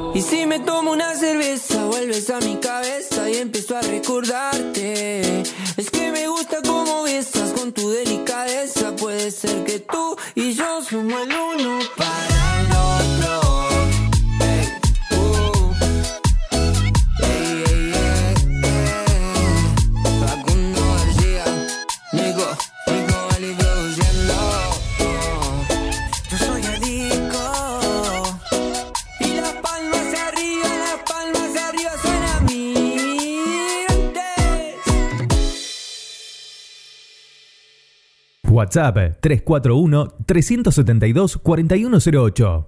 Y si me tomo una cerveza, vuelves a mi cabeza y empiezo a recordarte. Es que me gusta cómo besas con tu delicadeza. Puede ser que tú y yo somos el uno para el otro. WhatsApp 341-372-4108.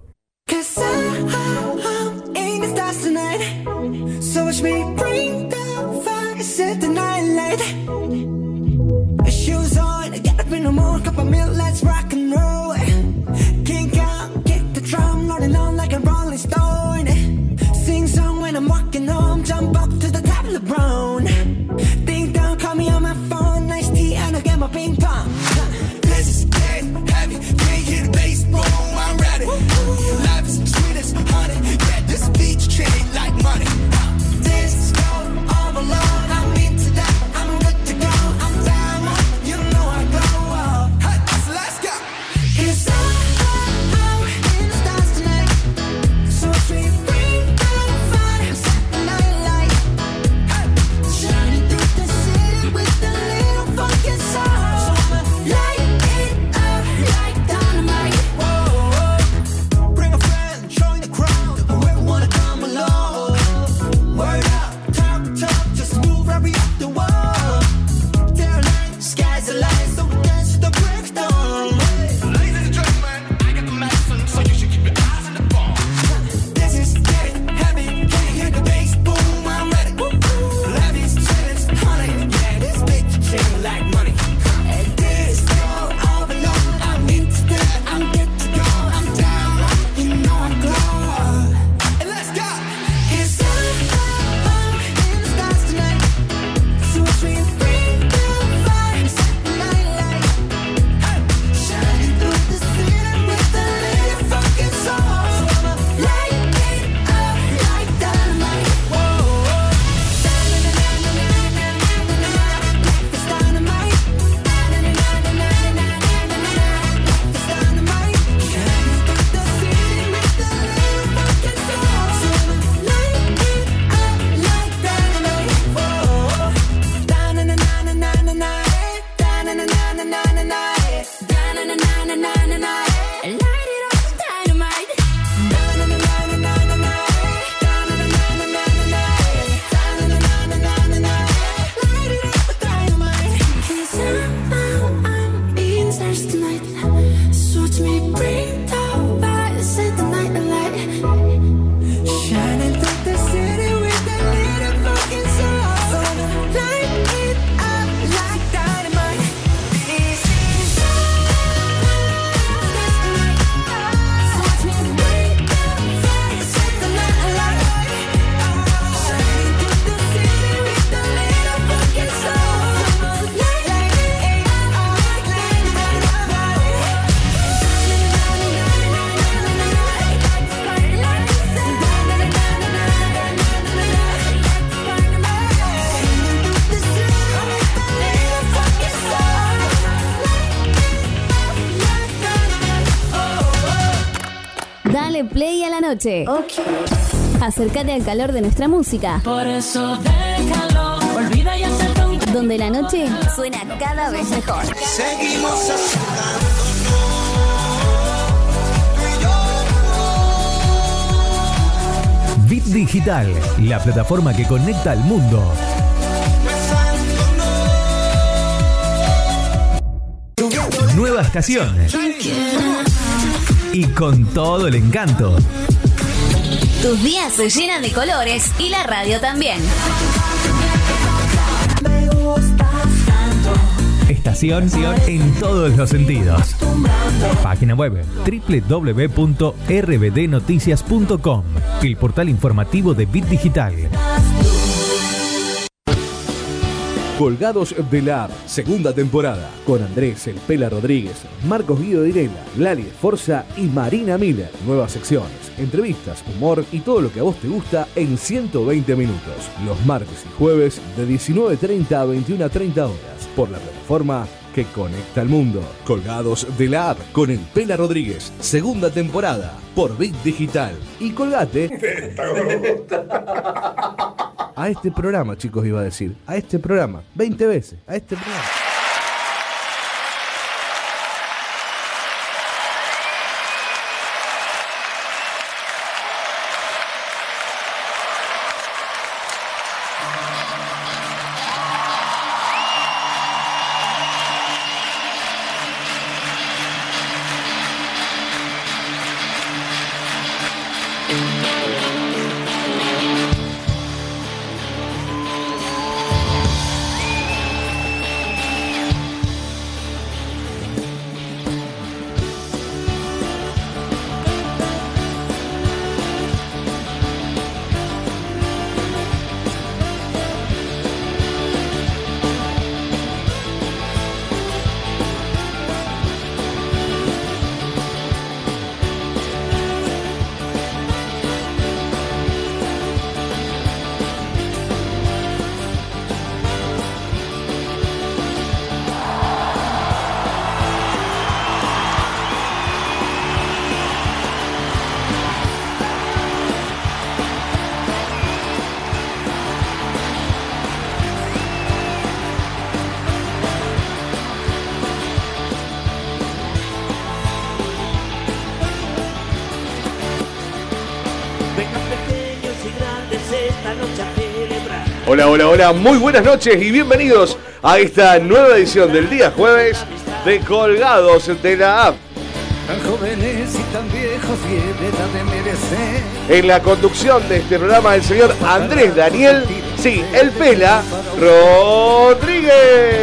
Play a la noche. Okay. Acércate al calor de nuestra música. Por eso déjalo, olvida y acepta un... Donde la noche suena cada vez mejor. Seguimos acercándonos. Bit Digital, la plataforma que conecta al mundo. Nueva estación. Y con todo el encanto. Tus días se llenan de colores y la radio también. Estación en todos los sentidos. Página web www.rbdnoticias.com, el portal informativo de Bit Digital. Colgados de la App, segunda temporada, con Andrés El Pela Rodríguez, Marcos Guido Dinela, Lali Esforza y Marina Miller. Nuevas secciones, entrevistas, humor y todo lo que a vos te gusta en 120 minutos. Los martes y jueves de 19:30 a 21:30 horas, por la plataforma que conecta al mundo. Colgados de la App con El Pela Rodríguez, segunda temporada, por Bit Digital. Y colgate a este programa, chicos, iba a decir. A este programa, 20 veces, a este programa. Hola, muy buenas noches y bienvenidos a esta nueva edición del día jueves de Colgados de la App. Tan jóvenes y tan viejos y en edad de merecer. En la conducción de este programa el señor Andrés Daniel, sí, El Pela Rodríguez.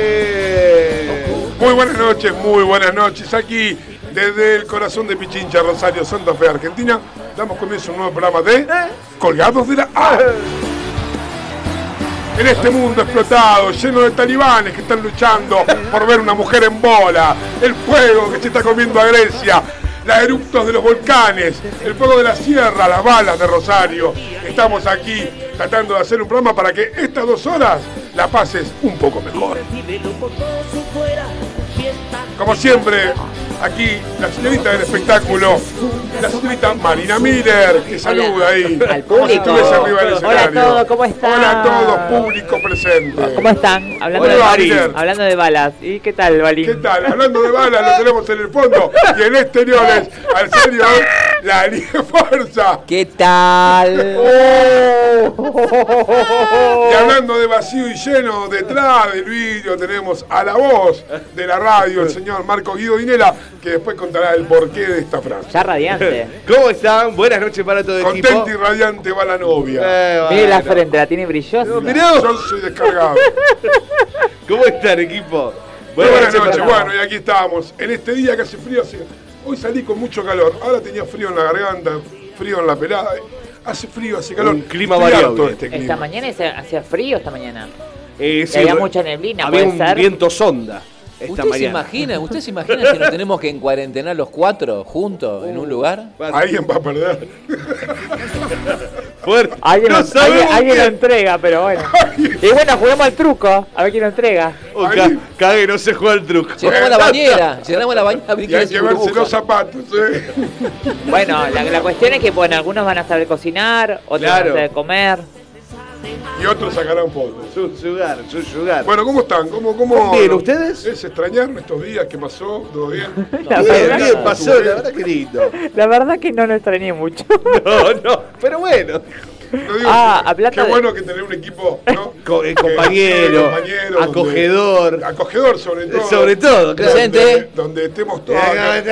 Muy buenas noches, aquí desde el corazón de Pichincha, Rosario, Santa Fe, Argentina. Damos comienzo a un nuevo programa de Colgados de la App. En este mundo explotado, lleno de talibanes que están luchando por ver una mujer en bola, el fuego que se está comiendo a Grecia, los eruptos de los volcanes, el fuego de la sierra, las balas de Rosario. Estamos aquí tratando de hacer un programa para que estas 2 horas la pases un poco mejor. Como siempre, aquí la señorita del espectáculo, la señorita Marina Miller, que saluda ahí. Al público. Arriba del Hola a todos, ¿cómo están? Hola a todos, público presente. ¿Cómo están? Hablando de balas. ¿Y qué tal, Balín? ¿Qué tal? Hablando de balas, lo tenemos en el fondo y en exteriores al señor Lali Esforza. ¿Qué tal? Y hablando de vacío y lleno, detrás del vidrio tenemos a la voz de la radio, el señor Marcos Guido Dinela, que después contará el porqué de esta frase. Ya radiante. ¿Cómo están? Buenas noches para todo el equipo. Contenta y radiante va la novia. Mire la frente, la tiene brillosa. Yo soy descargado. ¿Cómo están, equipo? Buenas noches. Bueno, y aquí estamos. En este día que hace frío, hoy salí con mucho calor. Ahora tenía frío en la garganta, frío en la pelada. Hace frío, hace calor. Un clima variable. Esta mañana hacía frío esta mañana. Sí, había mucha neblina, había puede un ser. viento sonda. ¿Usted se imagina si nos tenemos que encuarentenar los 4 juntos en un lugar? Alguien va a perder. Fuerte. Alguien lo entrega, pero bueno. Y bueno, juguemos al truco. A ver quién lo entrega. Cague, no se juega el truco. Llegamos a la bañera. Y hay que verse los zapatos. Bueno, la cuestión es que bueno, algunos van a saber cocinar, otros van a saber comer. Y otros sacarán fotos. Su lugar. Bueno, ¿cómo están? ¿Cómo bien, ustedes? ¿Es extrañar estos días que pasó? ¿Todo bien? Bien, pasó, la verdad que lindo. La verdad que no lo extrañé mucho. No, pero bueno. No digo qué bueno que tener un equipo, ¿no? Compañero, acogedor. Acogedor sobre todo. Sobre todo, presente. Donde estemos todos.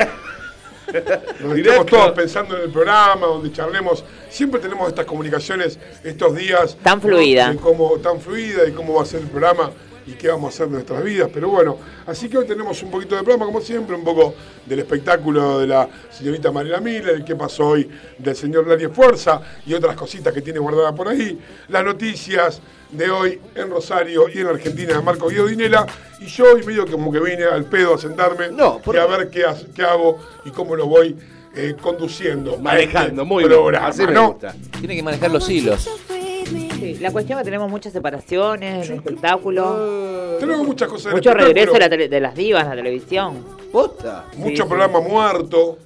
Donde estemos todos pensando en el programa, donde charlemos. Siempre tenemos estas comunicaciones estos días tan fluida. Tan fluida y cómo va a ser el programa. y qué vamos a hacer de nuestras vidas, pero bueno, así que hoy tenemos un poquito de programa, como siempre, un poco del espectáculo de la señorita Marina Miller, el qué pasó hoy del señor Lali Esfuerza y otras cositas que tiene guardadas por ahí, las noticias de hoy en Rosario y en Argentina de Marcos Guido Dinela, y yo hoy medio como que vine al pedo a sentarme y a ver qué hago y cómo lo voy conduciendo. Manejando, muy programa, bien, así ¿no? me gusta. Tiene que manejar los hilos. Sí, la cuestión es que tenemos muchas separaciones en el espectáculo. Tenemos muchas cosas en el Mucho regreso espectáculo. de las divas en la televisión. ¿Posta? Mucho programa muerto.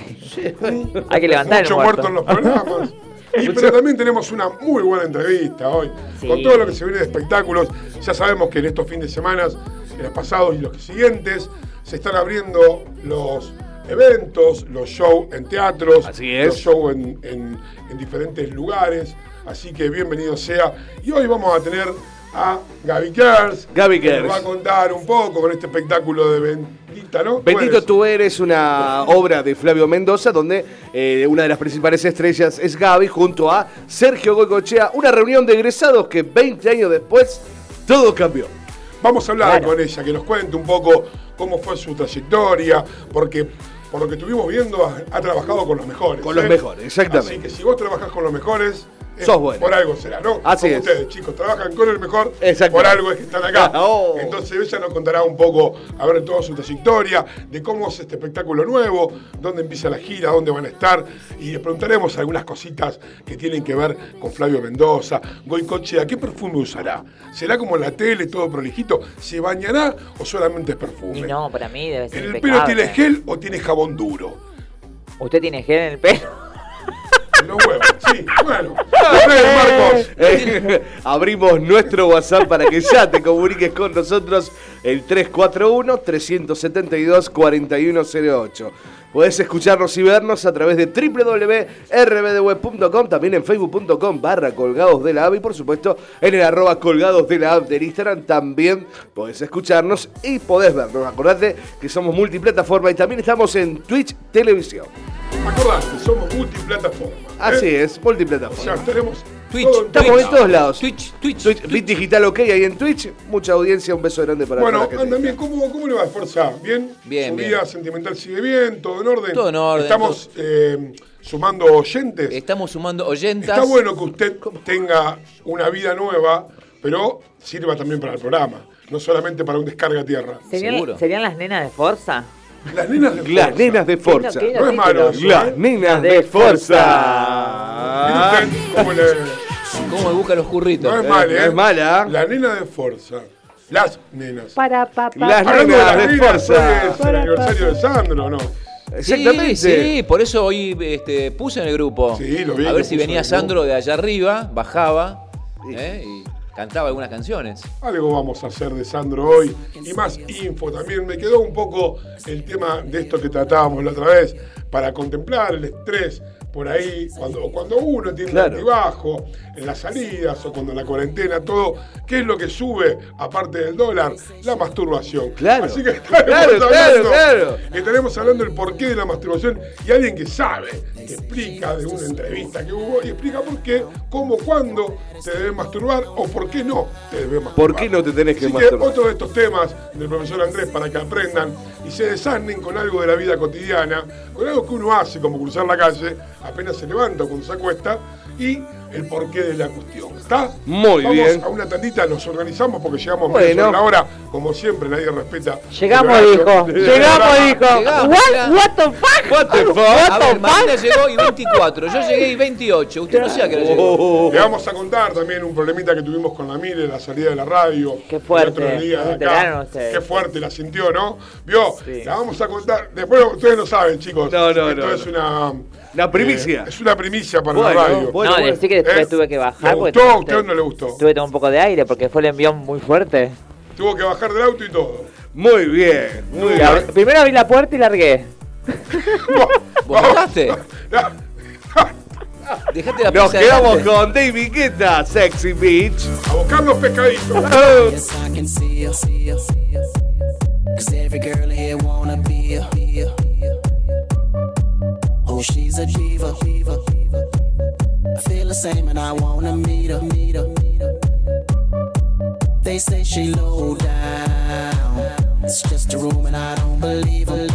Hay que levantar Mucho el muerto en los programas. Pero también tenemos una muy buena entrevista hoy. Sí. Con todo lo que se viene de espectáculos. Ya sabemos que en estos fines de semana, en los pasados y los siguientes, se están abriendo los eventos, los shows en teatros, Así es. los shows en diferentes lugares. Así que bienvenido sea. Y hoy vamos a tener a Gaby Kers. Gaby que Kers. nos va a contar un poco con este espectáculo de Bendita, ¿no? Bendito tú eres, una obra de Flavio Mendoza, donde una de las principales estrellas es Gaby, junto a Sergio Goicoechea, una reunión de egresados que 20 años después todo cambió. Vamos a hablar con ella, que nos cuente un poco cómo fue su trayectoria, porque por lo que estuvimos viendo ha trabajado con los mejores. Con los mejores, exactamente. Así que si vos trabajás con los mejores, sos bueno. Por algo será, ¿no? Así Como es. ustedes, chicos, trabajan con el mejor, Exacto. por algo es que están acá. Oh. Entonces ella nos contará un poco, a ver, toda su trayectoria, de cómo es este espectáculo nuevo, dónde empieza la gira, dónde van a estar, y les preguntaremos algunas cositas que tienen que ver con Flavio Mendoza. Goicoechea, ¿qué perfume usará? ¿Será como en la tele, todo prolijito? ¿Se bañará o solamente es perfume? Y no, para mí debe ser ¿El pelo impecable. tiene gel o tiene jabón duro? ¿Usted tiene gel en el pelo? En los huevos, sí, bueno. Marcos. Abrimos nuestro WhatsApp para que ya te comuniques con nosotros, el 341-372-4108. Podés escucharnos y vernos a través de www.rbdweb.com, también en facebook.com/colgados de la app y por supuesto en el @colgados de la app del Instagram también podés escucharnos y podés vernos. Acordate que somos multiplataforma y también estamos en Twitch Televisión. Acordate, somos multiplataforma. Así es, O multiplataforma. sea, tenemos Twitch, todo en Estamos en todos lados. Twitch. Bit Digital OK ahí en Twitch. Mucha audiencia, un beso grande para Bueno, toda la gente. también, ¿cómo le va a esforzar? ¿Bien? Bien, ¿Su bien. vida sentimental sigue bien? ¿Todo en orden? Todo en orden. ¿Estamos sumando oyentes? Estamos sumando oyentas. Está bueno que usted tenga una vida nueva, pero sirva también para el programa. No solamente para un descarga a tierra. Seguro. ¿Serían las nenas de Forza? Las nenas de Las Forza. nenas de Forza. ¿Qué? No es malo eso, Las nenas de Forza. Mire usted cómo ¿Cómo me buscan los curritos? No es mal, no es mala. La nena de Forza. Las nenas. Para papá. Las Hablando nenas de nenas, Forza. ¿es el aniversario de Sandro, ¿no? Exactamente. Sí, por eso hoy puse en el grupo. Sí, lo vi A que ver si puso venía en el Sandro de allá arriba, bajaba y cantaba algunas canciones. Algo vamos a hacer de Sandro hoy y más info también. Me quedó un poco el tema de esto que tratábamos la otra vez para contemplar el estrés por ahí, cuando uno tiene un altibajo en las salidas o cuando en la cuarentena, todo, ¿qué es lo que sube aparte del dólar? La masturbación. Claro. Así que estaremos hablando, claro. estaremos hablando del porqué de la masturbación y alguien que sabe, que explica de una entrevista que hubo y explica por qué, cómo, cuándo te debes masturbar o por qué no te debes masturbar. ¿Por qué no te tenés que Así masturbar? otro de estos temas del profesor Andrés para que aprendan y se desasnen con algo de la vida cotidiana, con algo que uno hace como cruzar la calle, apenas se levanta o cuando se acuesta, y el porqué de la cuestión. ¿Está? Muy bien. Vamos a una tandita, nos organizamos porque llegamos Bueno. medio sobre la hora. Como siempre, nadie respeta. Llegamos, el dijo. horario. Llegamos, dijo. Llegamos, What the fuck? What the fuck? A ver, Marina llegó y 24, yo llegué y 28. Usted no sé a qué hora llegó. Le vamos a contar también un problemita que tuvimos con la Mire, la salida de la radio. Qué fuerte. El otro día ¿No de se enteraron acá. ustedes? Qué fuerte la sintió, ¿no? ¿Vio? Sí. La vamos a contar. Después ustedes lo saben, chicos. No, Esto es una... La primicia. es una primicia para Bueno, la radio. bueno. No, decir que después tuve que bajar. ¿Le porque gustó? ¿A tuve- usted no le gustó? Tuve que tomar un poco de aire porque fue el envión muy fuerte. Tuvo que bajar del auto y todo. Muy bien, muy Y bien. primero abrí la puerta y largué. ¿Vos bajaste? Dejate la Nos pizza quedamos delante. con David Guetta, Sexy Beach. A buscar los pescaditos. Yes, I can see her. Cause every girl here wanna be her. Oh, she's a diva. I feel the same and I wanna meet her. They say she low down. It's just a room and I don't believe her.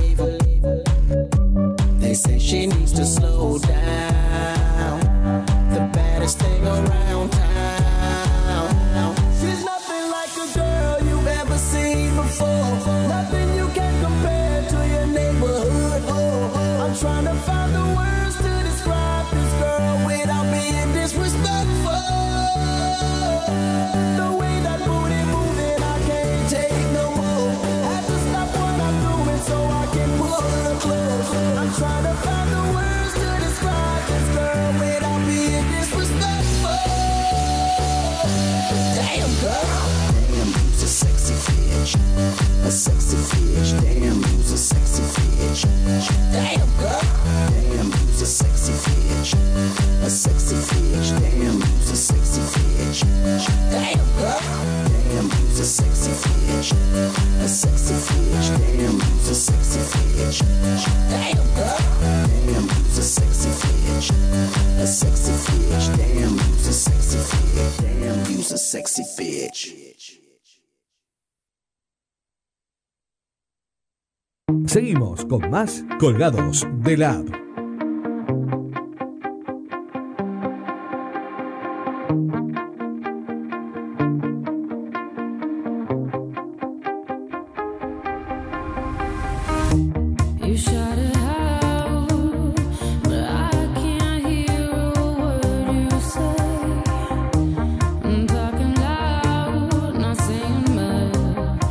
They say she needs to slow down. The baddest thing around town. She's nothing like a girl you've ever seen before. Nothing you can compare to your neighborhood. I'm trying to find the words to describe this girl without being disrespectful. The way that booty moving, I can't take no more. Have to stop what I'm doing so I can pull her close. I'm trying to find the words to describe this girl without being disrespectful. Damn girl, damn you's a sexy bitch, a sexy bitch. Damn you's a sexy bitch. Damn girl, damn you's a sexy bitch, a sexy bitch. Damn you's a sexy bitch. Damn girl, damn you's a sexy bitch, a sexy bitch. Damn you's a sexy bitch. Damn girl, damn you's a sexy bitch, a sexy bitch. Damn you's a sexy bitch. Damn you's a sexy bitch. Seguimos con más Colgados de la App. You shout it out, but I can't hear a word you say. I'm talking loud, not saying much.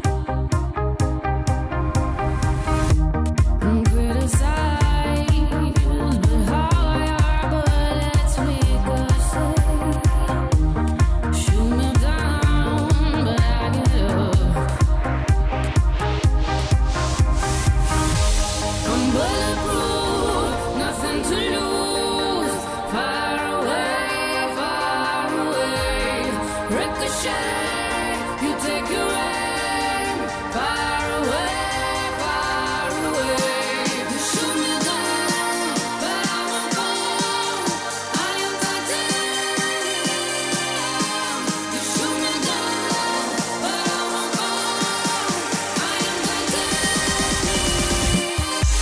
I'm criticized, but how I are, but let's make a say. Shoot me down, but I get up. I'm bulletproof, nothing to lose. Far away, ricochet. You take your aim. Far away. You shoot me down, but I won't fall. I am titanium. You shoot me down, but I won't fall. I am titanium.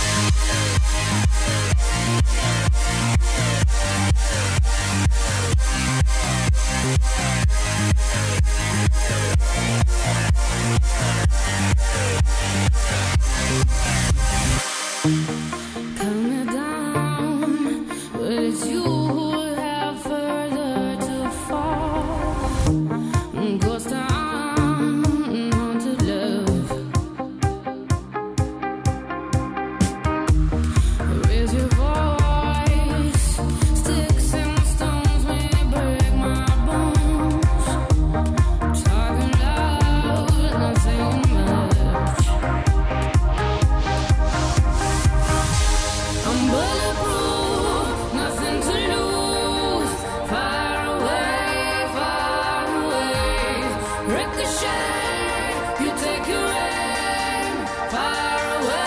Calm me down, but it's you who have further to fall. Ghost town, haunted love. Raise your voice. Sticks and stones may break my bones. Talking loud, not saying much. I'm bulletproof, nothing to lose. Far away, ricochet. You take your aim. Far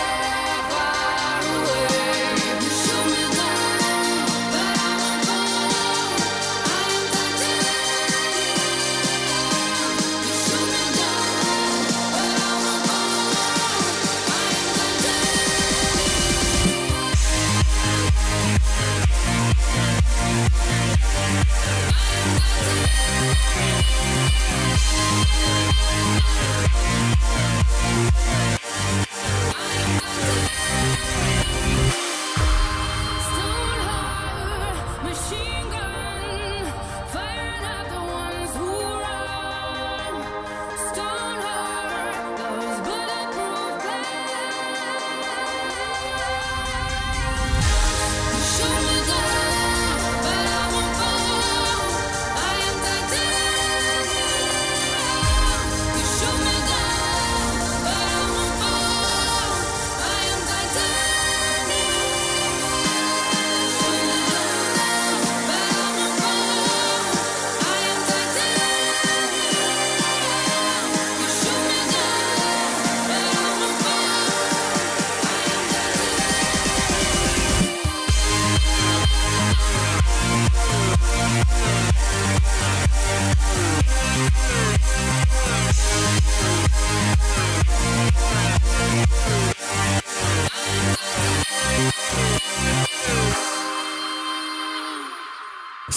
away. You shoot me down, but I won't fall. I am titanium. You shoot me down, but I won't fall. I am titanium. Stone heart, machine gun, firing at the ones who run. Stone heart, those bulletproof glass. You shoot me down, but I won't fall. I am titanium.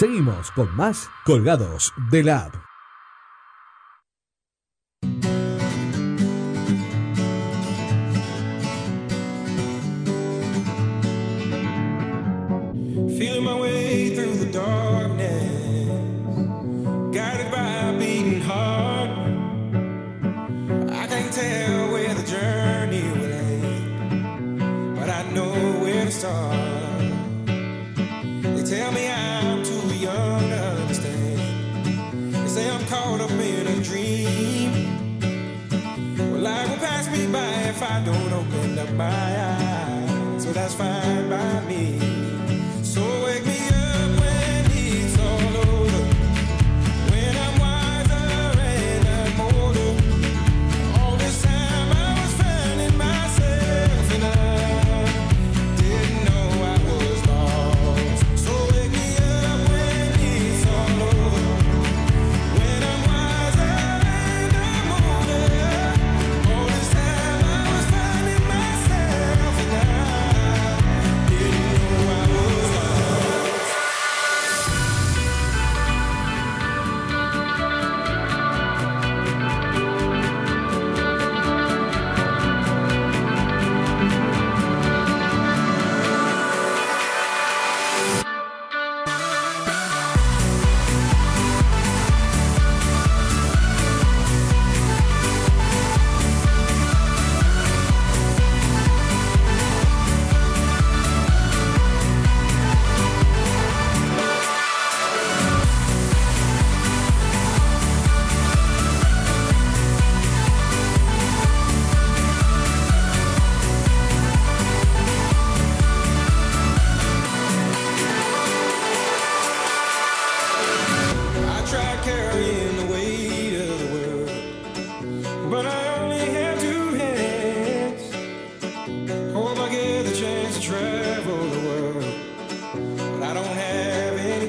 Seguimos con más Colgados de la App. Feeling my way through the darkness, guided by a beating heart. I can't tell where the journey will end, but I know where to start. They tell me I'm too young to understand. They say I'm caught up in a dream. Well, life will pass me by if I don't open up my eyes. So that's fine by me. So wake me up when it's all over, when I'm wiser and I'm older. All this time I was finding myself and I didn't know I was lost. So wake me up when it's all over, when I'm wiser and I'm older. All this time I was finding myself and I didn't know I was lost. I tried carrying the weight of the world, but I only have two hands. Hope I get the chance to travel the world, but I don't have any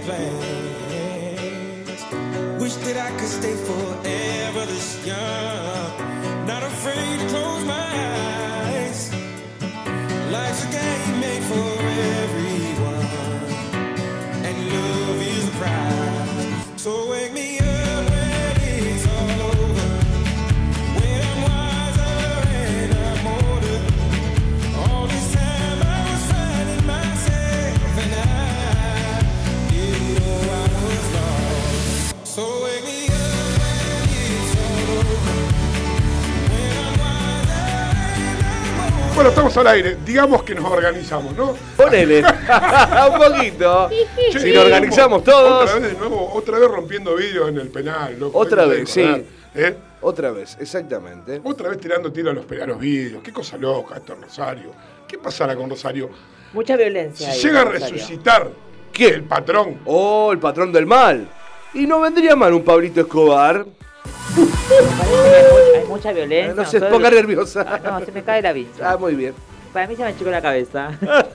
plans. Wish that I could stay forever this young, not afraid to close my eyes. Life's a game made for everyone, and love is the prize. So wake me up when it's all over, when I'm wiser and I'm older. All this time I was finding myself and I didn't know I was lost. So wake me up when it's all over, when I'm wiser and I'm older. Bueno, estamos al aire. Digamos que nos organizamos, ¿no? Ponele. Un poquito. Che, Si nos organizamos todos. Otra vez de nuevo, otra vez rompiendo vidrios en el penal, loco. Otra Hay que vez, sí. recordar, ¿eh? Otra vez, exactamente. Otra vez tirando tiro a los vidrios. Qué cosa loca esto, Rosario. ¿Qué pasará con Rosario? Mucha violencia. Si ahí, llega a Rosario. resucitar, ¿qué? El patrón. Oh, el patrón del mal. Y no vendría mal un Pablito Escobar. Me parece que hay mucha violencia. No se nosotros- ponga nerviosa. No, se me cae la vista. Ah, muy bien. Para mí se me achicó la cabeza.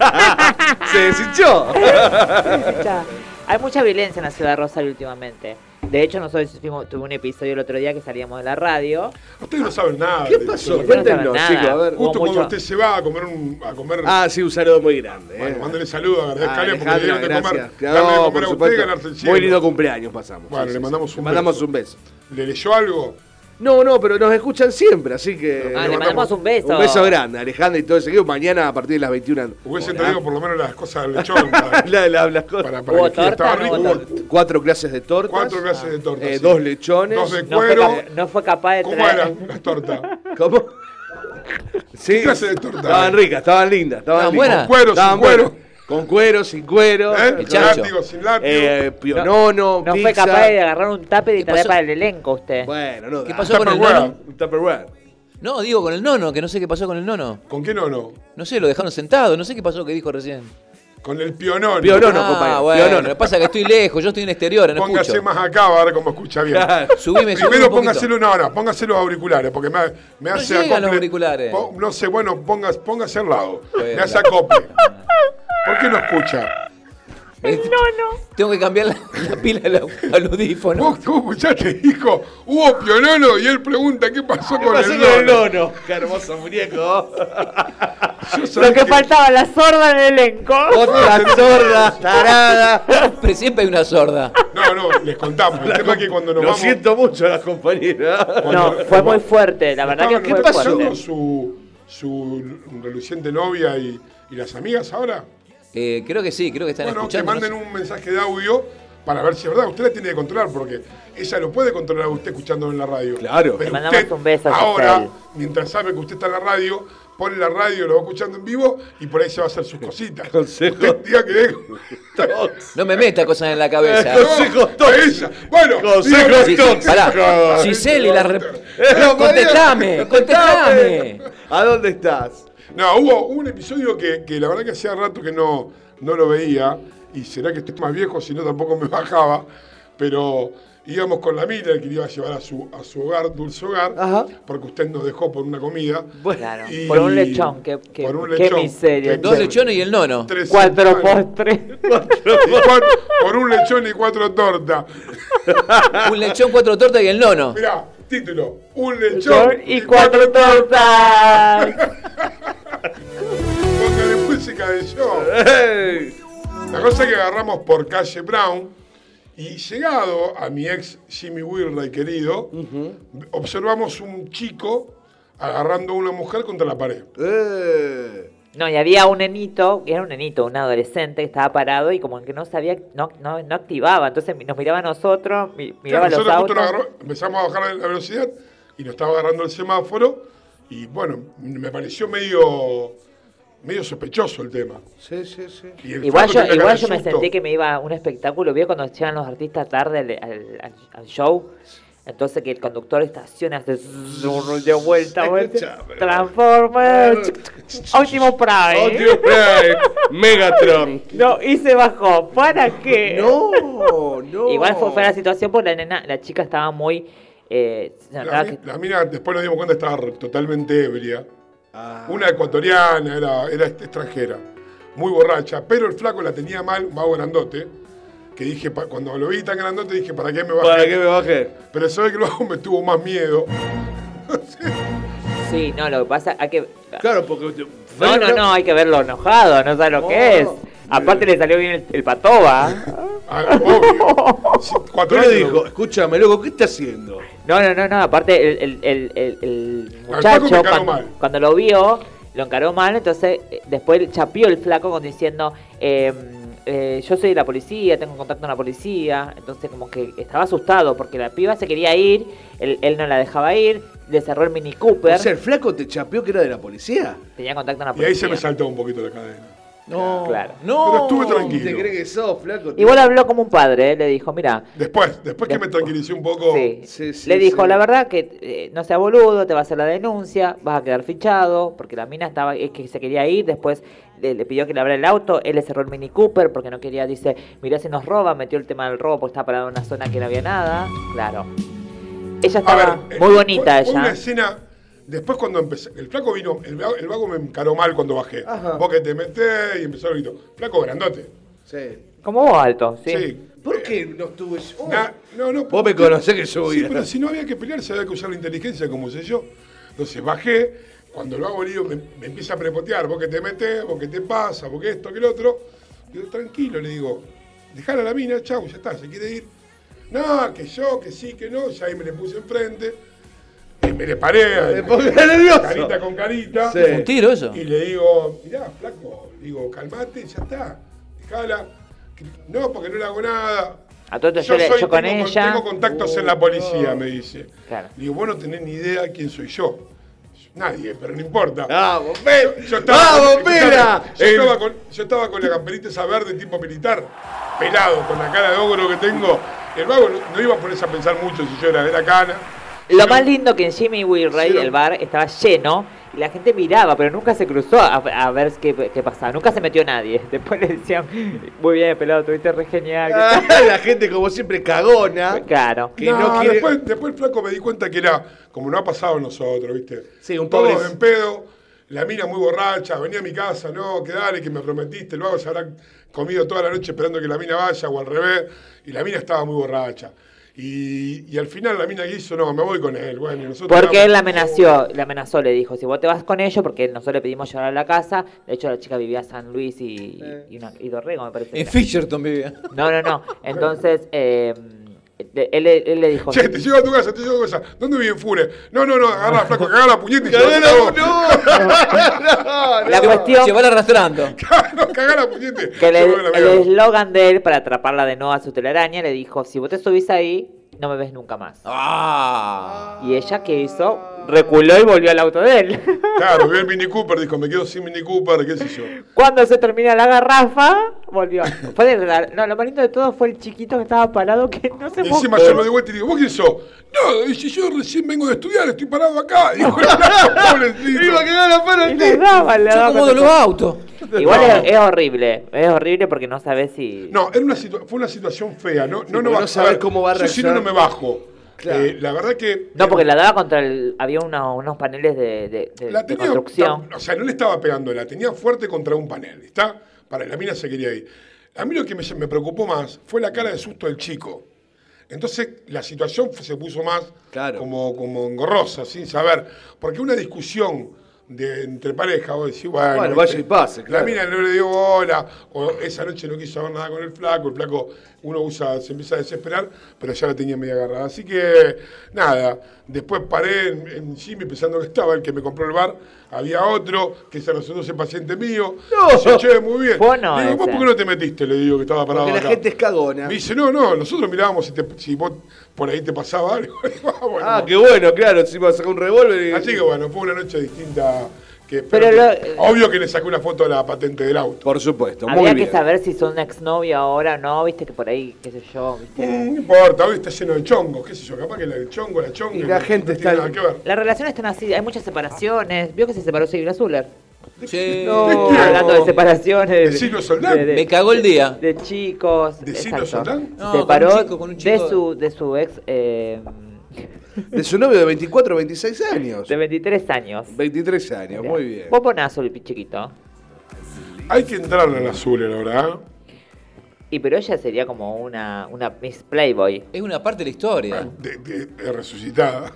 Se deshinchó. Ya. Hay mucha violencia en la ciudad de Rosario últimamente. De hecho, nosotros tuve un episodio el otro día que salíamos de la radio. Ustedes no saben nada. ¿Qué de pasó? eso. Ustedes no saben Cuéntenos, nada. chicos, a ver. Hubo Justo cuando mucho- usted se va a comer Ah, sí, un saludo muy grande. Bueno, mándale saludos a Gardel Cale porque le dieron de Alejandra, comer. gracias. Darle de No, comer por a usted y supuesto. ganarse el cielo. Muy lindo cumpleaños pasamos. Bueno, Sí, le sí, mandamos sí. un Le mandamos beso. un beso. ¿Le leyó algo? No, pero nos escuchan siempre, así que... Ah, le mandamos un beso. Un beso grande, Alejandra y todo ese equipo. Mañana a partir de las 21. Hubiese horas. traído por lo menos las cosas del lechón. para Las cosas. para ¿Hubo que estaba torta? rico. No, Hubo 4 clases de tortas. 4 clases de tortas. sí. 2 lechones. 2 de No fue, cuero. no fue capaz de ¿Cómo traer. eran las tortas? ¿Cómo? Sí. ¿Qué clase de torta? Estaban ricas, estaban lindas. Estaban ¿Estaban lindas. buenas? Con cuero, sin Estaban cuero. buenas. Con cuero, sin cuero. ¿Eh? El chancho. Látigo, sin látigo. Pionono, No fue pizza. capaz de agarrar un tupper y ¿Qué traer pasó? para el elenco usted. Bueno, no ¿Qué da. pasó con el Tupperware. nono? Un Tupperware. No, digo con el nono, que no sé qué pasó con el nono. ¿Con qué no? No sé, lo dejaron sentado, no sé qué pasó que dijo recién. Con el pionono. Pionono, Ah, compañero. bueno, Pionono. lo que pasa es que estoy lejos, yo estoy en exterior, no Póngase escucho. más acá a ver cómo escucha bien. Claro. Subime Primero un poquito. póngaselo, póngase los auriculares, porque me hace llegan los auriculares. No sé, bueno, póngase al lado. Bueno. Me hace acople. ¿Por qué no escucha? Tengo que cambiar la pila del audífono. Vos escuchaste, hijo, hubo pionono y él pregunta qué pasó ¿Qué con pasó el con el nono. nono? Qué hermoso muñeco. Lo que faltaba, la sorda en el elenco. Otra sorda, tarada. Pero siempre hay una sorda. No, les contamos. El tema es que cuando nos Lo vamos... siento mucho a las compañeras. No, fue muy fuerte, la verdad que ¿Qué fue pasó fuerte. con su reluciente novia y las amigas ahora? Creo que sí, creo que están Bueno, que escuchando. manden un mensaje de audio para ver si es verdad. Usted la tiene que controlar porque ella lo puede controlar a usted escuchándolo en la radio. Claro. Pero Le mandamos usted un beso a ahora, Giselle. mientras sabe que usted está en la radio, pone la radio, lo va escuchando en vivo y por ahí se va a hacer sus cositas. Consejo. Usted diga que... No me meta cosas en la cabeza. Consejos No, a ella. Bueno, Consejos diga- Sí, tóxicos. pará. Giselle, contestame. ¿A dónde estás? No, hubo un episodio que la verdad que hacía rato que no lo veía, y será que estoy más viejo, si no tampoco me bajaba, pero íbamos con la Mila, que le iba a llevar a su hogar, dulce hogar, Ajá. porque usted nos dejó por una comida. Claro, Y- por un lechón, qué por un qué lechón. miseria. Dos lechones y el nono. 4 postres. Por un lechón y 4 tortas. Un lechón, 4 tortas y el nono. Mirá, título, un lechón Y 4 tortas. Póngale música de show. ¡Ey! La cosa es que agarramos por calle Brown y llegado a mi ex Jimmy Wirley querido, observamos un chico agarrando a una mujer contra la pared. No, y había un nenito, era un nenito, un adolescente que estaba parado y como que no sabía, no activaba. Entonces nos miraba a nosotros, miraba Claro, los nosotros justo autos. empezamos a bajar la velocidad y nos estaba agarrando el semáforo y bueno, me pareció medio sospechoso el tema. Sí, sí, sí. Y el Igual flaco yo, tenía igual cara yo de me susto. sentí que me iba a un espectáculo. ¿Vio cuando llegan los artistas tarde al show? Entonces que el conductor estaciona, hace zzzz, de vuelta, Escuchame. transforma, Optimus Prime. Optimus Prime, Megatron. No, y se bajó. ¿Para qué? No, no. Igual fue la situación porque la chica estaba muy... se notaba que- La mina, después nos dimos cuenta, estaba totalmente ebria. Ah. Una ecuatoriana, era extranjera, muy borracha, pero el flaco la tenía mal, más grandote, que dije, cuando lo vi tan grandote, dije, ¿para qué me bajé? ¿Para qué me bajé? Pero sabe que luego me tuvo más miedo. Sí, no, lo que pasa hay que... Claro, porque. No, hay que verlo enojado, no sabe lo que es. Aparte le salió bien el patoba. Ah, obvio. Sí, 4 Pero años. le dijo, escúchame, loco, ¿qué está haciendo? No, aparte el flaco me muchacho encaró mal. cuando lo vio, lo encaró mal, entonces después chapió el flaco con diciendo, yo soy de la policía, tengo contacto con la policía, entonces como que estaba asustado porque la piba se quería ir, él no la dejaba ir, le cerró el Mini Cooper, O sea, el flaco te chapeó que era de la policía. tenía contacto con la Y ahí policía. se me saltó un poquito la cadena. No, Claro. no. Pero estuve ¿Te tranquilo. crees que sos, flaco? Igual habló como un padre, le dijo, mira, Después que me tranquilicé un poco. sí. Sí, sí, Le dijo, sí. la verdad que no seas boludo, te va a hacer la denuncia, vas a quedar fichado, porque la mina estaba, es que se quería ir, después le pidió que le abra el auto, él le cerró el Mini Cooper porque no quería, dice, mirá si nos roba, metió el tema del robo porque estaba parado en una zona que no había nada, claro. Ella A estaba ver, muy bonita fue una ella. escena. Después cuando empecé, el flaco vino, el vago me encaró mal cuando bajé. Ajá. Vos que te metés y empezó el grito. Flaco grandote. Sí. Como vos alto, sí. Sí. ¿Por qué no estuve yo? No. Vos me conocés que yo voy Sí, a- pero si no había que pelearse, había que usar la inteligencia como sé yo. Entonces bajé, cuando lo hago el lío me empieza a prepotear. Vos que te metés, vos que te pasa, vos que esto, que el otro. Digo, tranquilo, le digo, dejala a la mina, chau, ya está, se quiere ir. No, que yo, que sí, que no, ya ahí me le puse enfrente. Y me le paré, Me pongo nervioso. carita con carita. Sí. Un tiro eso. Y le digo, mirá, flaco, digo, calmate, ya está, dejala. No, porque no le hago nada. A todo esto yo con tengo, ella. tengo contactos en la policía, me dice. Claro. Digo, vos no tenés ni idea quién soy yo. Nadie, pero no importa. ¡Vamos, Pera! Yo estaba ¡Vamos, con- Pera! yo estaba con la camperita esa verde tipo militar, pelado, con la cara de ogro que tengo. El vago no iba a ponerse a pensar mucho si yo era de la cana. Lo Pero- más lindo que en Jimmy Wilray, Sí, no. el bar estaba lleno y la gente miraba, pero nunca se cruzó a ver qué pasaba. Nunca se metió nadie. Después le decían, muy bien, pelado, tuviste re genial. La gente, como siempre, cagona. Claro. Que no quiere- después el flaco me di cuenta que era, como no ha pasado a nosotros, ¿viste? Sí, un Todos pobre- en pedo, la mina muy borracha, venía a mi casa, no, que dale, que me prometiste, luego se habrá comido toda la noche esperando que la mina vaya o al revés, y la mina estaba muy borracha. Y al final la mina que hizo, no, me voy con él. Bueno, y nosotros Porque él quedamos- la amenazó, le dijo, si vos te vas con ellos, porque nosotros le pedimos llevar a la casa, de hecho la chica vivía en San Luis y Dorrego, me parece. que En era. Fisherton vivía. No. Entonces, él le dijo... Che, te llevo a tu casa, te llevo a tu casa. ¿Dónde vive Fure? No, agarra flaco, cagá la puñeta y Cagá llevate la- vos. La cuestión Llevar arrastrando. No, cagá la puñeta. que Llevame la el mierda. eslogan de él, para atraparla de nuevo a su telaraña, le dijo, si vos te subís ahí, no me ves nunca más. Ah. Y ella, ¿qué hizo? Reculó y volvió al auto de él. Claro, vio el Mini Cooper, dijo, me quedo sin Mini Cooper, qué sé yo. Cuando se termina la garrafa, volvió. Fue de verdad. No, lo más lindo de todo fue el chiquito que estaba parado, que no se Y encima movió. yo lo di vuelta y digo, ¿vos quién sos? No, dice, yo recién vengo de estudiar, estoy parado acá. Dijo, pobrecito. Iba a quedar la mano Y al le tipo. daba, le Yo daba acomodo con- los autos. Igual No. es horrible porque no sabes si... No, era fue una situación fea, ¿no? porque no sabés cómo va a Yo si no, reaccionar. no me bajo. Claro. La verdad que... No, porque la daba contra el... Había unos paneles de La de tenía, construcción. o sea, no le estaba pegando, la tenía fuerte contra un panel, ¿está? Para la mina se quería ir. A mí lo que me preocupó más fue la cara de susto del chico. Entonces la situación se puso más Claro. como engorrosa, sin saber. Porque una discusión entre pareja, vos decís, bueno, Bueno, vaya y pase, claro. La mina no le dio bola, o esa noche no quiso saber nada con el flaco uno se empieza a desesperar, pero ya la tenía media agarrada. Así que, nada, después paré en Jimmy pensando que estaba el que me compró el bar, había otro que se resultó ser paciente mío. No. Dice, che, muy bien. Vos no, Le digo, ¿vos ese. por qué no te metiste? Le digo que estaba parado Porque la acá. gente es cagona. Me dice, no, nosotros mirábamos si vos por ahí te pasaba algo. Bueno, Ah, qué bueno, claro. Encima saca un revólver y. Así que bueno, fue una noche distinta. Pero obvio que le saqué una foto de la patente del auto. Por supuesto, muy Había bien. que saber si son exnovio ahora o no, viste que por ahí, qué sé yo, viste. No importa, hoy está lleno de chongos, qué sé yo, capaz que el chongo, la chonga. Y la gente no tiene está- nada que ver. Las relaciones están así, hay muchas separaciones. Vio que se separó Silvia Zuller. Sí. No. Hablando de separaciones. ¿De Silvio Soldán? Me cagó el día. De chicos. ¿De Silvio exacto. Soldán? No, Se con separó un chico, con un chico. de su ex De su novio de 24 o 26 años. de 23 años. 23 años, muy bien. Vos ponés azul chiquito. Hay que entrarle al azul, la verdad. Y pero ella sería como una Miss Playboy. Es una parte de la historia. De resucitada.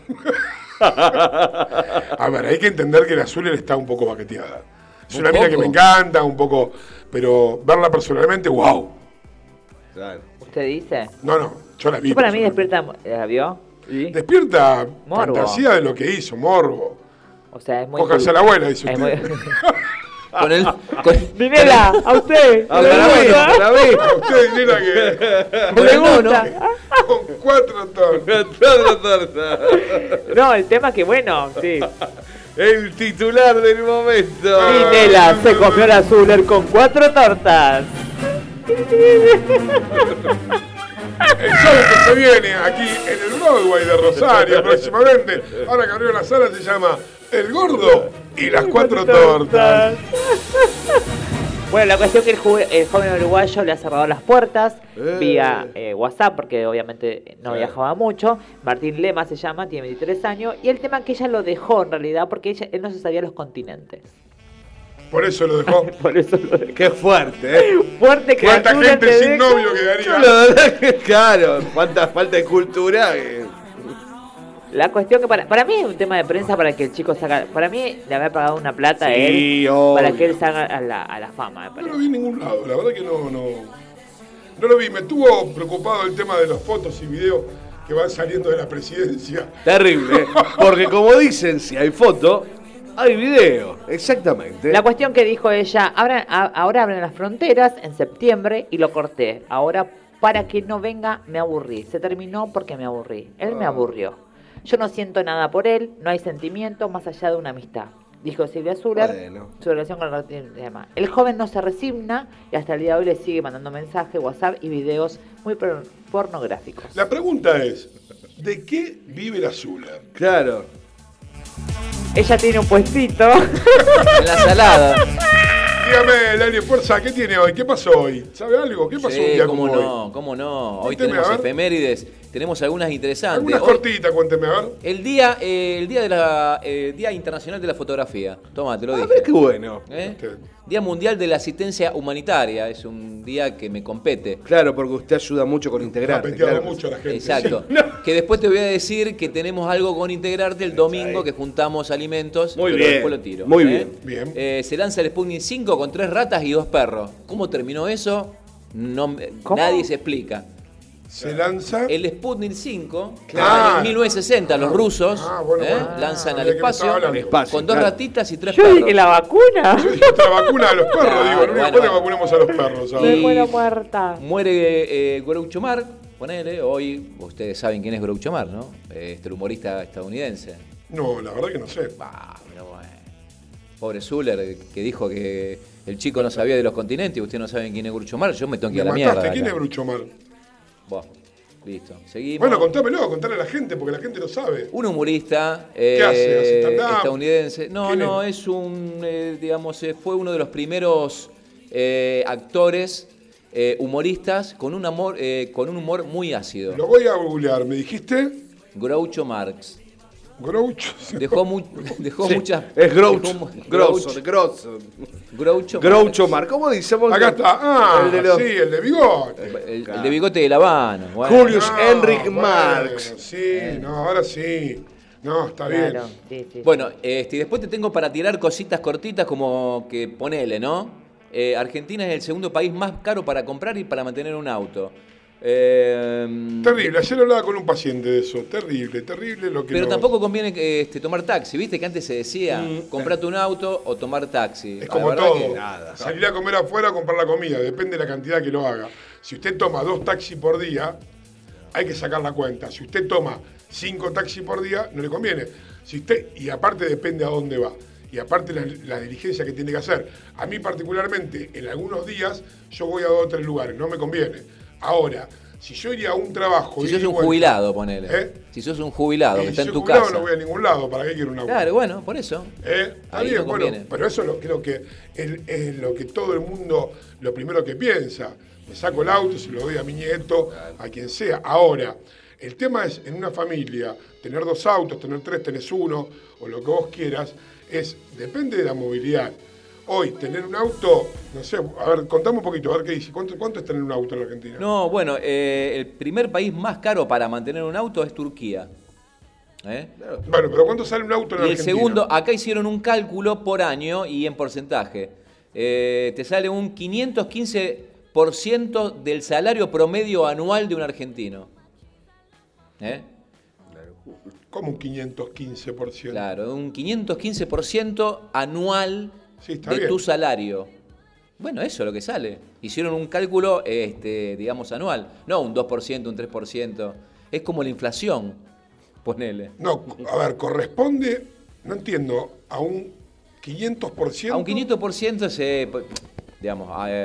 A ver, hay que entender que la azul está un poco baqueteada. Es Un una mina que poco. me encanta, un poco. Pero verla personalmente, wow. Claro. ¿Usted dice? No, yo la vi. Yo para mí personalmente. despierta... ¿La vio? ¿Sí? Despierta Morbo. fantasía de lo que hizo, morbo. O sea, es muy... Cójase a la abuela, dice es usted. muy- Con el, Dinela, a usted. Ah, ¿le la vi, gusta? la vi. A usted, Dinela, que ¿Le no, gusta? con 4 tonos. No, el tema es que bueno, sí. El titular del momento. Dinela se comió la Zuller con 4 tortas. El sábado que se viene aquí en el Broadway de Rosario próximamente. Ahora que abrió la sala se llama El Gordo y las 4 tortas. Bueno, la cuestión es que el joven uruguayo le ha cerrado las puertas vía WhatsApp, porque obviamente no viajaba mucho. Martín Lema se llama, tiene 23 años. Y el tema es que ella lo dejó en realidad porque él no se sabía los continentes. Por eso lo dejó. Por eso lo dejó. Qué fuerte, ¿eh? Fuerte que ¿Cuánta Azul gente te sin deja. novio Yo quedaría? la verdad que, claro, cuánta falta de cultura. La cuestión que para mí es un tema de prensa para que el chico saca. Para mí le había pagado una plata a Sí, él obvio. para que él salga a la fama, me No parece. lo vi en ningún lado, la verdad que no lo vi. Me tuvo preocupado el tema de las fotos y videos que van saliendo de la presidencia. Terrible, ¿eh? Porque como dicen, si hay foto, hay video. Exactamente. La cuestión que dijo ella, ahora abren las fronteras en septiembre y lo corté. Ahora para que no venga me aburrí. Se terminó porque me aburrí. Él me aburrió. Yo no siento nada por él, no hay sentimiento más allá de una amistad. Dijo Silvia Zuller, Bueno. su relación con el tema. El joven no se resigna y hasta el día de hoy le sigue mandando mensajes, WhatsApp y videos muy pornográficos. La pregunta es, ¿de qué vive la Zuller? Claro. Ella tiene un puestito. En la salada. Dígame, Lali Fuerza, ¿qué tiene hoy? ¿Qué pasó hoy? ¿Sabe algo? ¿Qué pasó un Sí, día cómo como hoy? no, cómo no. Hoy Cuénteme, tenemos a ver. efemérides. tenemos algunas interesantes. Algunas Hoy- cortitas, cuénteme, a ver. El día de la Día Internacional de la Fotografía. Toma, te lo dije. ver qué bueno. ¿Eh? Usted. Día Mundial de la Asistencia Humanitaria. Es un día que me compete. Claro, porque usted ayuda mucho con integrarte. Peteaba Claro. mucho a la gente. Exacto. sí. Que después te voy a decir que tenemos algo con Integrarte el domingo, que juntamos alimentos. Muy pero bien, después lo tiro. muy ¿eh? bien. Bien. Se lanza el Sputnik 5 con 3 ratas y 2 perros. ¿Cómo terminó eso? No, ¿Cómo? nadie se explica. Se lanza. El Sputnik 5, Claro. en 1960 los rusos Bueno, ¿eh? bueno. lanzan al ¿De qué me estaba espacio, hablando? Espacio, con 2 claro. ratitas y 3 Yo perros. dije la vacuna. Yo dije otra vacuna a los perros, Claro, digo. No bueno. le vacunemos a los perros. Me ¿sabes? muero muerta. Muere Groucho Marx, ponele, hoy ustedes saben quién es Groucho Marx, ¿no? El humorista estadounidense. No, la verdad que no sé. Pero bueno. Pobre Zuller, que dijo que el chico no sabía de los continentes y ustedes no saben quién es Groucho Marx, yo me tengo que ir Me a la mataste. mierda. ¿Quién acá. es Brucho Mar? Buah, listo, seguimos. Bueno, contámelo, contale a la gente, porque la gente lo sabe. Un humorista ¿Qué hace? ¿Hace stand-up? estadounidense. No, ¿Quién no, es un, digamos, fue uno de los primeros actores humoristas con un humor muy ácido. Lo voy a googlear. ¿Me dijiste? Groucho Marx. Groucho. Dejó muchas. Es Groucho. dejó- Grosso, grosso. Groucho Groucho Mar. ¿Cómo decimos? Acá está. Ah, El de los- sí, el de bigote. El de bigote de La Habana. Bueno. Julius Enric bueno, Marx. Sí, no, ahora sí. No, está bien. Claro, sí, sí. Bueno, y después te tengo para tirar cositas cortitas como que ponele, ¿no? Argentina es el segundo país más caro para comprar y para mantener un auto. Terrible. Ayer hablaba con un paciente de eso. Terrible, terrible lo que Pero nos- tampoco conviene tomar taxi, ¿viste? Que antes se decía, comprate un auto o tomar taxi. Es La como verdad todo. que- Salir a comer afuera o comprar la comida. Depende de la cantidad que lo haga. Si usted toma 2 taxis por día, hay que sacar la cuenta. Si usted toma 5 taxis por día, no le conviene. Si usted, y aparte depende a dónde va. Y aparte la diligencia que tiene que hacer. A mí particularmente, en algunos días, yo voy a 2 o 3 lugares. No me conviene. Ahora, si yo iría a un trabajo... Si ida sos y un vuelta, jubilado, ponele. ¿Eh? Si sos un jubilado que y está si en soy tu jubilado, casa. no voy a ningún lado. ¿Para qué quiero un auto? Claro, bueno, por eso. Está Ahí bien, no bueno, conviene. pero eso creo que es lo que todo el mundo, lo primero que piensa. Me saco el auto, se lo doy a mi nieto, a quien sea. Ahora, el tema es, en una familia, tener 2 autos, tener 3, tenés 1, o lo que vos quieras, depende de la movilidad. Hoy, tener un auto, no sé, a ver, contame un poquito, a ver qué dice. ¿Cuánto es tener un auto en la Argentina? No, bueno, el primer país más caro para mantener un auto es Turquía. ¿Eh? Bueno, pero ¿cuánto sale un auto en Y el Argentina? segundo, acá hicieron un cálculo por año y en porcentaje. Te sale un 515% del salario promedio anual de un argentino. ¿Eh? ¿Cómo un 515%? Claro, un 515% anual Sí, está de bien. tu salario. Bueno, eso es lo que sale. Hicieron un cálculo, digamos, anual. No un 2%, un 3%. Es como la inflación, ponele. No, a ver, corresponde, no entiendo, a un 500%. A un 500% digamos,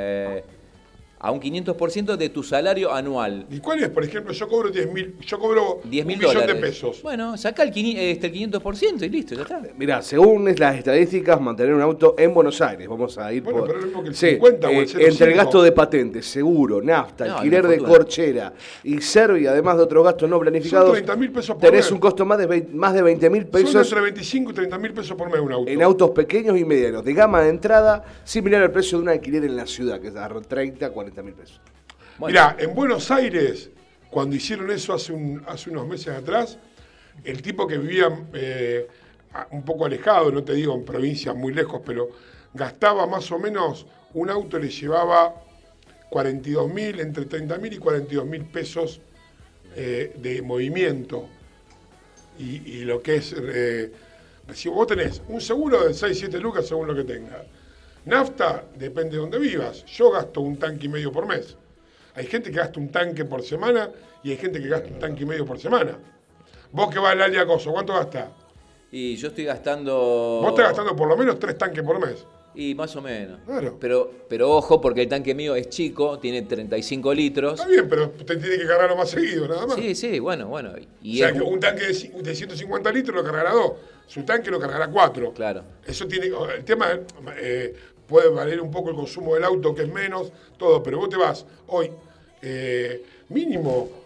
a un 500% de tu salario anual. ¿Y cuál es? Por ejemplo, yo cobro 10.000, yo cobro 10.000 un millón dólares. de pesos. Bueno, saca el 500% y listo, ya está. Mirá, según las estadísticas, mantener un auto en Buenos Aires, vamos a ir Bueno, por... pero es lo mismo que el Sí, 50 o el 0,5. entre el gasto de patentes, seguro, nafta, No, alquiler una de fortuna. corchera y Servi, además de otros gastos no planificados, 30.000 pesos por tenés mes. un costo más de 20.000 Son pesos entre 25 y 30.000 pesos por mes un auto. en autos pequeños y medianos, de gama de entrada, similar al precio de un alquiler en la ciudad, que es a 30, 40.000 pesos. Bueno. Mirá, en Buenos Aires, cuando hicieron eso hace unos meses atrás, el tipo que vivía un poco alejado, no te digo en provincias muy lejos, pero gastaba más o menos, un auto le llevaba 42.000, entre 30.000 y 42.000 pesos de movimiento. Y lo que es, si vos tenés un seguro de 6, 7 lucas según lo que tengas. Nafta, depende de dónde vivas. Yo gasto un tanque y medio por mes. Hay gente que gasta un tanque por semana y hay gente que gasta un tanque y medio por semana. Vos que vas al Ali Acoso, ¿cuánto gastás? Y yo estoy gastando... Vos estás gastando por lo menos 3 tanques por mes. Y más o menos. Claro. Pero ojo, porque el tanque mío es chico, tiene 35 litros. Está bien, pero te tiene que cargarlo más seguido, nada más. Sí, sí, bueno. O Y sea, es- que un tanque de 150 litros lo cargará 2. Su tanque lo cargará 4. Claro. Eso tiene. El tema puede valer un poco el consumo del auto, que es menos, todo, pero vos te vas hoy, mínimo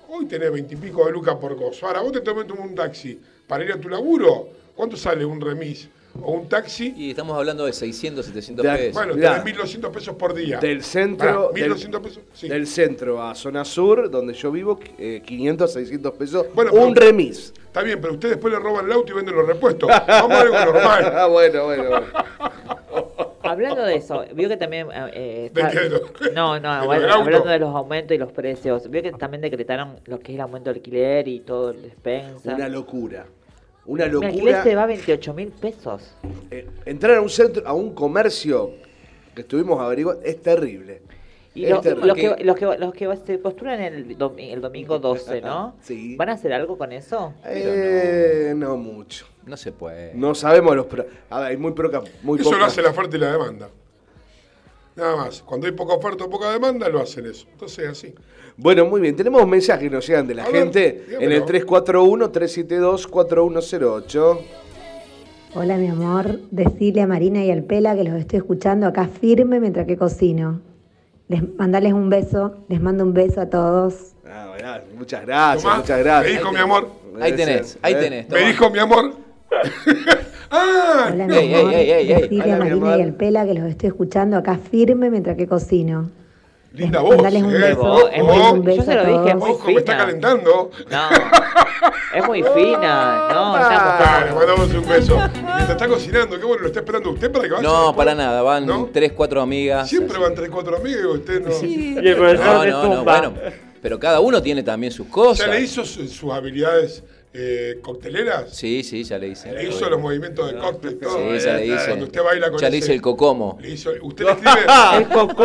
hoy tenés 20 y pico de lucas por coso. Ahora, vos te tomás un taxi para ir a tu laburo, ¿cuánto sale un remis? O un taxi. Y estamos hablando de 600, 700 Ya, pesos. Bueno, Mirá. tenés 1.200 pesos por día. Del centro, Pará, 1.200 pesos. Sí. del centro a zona sur, donde yo vivo, 500, 600 pesos, Bueno, un pero- remis. Está bien, pero ustedes después le roban el auto y venden los repuestos. Vamos a algo normal. Ah, bueno. Hablando de eso, vio que también... ¿De qué? No, ¿De no, lo bueno, del auto? hablando de los aumentos y los precios, vio que también decretaron lo que es el aumento del alquiler y todo el despensa. Una locura. Una Mi alquiler locura. se va a 28.000 pesos. Entrar a un centro, a un comercio que estuvimos averiguando, es terrible. Y Es terrible. los que se postulan el domingo 12, ¿no? Sí. ¿Van a hacer algo con eso? No mucho. No se puede. No sabemos los... A ver, hay muy poca... Muy Eso lo poca- hace la oferta y la demanda. Nada más. Cuando hay poca oferta o poca demanda, lo hacen eso. Entonces, así. Bueno, muy bien. Tenemos mensajes que nos llegan de la A ver, gente en el dígamelo. 341-372-4108. Hola, mi amor. Decile a Marina y al Pela que los estoy escuchando acá firme mientras que cocino. Mandales un beso. Les mando un beso a todos. Ah, bueno, muchas gracias, Tomá, muchas gracias. me dijo mi amor. Ahí tenés, ahí tenés. Me tomá. dijo mi amor. ¡Ah! Hola, mi Ey, amor. ey, ey, ey, ey. Decile Hola, a mi Marina amor. y al Pela que los estoy escuchando acá firme mientras que cocino. Linda voz. Mandales un beso. Ojo, es muy- Mandales un beso yo se lo a dije, todos. es muy Ojo, me está fina. calentando. No, es muy fina. No, Ah, le está mandamos un beso. Mientras está cocinando, qué bueno, lo está esperando usted para que vaya. No, para nada. Van ¿No? 3, 4 amigas. Siempre van 3, 4 amigos y usted no. Y el profesor de No, no, Zumba. bueno. Pero cada uno tiene también sus cosas. ¿Ya le hizo sus habilidades cocteleras? Sí, sí, ya le hice. Le hizo los movimientos de cóctel y todo. Sí, ya le hice. Cuando usted baila con Ya le ese- hice el cocomo. Le hizo, usted le escribe. El cocomo.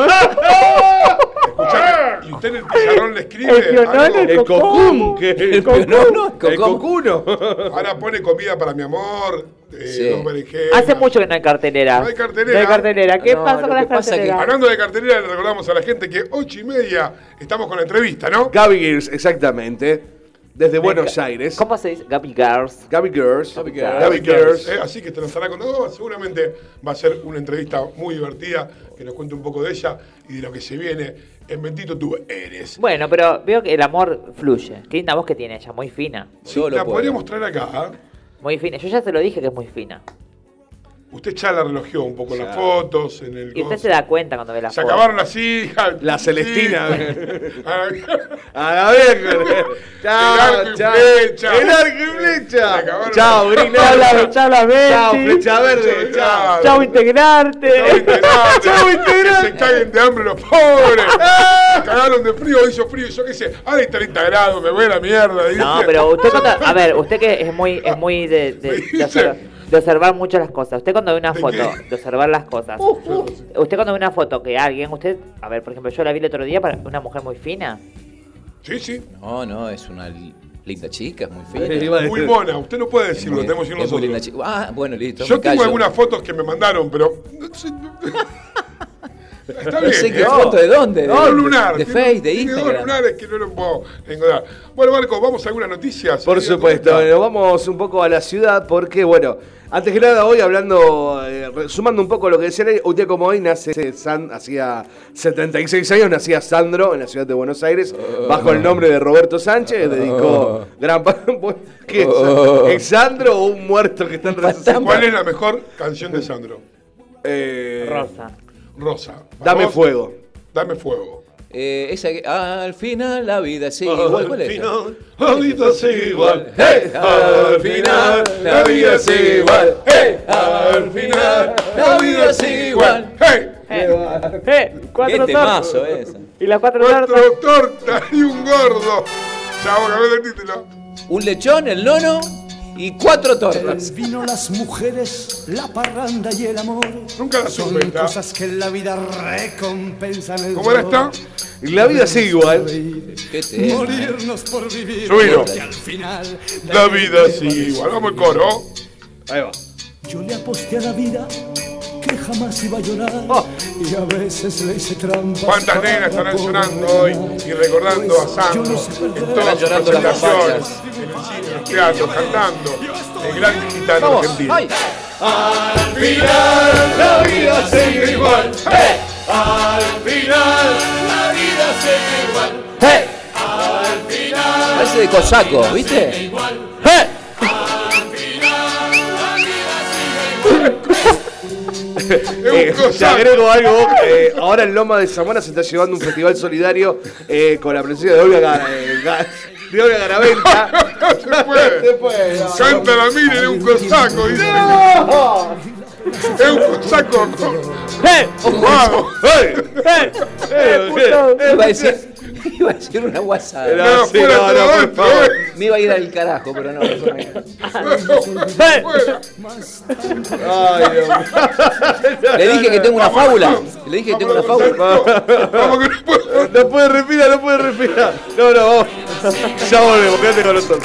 Escuchá, y usted en el pizarrón le escribe. El pionón, algo. El cocún, que El pionono, el cocuno. Ahora pone comida para mi amor. Sí. Dos berenjenas. Hace mucho que no hay cartelera. No hay cartelera. No hay cartelera. ¿Qué No, pasa lo con que las pasa es que- carteleras? Hablando de cartelera, le recordamos a la gente que 8:30 estamos con la entrevista, ¿no? Gaby Girls, exactamente. Desde Buenos Aires. ¿Cómo se dice? Gaby Girls. Gaby Girls. Gaby Girls. Gaby Girls. Así que te lo estará contando. Seguramente va a ser una entrevista muy divertida, que nos cuente un poco de ella y de lo que se viene en Bendito tú eres. Bueno, pero veo que el amor fluye. Qué linda voz que tiene ella, muy fina. Solo la puedo. podríamos traer acá. ¿Ah? Muy fina. Yo ya se lo dije que es muy fina. Usted ya la relojeó un poco en las fotos, en el. Y usted se da cuenta cuando ve la Se foto. acabaron las hijas. La Celestina. Ah, A la vez. Chao, arco y chao. flecha. El arco y Se flecha. acabaron Chao, las- Green Chao, Arrow. chao, la Betty. Chao, flecha verde. Chao. Chao, integrarte. Chau, integrante. Que se caguen de hambre los pobres. Se cagaron de frío, hizo frío. Yo qué sé. Ahora hay 30 grados, me voy a la mierda. ¿viste? No, pero usted cuando, a ver, usted que es muy de observar mucho las cosas. Usted cuando ve una ¿De foto, qué? de observar las cosas. Usted cuando ve una foto que alguien, usted, a ver, por ejemplo, yo la vi el otro día para una mujer muy fina. Sí, sí. No, no, es una linda chica, es muy Iba fina. a Muy decir- mona. Usted no puede decirlo, Muy- tenemos que decirlo es muy linda nosotros. chica. Ah, bueno, listo. Yo me tengo callo. algunas fotos que me mandaron, pero. Está No bien. sé qué ¿eh? foto de dónde. No, lunar. De tiene- Face, de tiene dos Instagram. lunares que no lo puedo encontrar. Bueno, Marco, vamos a algunas noticias. Por supuesto, nos vamos un poco a la ciudad porque, bueno, antes que nada hoy hablando, sumando un poco lo que decía él, un día como hoy nace hacía 76 años, nacía Sandro en la ciudad de Buenos Aires, bajo el nombre de Roberto Sánchez, dedicó gran parte... ¿Qué es? ¿Es Sandro o un muerto que está en resucitación? ¿Cuál es la mejor canción de Sandro? Rosa. Rosa. Dame ¿Vos? fuego. Dame fuego. Esa que al final la vida sigue igual. ¿Cuál es? La vida sigue igual. Hey, al final la vida sigue igual. Hey, al final la vida sigue igual. ¡Hey! Cuatro Qué tortas. temazo esa. Y las cuatro tortas. Cuatro tortas y un gordo. Chao, cambié el título. Un lechón, el nono y 4 tortas. El vino, las mujeres, la parranda y el amor Nunca la son supe esta. cosas que en la vida recompensan el ¿Cómo era dolor. esta? La vida sigue igual. Qué tema. Morirnos por vivir. Subilo. Y al final La vida sigue igual. Vamos al coro. Ahí va. Yo le aposté a la vida que jamás iba a llorar y a veces le hice trampas. ¿Cuántas para nenas estarán poder llorando hoy y recordando a Sandro Yo no sé en perder. todas sus llorando las presentaciones, papayas. en el cine, en los teatros, cantando, el gran gitano Vamos. argentino? Ay. Al final la vida sigue igual. Al final la vida sigue igual. Hey. Al frase de cosaco, ¿viste? Te agrego algo. Ahora en Loma de Zamora se está llevando un festival solidario con la presencia de Olga Garaventa. Se puede. Santa la miren, es un cosaco, dice. Es un cosaco. Vamos. Iba a decir una guasada. No, por favor. Me iba a ir al carajo, pero no. Ay, Dios mío. Le dije que tengo una fábula. Le dije que tengo una fábula. No puede respirar. No, vamos. Ya volvemos, quédate con nosotros.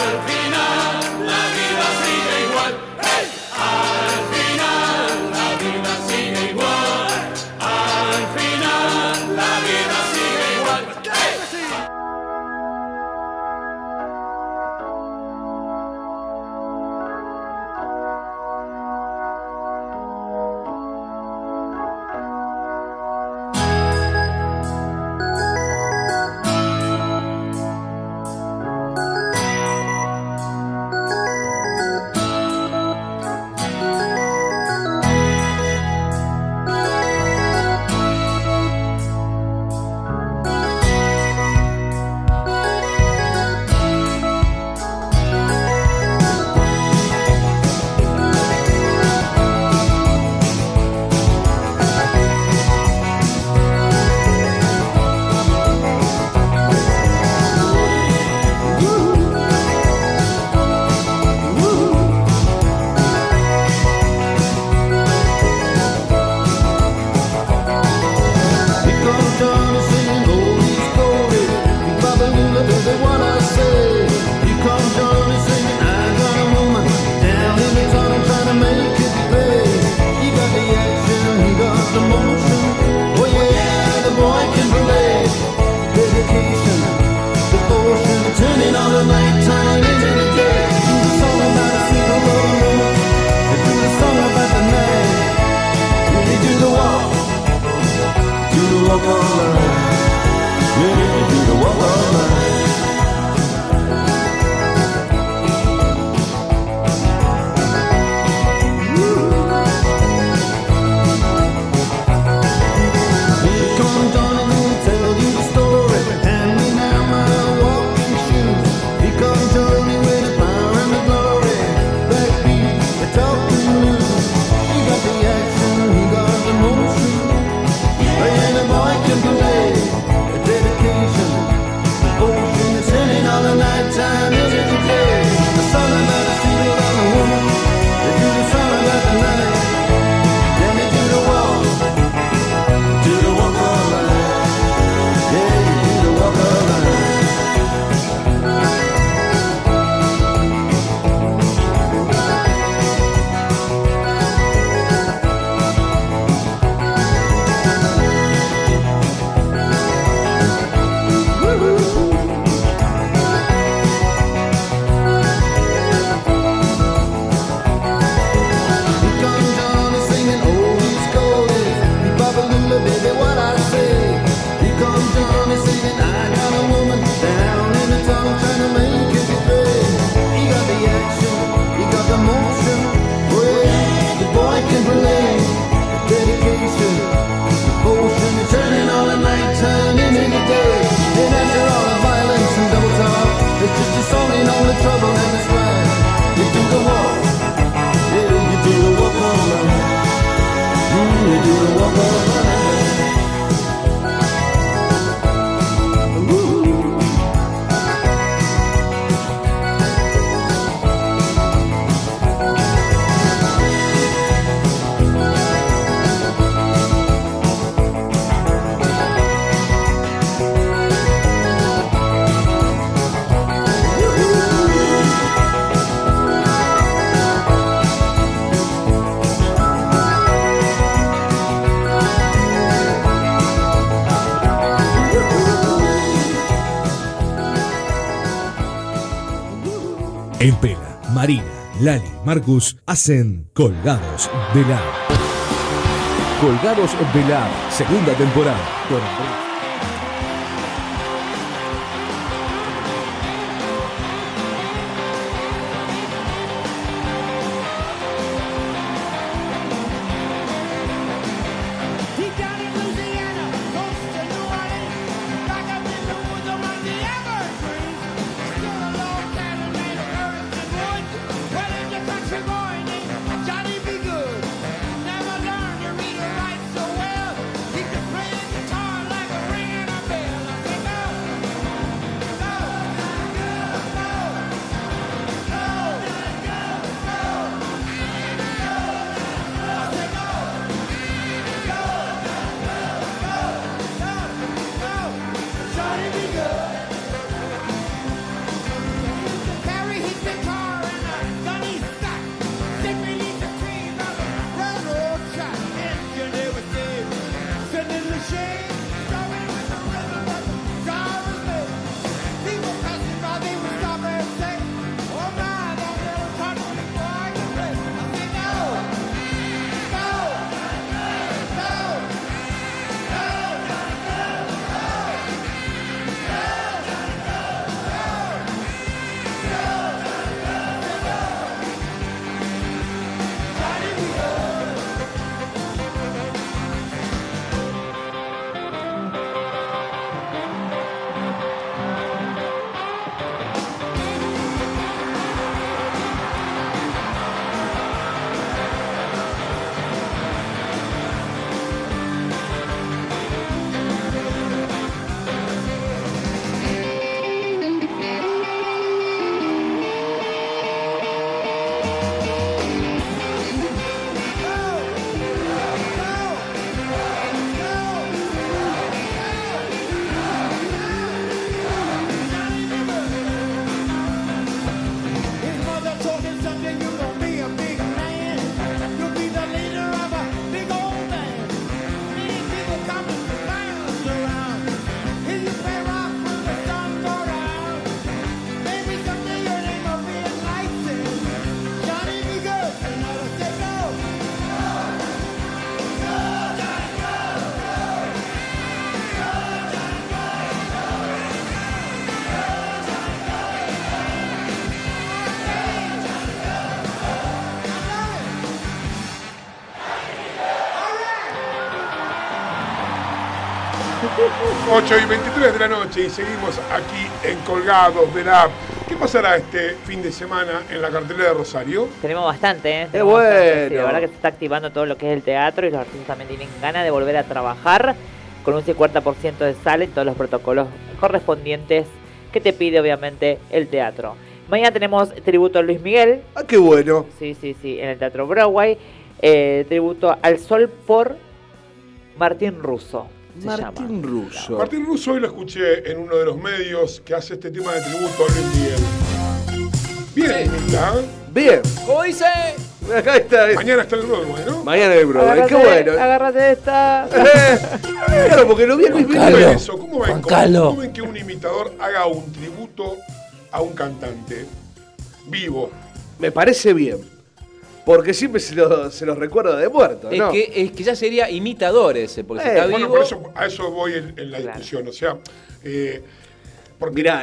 En Pela, Marina, Lali, Marcus hacen Colgados de la A. Colgados de la A, segunda temporada. Con Andrés. 8:23 de la noche y seguimos aquí en Colgados de la App. ¿Qué pasará este fin de semana en la cartelera de Rosario? Tenemos bastante, ¿eh? ¡Qué Tenemos bastante, sí, bueno! la verdad que se está activando todo lo que es el teatro y los artistas también tienen ganas de volver a trabajar con un 50% de sala en todos los protocolos correspondientes que te pide obviamente el teatro. Mañana tenemos tributo a Luis Miguel. ¡Ah, qué bueno! Sí, en el Teatro Broadway. Tributo al Sol por Martín Russo. Martín Russo. Martín Russo hoy lo escuché en uno de los medios que hace este tema de tributo a Luis Miguel. Bien, ¿está? Bien. ¿Cómo dice? Acá está. Mañana está el Broadway, ¿no? Mañana en el Broadway. ¡Qué bueno! Agárrate esta. Claro, porque lo vi en Luis ¿Cómo Miguel. ven eso? ¿Cómo ven que un imitador haga un tributo a un cantante vivo? Me parece bien. Porque siempre se los recuerda de muerto, ¿no? Es que ya sería imitador ese, porque si está Bueno, vivo... por eso, a eso voy en la discusión. O sea, porque Mirá,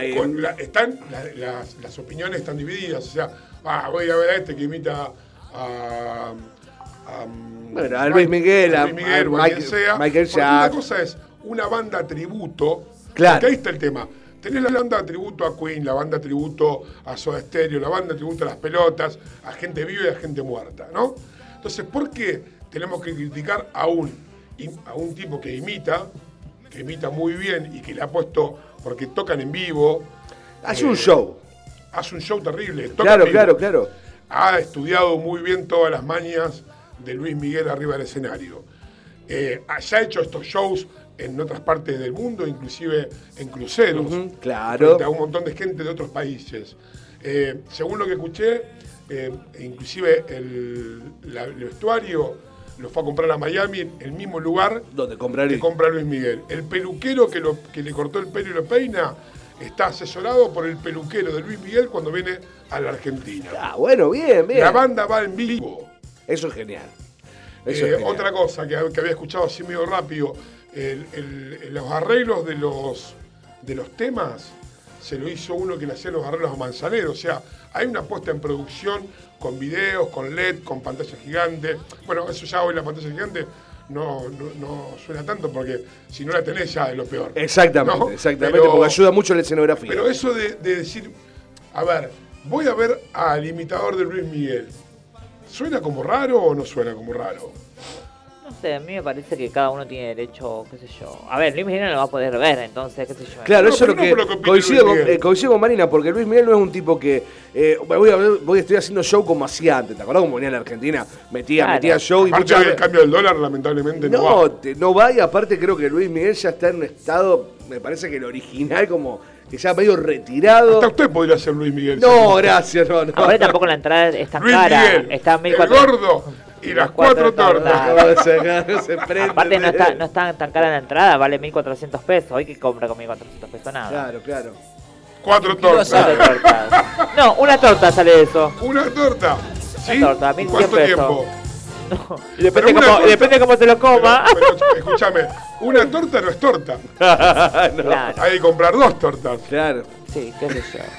las opiniones están divididas. O sea, voy a ver a este que imita a bueno, a Luis Miguel, a quien sea. Michael Porque una Jackson. cosa es una banda tributo. Claro. Porque ahí está el tema. Tenés la banda tributo a Queen, la banda tributo a Soda Stereo, la banda tributo a Las Pelotas, a gente viva y a gente muerta, ¿no? Entonces, ¿por qué tenemos que criticar a un tipo que imita muy bien y que le ha puesto, porque tocan en vivo? Hace un show. Hace un show terrible. Toca en vivo. Claro. Ha estudiado muy bien todas las mañas de Luis Miguel arriba del escenario. Ya ha hecho estos shows en otras partes del mundo, inclusive en cruceros. Claro. Frente a un montón de gente de otros países. Según lo que escuché, inclusive el vestuario lo fue a comprar a Miami, el mismo lugar donde compra Luis Miguel. El peluquero que le cortó el pelo y lo peina está asesorado por el peluquero de Luis Miguel cuando viene a la Argentina. Ah, bueno, bien. La banda va en vivo. Eso es genial. Eso es genial. Otra cosa que había escuchado así medio rápido, los arreglos de los temas se lo hizo uno que le hacía los arreglos a Manzanero. O sea, hay una puesta en producción con videos, con LED, con pantalla gigante. Bueno, eso ya hoy la pantalla gigante no suena tanto porque si no la tenés ya es lo peor. Exactamente, ¿no? exactamente, porque ayuda mucho la escenografía. Pero eso de decir, a ver, voy a ver al imitador de Luis Miguel, ¿suena como raro o no suena como raro? No sé, a mí me parece que cada uno tiene derecho, qué sé yo. A ver, Luis Miguel no lo va a poder ver, entonces, qué sé yo. Claro, eso es lo que coincido con Marina, porque Luis Miguel no es un tipo que estoy haciendo show como hacía antes. ¿Te acordás cómo venía en la Argentina? Metía show y aparte del cambio del dólar, lamentablemente no va. No va, y aparte creo que Luis Miguel ya está en un estado, me parece que el original como que ya medio retirado. Hasta usted podría ser Luis Miguel. No, gracias, no. Ahora tampoco la entrada es tan Luis cara. Miguel, Está el gordo y las 4 tortas. Aparte no está tan cara la entrada, vale 1.400 pesos. Hoy que compra con 1.400 pesos nada. Claro. 4 tortas. No, una torta sale eso. ¿Una torta? ¿Sí? Una torta, 1.100 ¿Cuánto pesos. tiempo? No. Depende cómo se lo coma. Pero escúchame, una torta no es torta. Claro. Hay que comprar 2 tortas. Claro. Sí, qué sé yo.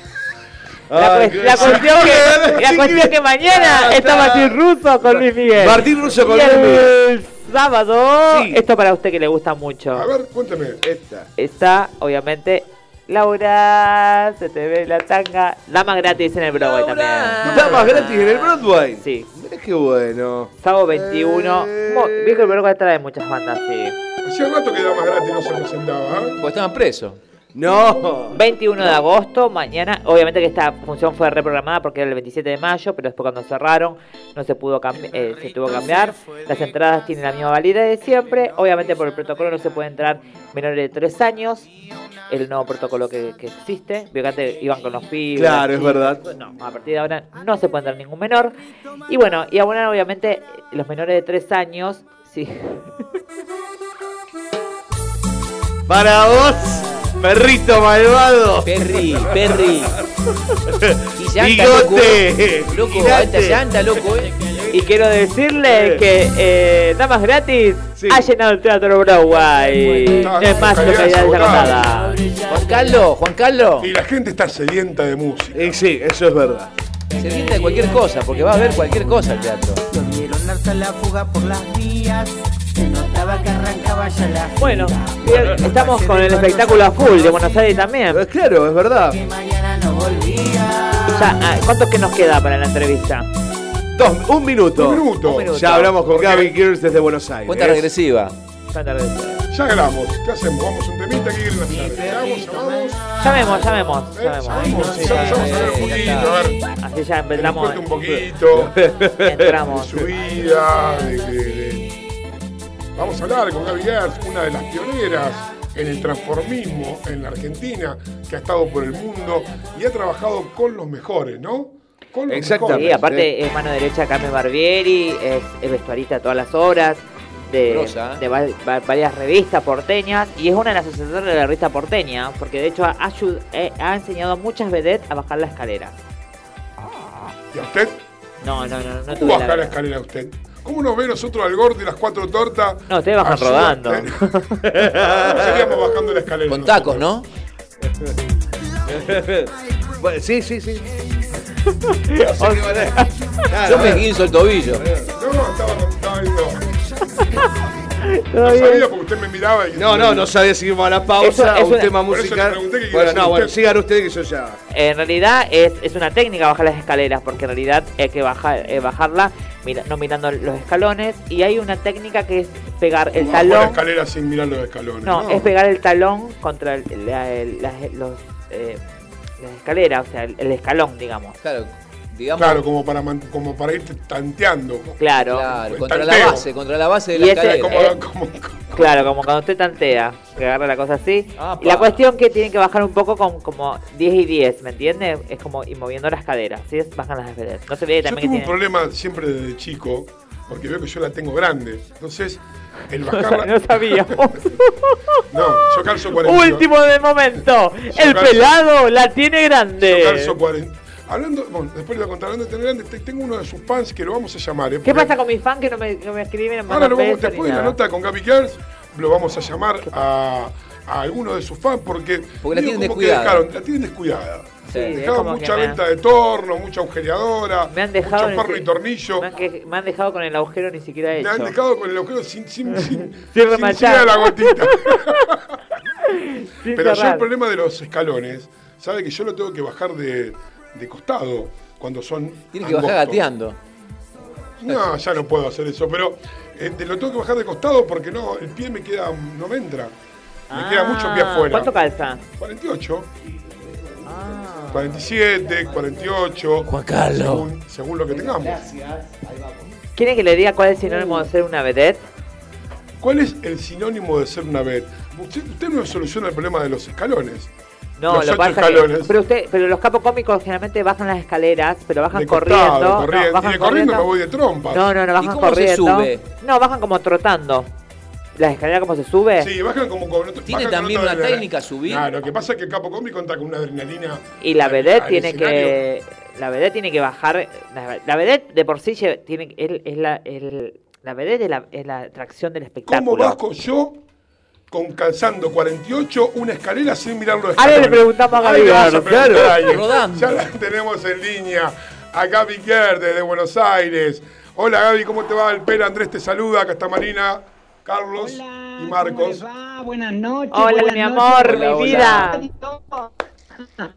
La cuestión que mañana está Martín Russo con Luis Miguel. Martín Russo con y Luis Miguel. El sábado, Sí. esto para usted que le gusta mucho. A ver, cuéntame. Está, obviamente, Laura, se te ve la tanga. Damas gratis en el Broadway también. ¿Damas gratis en el Broadway? Sí. Mirá qué bueno. Sábado 21. Viejo, el Broadway trae muchas bandas, sí. Hacía rato que Damas Gratis no se presentaba, ¿eh? Porque estaban presos. No. 21 de agosto, mañana. Obviamente que esta función fue reprogramada porque era el 27 de mayo, pero después cuando cerraron no se pudo se tuvo que cambiar. Las entradas tienen la misma validez de siempre. Obviamente por el protocolo no se puede entrar menores de 3 años. El nuevo protocolo que existe. Vio que antes iban con los pibes. Claro, es verdad. No, a partir de ahora no se puede entrar ningún menor. Y bueno, y abonar obviamente los menores de 3 años. Sí. Para vos, perrito malvado. Perry. Y llanta, Bigote. Loco, Girate. esta llanta, loco, Y quiero decirle que Damas Gratis ha llenado el Teatro Broadway. No es más localidad desagotada. Juan Carlos. Y la gente está sedienta de música. Y sí, eso es verdad. Se siente de cualquier cosa, porque va a ver cualquier cosa el teatro. Lo vieron alza la fuga por las vías. Se notaba que arrancaba ya la Bueno, estamos con el espectáculo a full de Buenos Aires también. Claro, es verdad. que mañana no volvía. Ya, ¿cuánto que nos queda para la entrevista? Un minuto. Un minuto. Ya hablamos con Gaby Gears desde Buenos Aires. Cuenta regresiva. Ya grabamos. ¿Qué hacemos? Vamos un temita que quieren hacer. Llamemos. Vamos a ver un poquito, a ver. Así ya empezamos. Un poquito. Entramos. De su vida, Vamos a hablar con Gaby Gears, una de las pioneras en el transformismo en la Argentina, que ha estado por el mundo y ha trabajado con los mejores, ¿no? Con los mejores. Sí, aparte es mano derecha de Carmen Barbieri, es vestuarista de todas las horas, de varias revistas porteñas, y es una de las asociadoras de la revista porteña, porque de hecho ha enseñado a muchas vedettes a bajar la escalera. ¿Y a usted? No ¿Cómo tuve baja la escalera usted? ¿Cómo nos ve nosotros al gordo y las 4 tortas? No, ustedes bajan rodando. ¿Cómo seríamos bajando la escalera? Con tacos, ¿no? Bueno, sí. Yo me guinzo el tobillo. No, estaba viendo. Todo No bien. sabía porque usted me miraba y... No sabía si íbamos a la pausa, Es a un una- tema Por eso le musical. pregunté qué quiere Bueno, hacer no, bueno, usted. sigan ustedes que yo ya. En realidad es una técnica bajar las escaleras, porque en realidad hay que bajarla no mirando los escalones, y hay una técnica que es pegar el ¿Cómo bajo la talón. escalera sin mirar los escalones? No, es pegar el talón contra las escaleras, o sea, el escalón, digamos. Claro, Claro, como para ir tanteando. Claro. contra tanteo. la base de la Y ese- escalera. Claro, como cuando usted tantea, que agarra la cosa así. Ah, Y la pa. cuestión que tienen que bajar un poco con como 10 y 10, ¿me entiende? Es como ir moviendo las caderas, ¿sí? Bajan las vedettes. No se ve Yo también tuve que un tiene... problema siempre desde chico, porque veo que yo la tengo grande. Entonces, el bajarla... No sabíamos. No, yo calzo 40. Último de momento. El calzo- pelado la tiene grande. Yo calzo 40. Hablando, bueno, después le voy a contar, hablando de tener grande, tengo uno de sus fans que lo vamos a llamar. ¿Qué pasa con mis fans que no me escriben? No me Ahora mandan lo vamos, besos ni después de la nada? nota con Gaby Gears, lo vamos a llamar a alguno de sus fans porque Porque la digo, tienen como que descuidada. la tienen descuidada. Sí, es Dejaban como mucha que venta de torno, mucha agujereadora, Me han dejado mucho perro y tornillo. me han dejado con el agujero ni siquiera Me hecho. han dejado con el agujero sin remachar. siquiera la gotita. Sin Pero yo el cerrar. problema de los escalones, sabe que yo lo tengo que bajar de costado cuando son Tiene que bajar angostos. gateando. No, ya no puedo hacer eso, pero lo tengo que bajar de costado porque no, el pie no me entra. Me queda mucho pie afuera. ¿Cuánto calza? 48. 47, 48. Juan Carlos. Según lo que tengamos. ¿Quieren que le diga cuál es el sinónimo de ser una vedette? ¿Cuál es el sinónimo de ser una vedette? Usted no soluciona el problema de los escalones. No, los lo 8 pasa escalones. pero los capos cómicos generalmente bajan las escaleras, pero bajan De corriendo. costado, corriendo. No, bajan Y de corriendo me voy de trompas. No, ¿Y bajan cómo se corriendo. sube? No, bajan como trotando. ¿Las escaleras cómo se sube? Sí, bajan como ¿Tiene bajan también con una otra técnica subir? No, lo que pasa es que el capo cómico entra con una adrenalina. Y la vedette al tiene escenario. que bajar. La vedette de por sí tiene la vedette es la atracción del ¿Cómo espectáculo. bajo yo con calzando 48 una escalera sin mirar los Ahora escalones? le preguntamos a Gaby Ahí le vas a Gears, preguntar claro. a alguien. Rodando. Ya la tenemos en línea a Gaby Gears desde Buenos Aires. Hola Gaby, ¿cómo te va? El Pera Andrés te saluda, acá está Marina, Carlos y Marcos. Buenas noches. Hola, buenas mi noches. amor, Hola, mi hola. vida.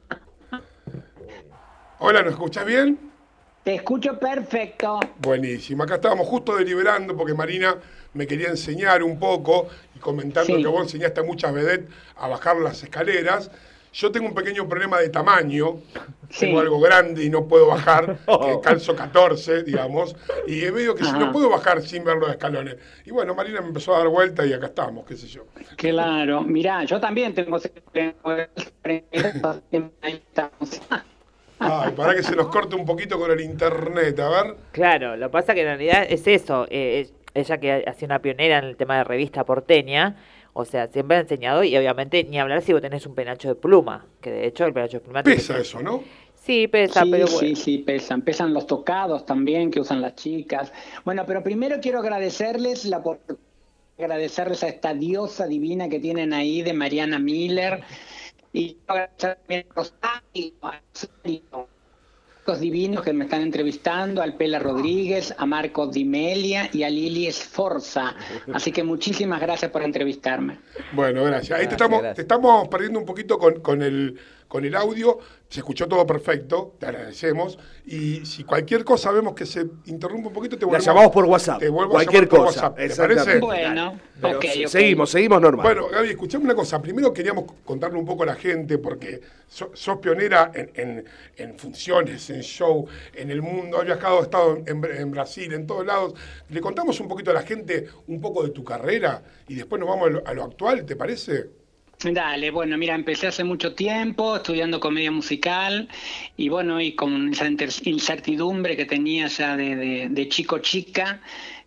Hola, ¿nos escuchás bien? Te escucho perfecto. Buenísimo, acá estábamos justo deliberando porque Marina me quería enseñar un poco y comentando Sí. que vos enseñaste a muchas vedettes a bajar las escaleras. Yo tengo un pequeño problema de tamaño, Sí. tengo algo grande y no puedo bajar, que calzo 14, digamos, y veo que si no puedo bajar sin ver los escalones. Y bueno, Marina me empezó a dar vuelta y acá estamos, qué sé yo. Claro, mirá, yo también tengo... Ahí estamos. Ay, para que se nos corte un poquito con el internet, a ver. Claro, lo que pasa que en realidad es eso. Ella que ha sido una pionera en el tema de revista porteña, o sea, siempre ha enseñado, y obviamente ni hablar si vos tenés un penacho de pluma, que de hecho el penacho de pluma... Pesa eso, ¿no? Sí, pesa, pero bueno. Sí, pesan los tocados también que usan las chicas. Bueno, pero primero quiero agradecerles agradecerles a esta diosa divina que tienen ahí de Mariana Miller y agradecer también a Rosario, divinos que me están entrevistando, al Pela Rodríguez, a Marcos Di Melia y a Lili Sforza. Así que muchísimas gracias por entrevistarme. Bueno, gracias. Ahí Gracias. te estamos perdiendo un poquito con el audio. Se escuchó todo perfecto, te agradecemos. Y si cualquier cosa vemos que se interrumpe un poquito, te La volvemos. llamamos por WhatsApp. Te vuelvo Cualquier a llamar por cosa. WhatsApp, ¿te Exactamente. parece? Bueno, Pero ok. seguimos normal. Bueno, Gaby, escuchame una cosa. Primero queríamos contarle un poco a la gente, porque sos pionera en funciones, en show, en el mundo. Has viajado, has estado en Brasil, en todos lados. Le contamos un poquito a la gente un poco de tu carrera y después nos vamos a lo actual, ¿te parece? Dale, bueno, mira, empecé hace mucho tiempo estudiando comedia musical y bueno, y con esa incertidumbre que tenía ya de chica,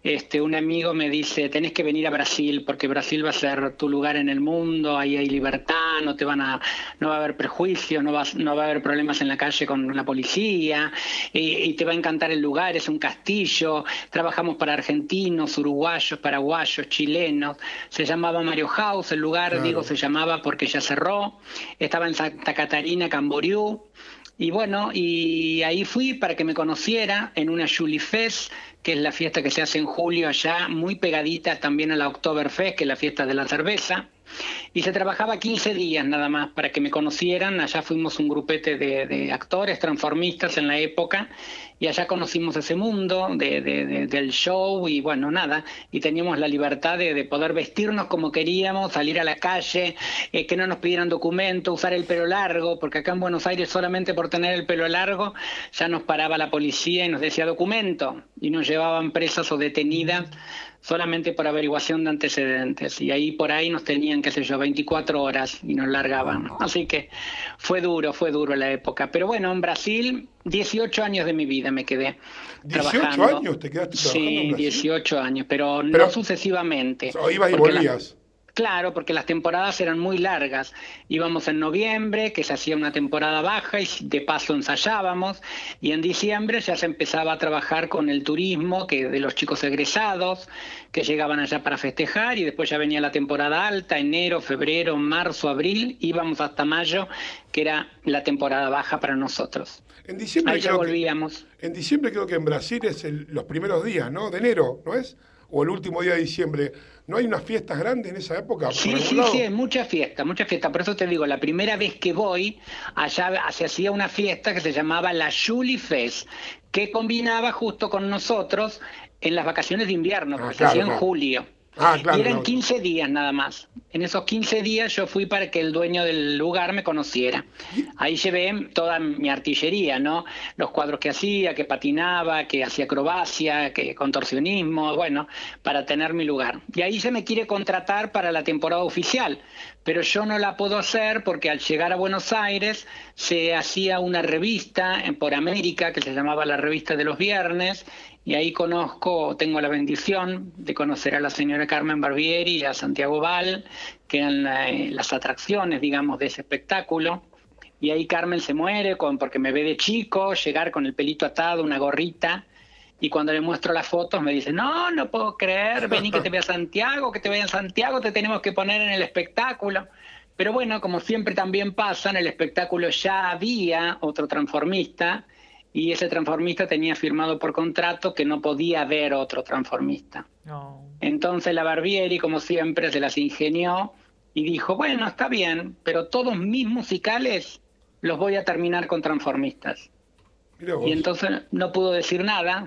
un amigo me dice, tenés que venir a Brasil porque Brasil va a ser tu lugar en el mundo, ahí hay libertad, no va a haber prejuicios, no va a haber problemas en la calle con la policía y te va a encantar el lugar, es un castillo, trabajamos para argentinos, uruguayos, paraguayos, chilenos, se llamaba Mario House, el lugar, Claro. digo, se llamaba porque ya cerró, estaba en Santa Catarina, Camboriú. Y bueno, y ahí fui para que me conociera en una Juli Fest, que es la fiesta que se hace en julio allá, muy pegadita también a la Oktoberfest, que es la fiesta de la cerveza. Y se trabajaba 15 días nada más para que me conocieran. Allá fuimos un grupete de actores, transformistas en la época, y allá conocimos ese mundo del show y bueno, nada. Y teníamos la libertad de poder vestirnos como queríamos, salir a la calle, que no nos pidieran documento, usar el pelo largo, porque acá en Buenos Aires solamente por tener el pelo largo ya nos paraba la policía y nos decía documento, y nos llevaban presas o detenidas solamente por averiguación de antecedentes, y ahí por ahí nos tenían, qué sé yo, 24 horas y nos largaban. Así que fue duro la época. Pero bueno, en Brasil, 18 años de mi vida me quedé 18 trabajando. años te quedaste trabajando en Sí, Brasil. 18 años, pero no sucesivamente. O ibas y Porque volvías. Claro, porque las temporadas eran muy largas. Íbamos en noviembre, que se hacía una temporada baja y de paso ensayábamos, y en diciembre ya se empezaba a trabajar con el turismo, que de los chicos egresados que llegaban allá para festejar, y después ya venía la temporada alta, enero, febrero, marzo, abril, íbamos hasta mayo, que era la temporada baja para nosotros. En diciembre Ahí ya creo volvíamos. En diciembre creo que en Brasil es los primeros días, ¿no? De enero, ¿no es? O el último día de diciembre. ¿No hay unas fiestas grandes en esa época? por Sí, algún sí, lado? sí, es mucha fiesta, mucha fiesta. Por eso te digo, la primera vez que voy, allá se hacía una fiesta que se llamaba la Juli Fest, que combinaba justo con nosotros en las vacaciones de invierno, porque se hacía en julio. Claro, Y eran no. 15 días nada más. En esos 15 días yo fui para que el dueño del lugar me conociera. Ahí llevé toda mi artillería, ¿no? Los cuadros que hacía, que patinaba, que hacía acrobacia, que contorsionismo, bueno, para tener mi lugar. Y ahí se me quiere contratar para la temporada oficial, pero yo no la puedo hacer porque al llegar a Buenos Aires se hacía una revista por América que se llamaba la Revista de los Viernes, y ahí tengo la bendición de conocer a la señora Carmen Barbieri y a Santiago Val, que eran las atracciones, digamos, de ese espectáculo. Y ahí Carmen se muere porque me ve de chico, llegar con el pelito atado, una gorrita, y cuando le muestro las fotos me dice, no puedo creer, vení que te vea Santiago, que te vea en Santiago, te tenemos que poner en el espectáculo. Pero bueno, como siempre también pasa, en el espectáculo ya había otro transformista, y ese transformista tenía firmado por contrato que no podía haber otro transformista. Entonces la Barbieri, como siempre, se las ingenió y dijo, bueno, está bien, pero todos mis musicales los voy a terminar con transformistas. Mirá vos. Y entonces no pudo decir nada.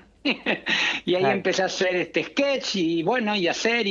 Y ahí empecé a hacer este sketch y bueno, y hacer,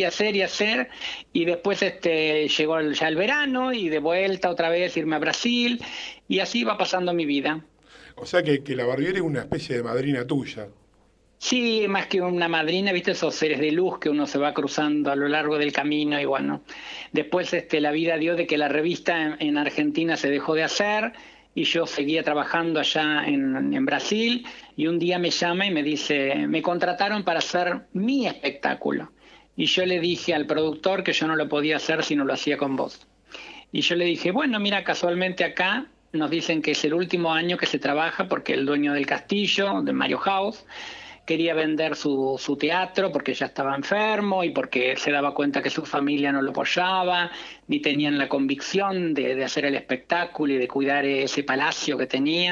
y después llegó ya el verano y de vuelta otra vez irme a Brasil, y así va pasando mi vida. O sea que la Barbieri es una especie de madrina tuya. Sí, más que una madrina, viste esos seres de luz que uno se va cruzando a lo largo del camino, y bueno, después la vida dio de que la revista en Argentina se dejó de hacer y yo seguía trabajando allá en Brasil, y un día me llama y me dice, me contrataron para hacer mi espectáculo, y yo le dije al productor que yo no lo podía hacer si no lo hacía con vos. Y yo le dije, bueno, mira, casualmente acá nos dicen que es el último año que se trabaja porque el dueño del castillo, de Mario House, quería vender su teatro porque ya estaba enfermo y porque se daba cuenta que su familia no lo apoyaba, ni tenían la convicción de hacer el espectáculo y de cuidar ese palacio que tenía.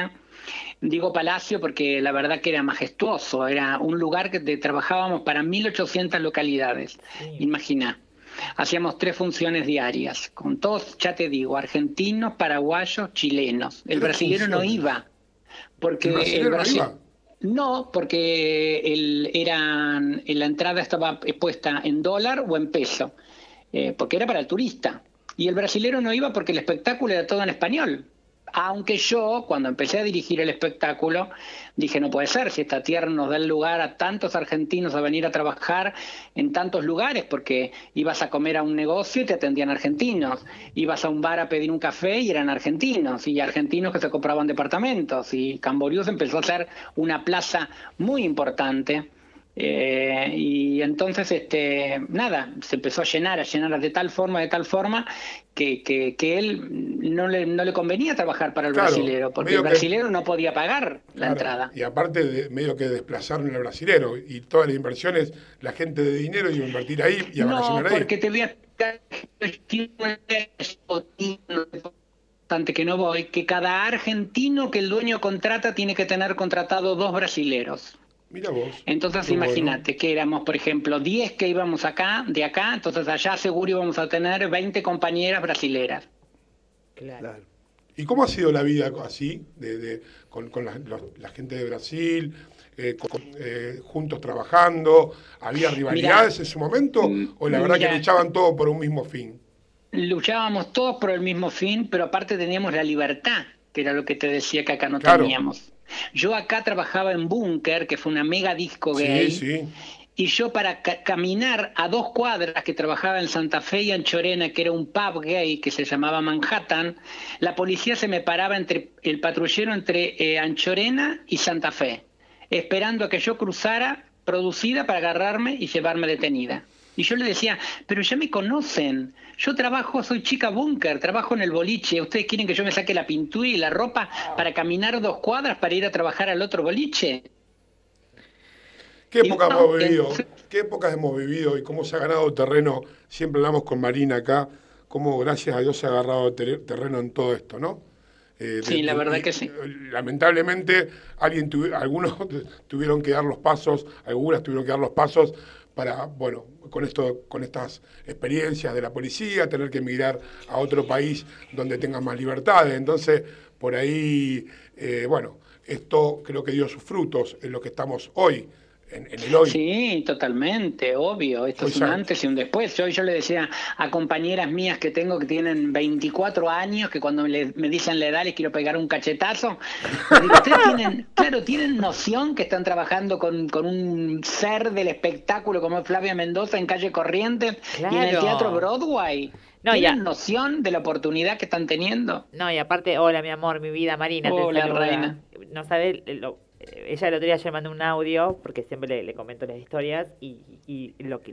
Digo palacio porque la verdad que era majestuoso, era un lugar que trabajábamos para 1.800 localidades, imagina. Hacíamos 3 funciones diarias, con todos, ya te digo, argentinos, paraguayos, chilenos. El brasilero no iba, porque ¿El brasilero no iba? no, porque la entrada estaba puesta en dólar o en peso, porque era para el turista. Y el brasilero no iba porque el espectáculo era todo en español. Aunque yo, cuando empecé a dirigir el espectáculo, dije, no puede ser, si esta tierra nos da el lugar a tantos argentinos a venir a trabajar en tantos lugares, porque ibas a comer a un negocio y te atendían argentinos, ibas a un bar a pedir un café y eran argentinos, y argentinos que se compraban departamentos, y Camboriú se empezó a hacer una plaza muy importante. Y entonces nada, se empezó a llenar de tal forma que él no le convenía trabajar para el Claro, brasilero, porque medio el que- brasilero no podía pagar la Claro, entrada. Y aparte, medio que desplazaron al brasilero. Y todas las inversiones, la gente de dinero iba a invertir ahí y a No, vacacionar ahí. porque te voy a explicar bastante que no voy, que cada argentino que el dueño contrata tiene que tener contratado 2 brasileros. Mira vos. Entonces Qué imagínate que éramos, por ejemplo, 10 que íbamos de acá, entonces allá seguro íbamos a tener 20 compañeras brasileras. Claro. ¿Y cómo ha sido la vida así, con la gente de Brasil, juntos trabajando? ¿Había rivalidades en su momento? ¿O la verdad mira, que luchaban todos por un mismo fin? Luchábamos todos por el mismo fin, pero aparte teníamos la libertad, que era lo que te decía que acá no Claro. teníamos. Yo acá trabajaba en Búnker, que fue una mega disco Sí, gay, sí. y yo para caminar a 2 cuadras que trabajaba en Santa Fe y Anchorena, que era un pub gay que se llamaba Manhattan, la policía se me paraba el patrullero entre Anchorena y Santa Fe, esperando a que yo cruzara producida para agarrarme y llevarme detenida. Y yo le decía, pero ya me conocen, yo trabajo, soy chica Búnker, trabajo en el boliche, ¿ustedes quieren que yo me saque la pintura y la ropa para caminar 2 cuadras para ir a trabajar al otro boliche? ¿Qué épocas no, hemos vivido? ¿Qué épocas hemos vivido y cómo se ha ganado terreno? Siempre hablamos con Marina acá, cómo gracias a Dios se ha agarrado terreno en todo esto, ¿no? Sí, la verdad que sí. Lamentablemente, algunos tuvieron que dar los pasos, algunas tuvieron que dar los pasos para, bueno, con estas experiencias de la policía, tener que emigrar a otro país donde tengan más libertades. Entonces, por ahí, bueno, esto creo que dio sus frutos en lo que estamos hoy. En el hoy. Sí, totalmente, obvio. Esto es un antes y un después. Yo le decía a compañeras mías que tengo que tienen 24 años, que cuando me dicen la edad les quiero pegar un cachetazo. Les digo, ustedes tienen noción que están trabajando con un ser del espectáculo como es Flavia Mendoza en Calle Corrientes y en el Claro. Teatro Broadway. No, ¿Tienen ya. noción de la oportunidad que están teniendo? No, y aparte, hola, mi amor, mi vida, Marina. te Hola, saluda. reina. No sabe, ella el otro día yo le mandé un audio, porque siempre le comento las historias, y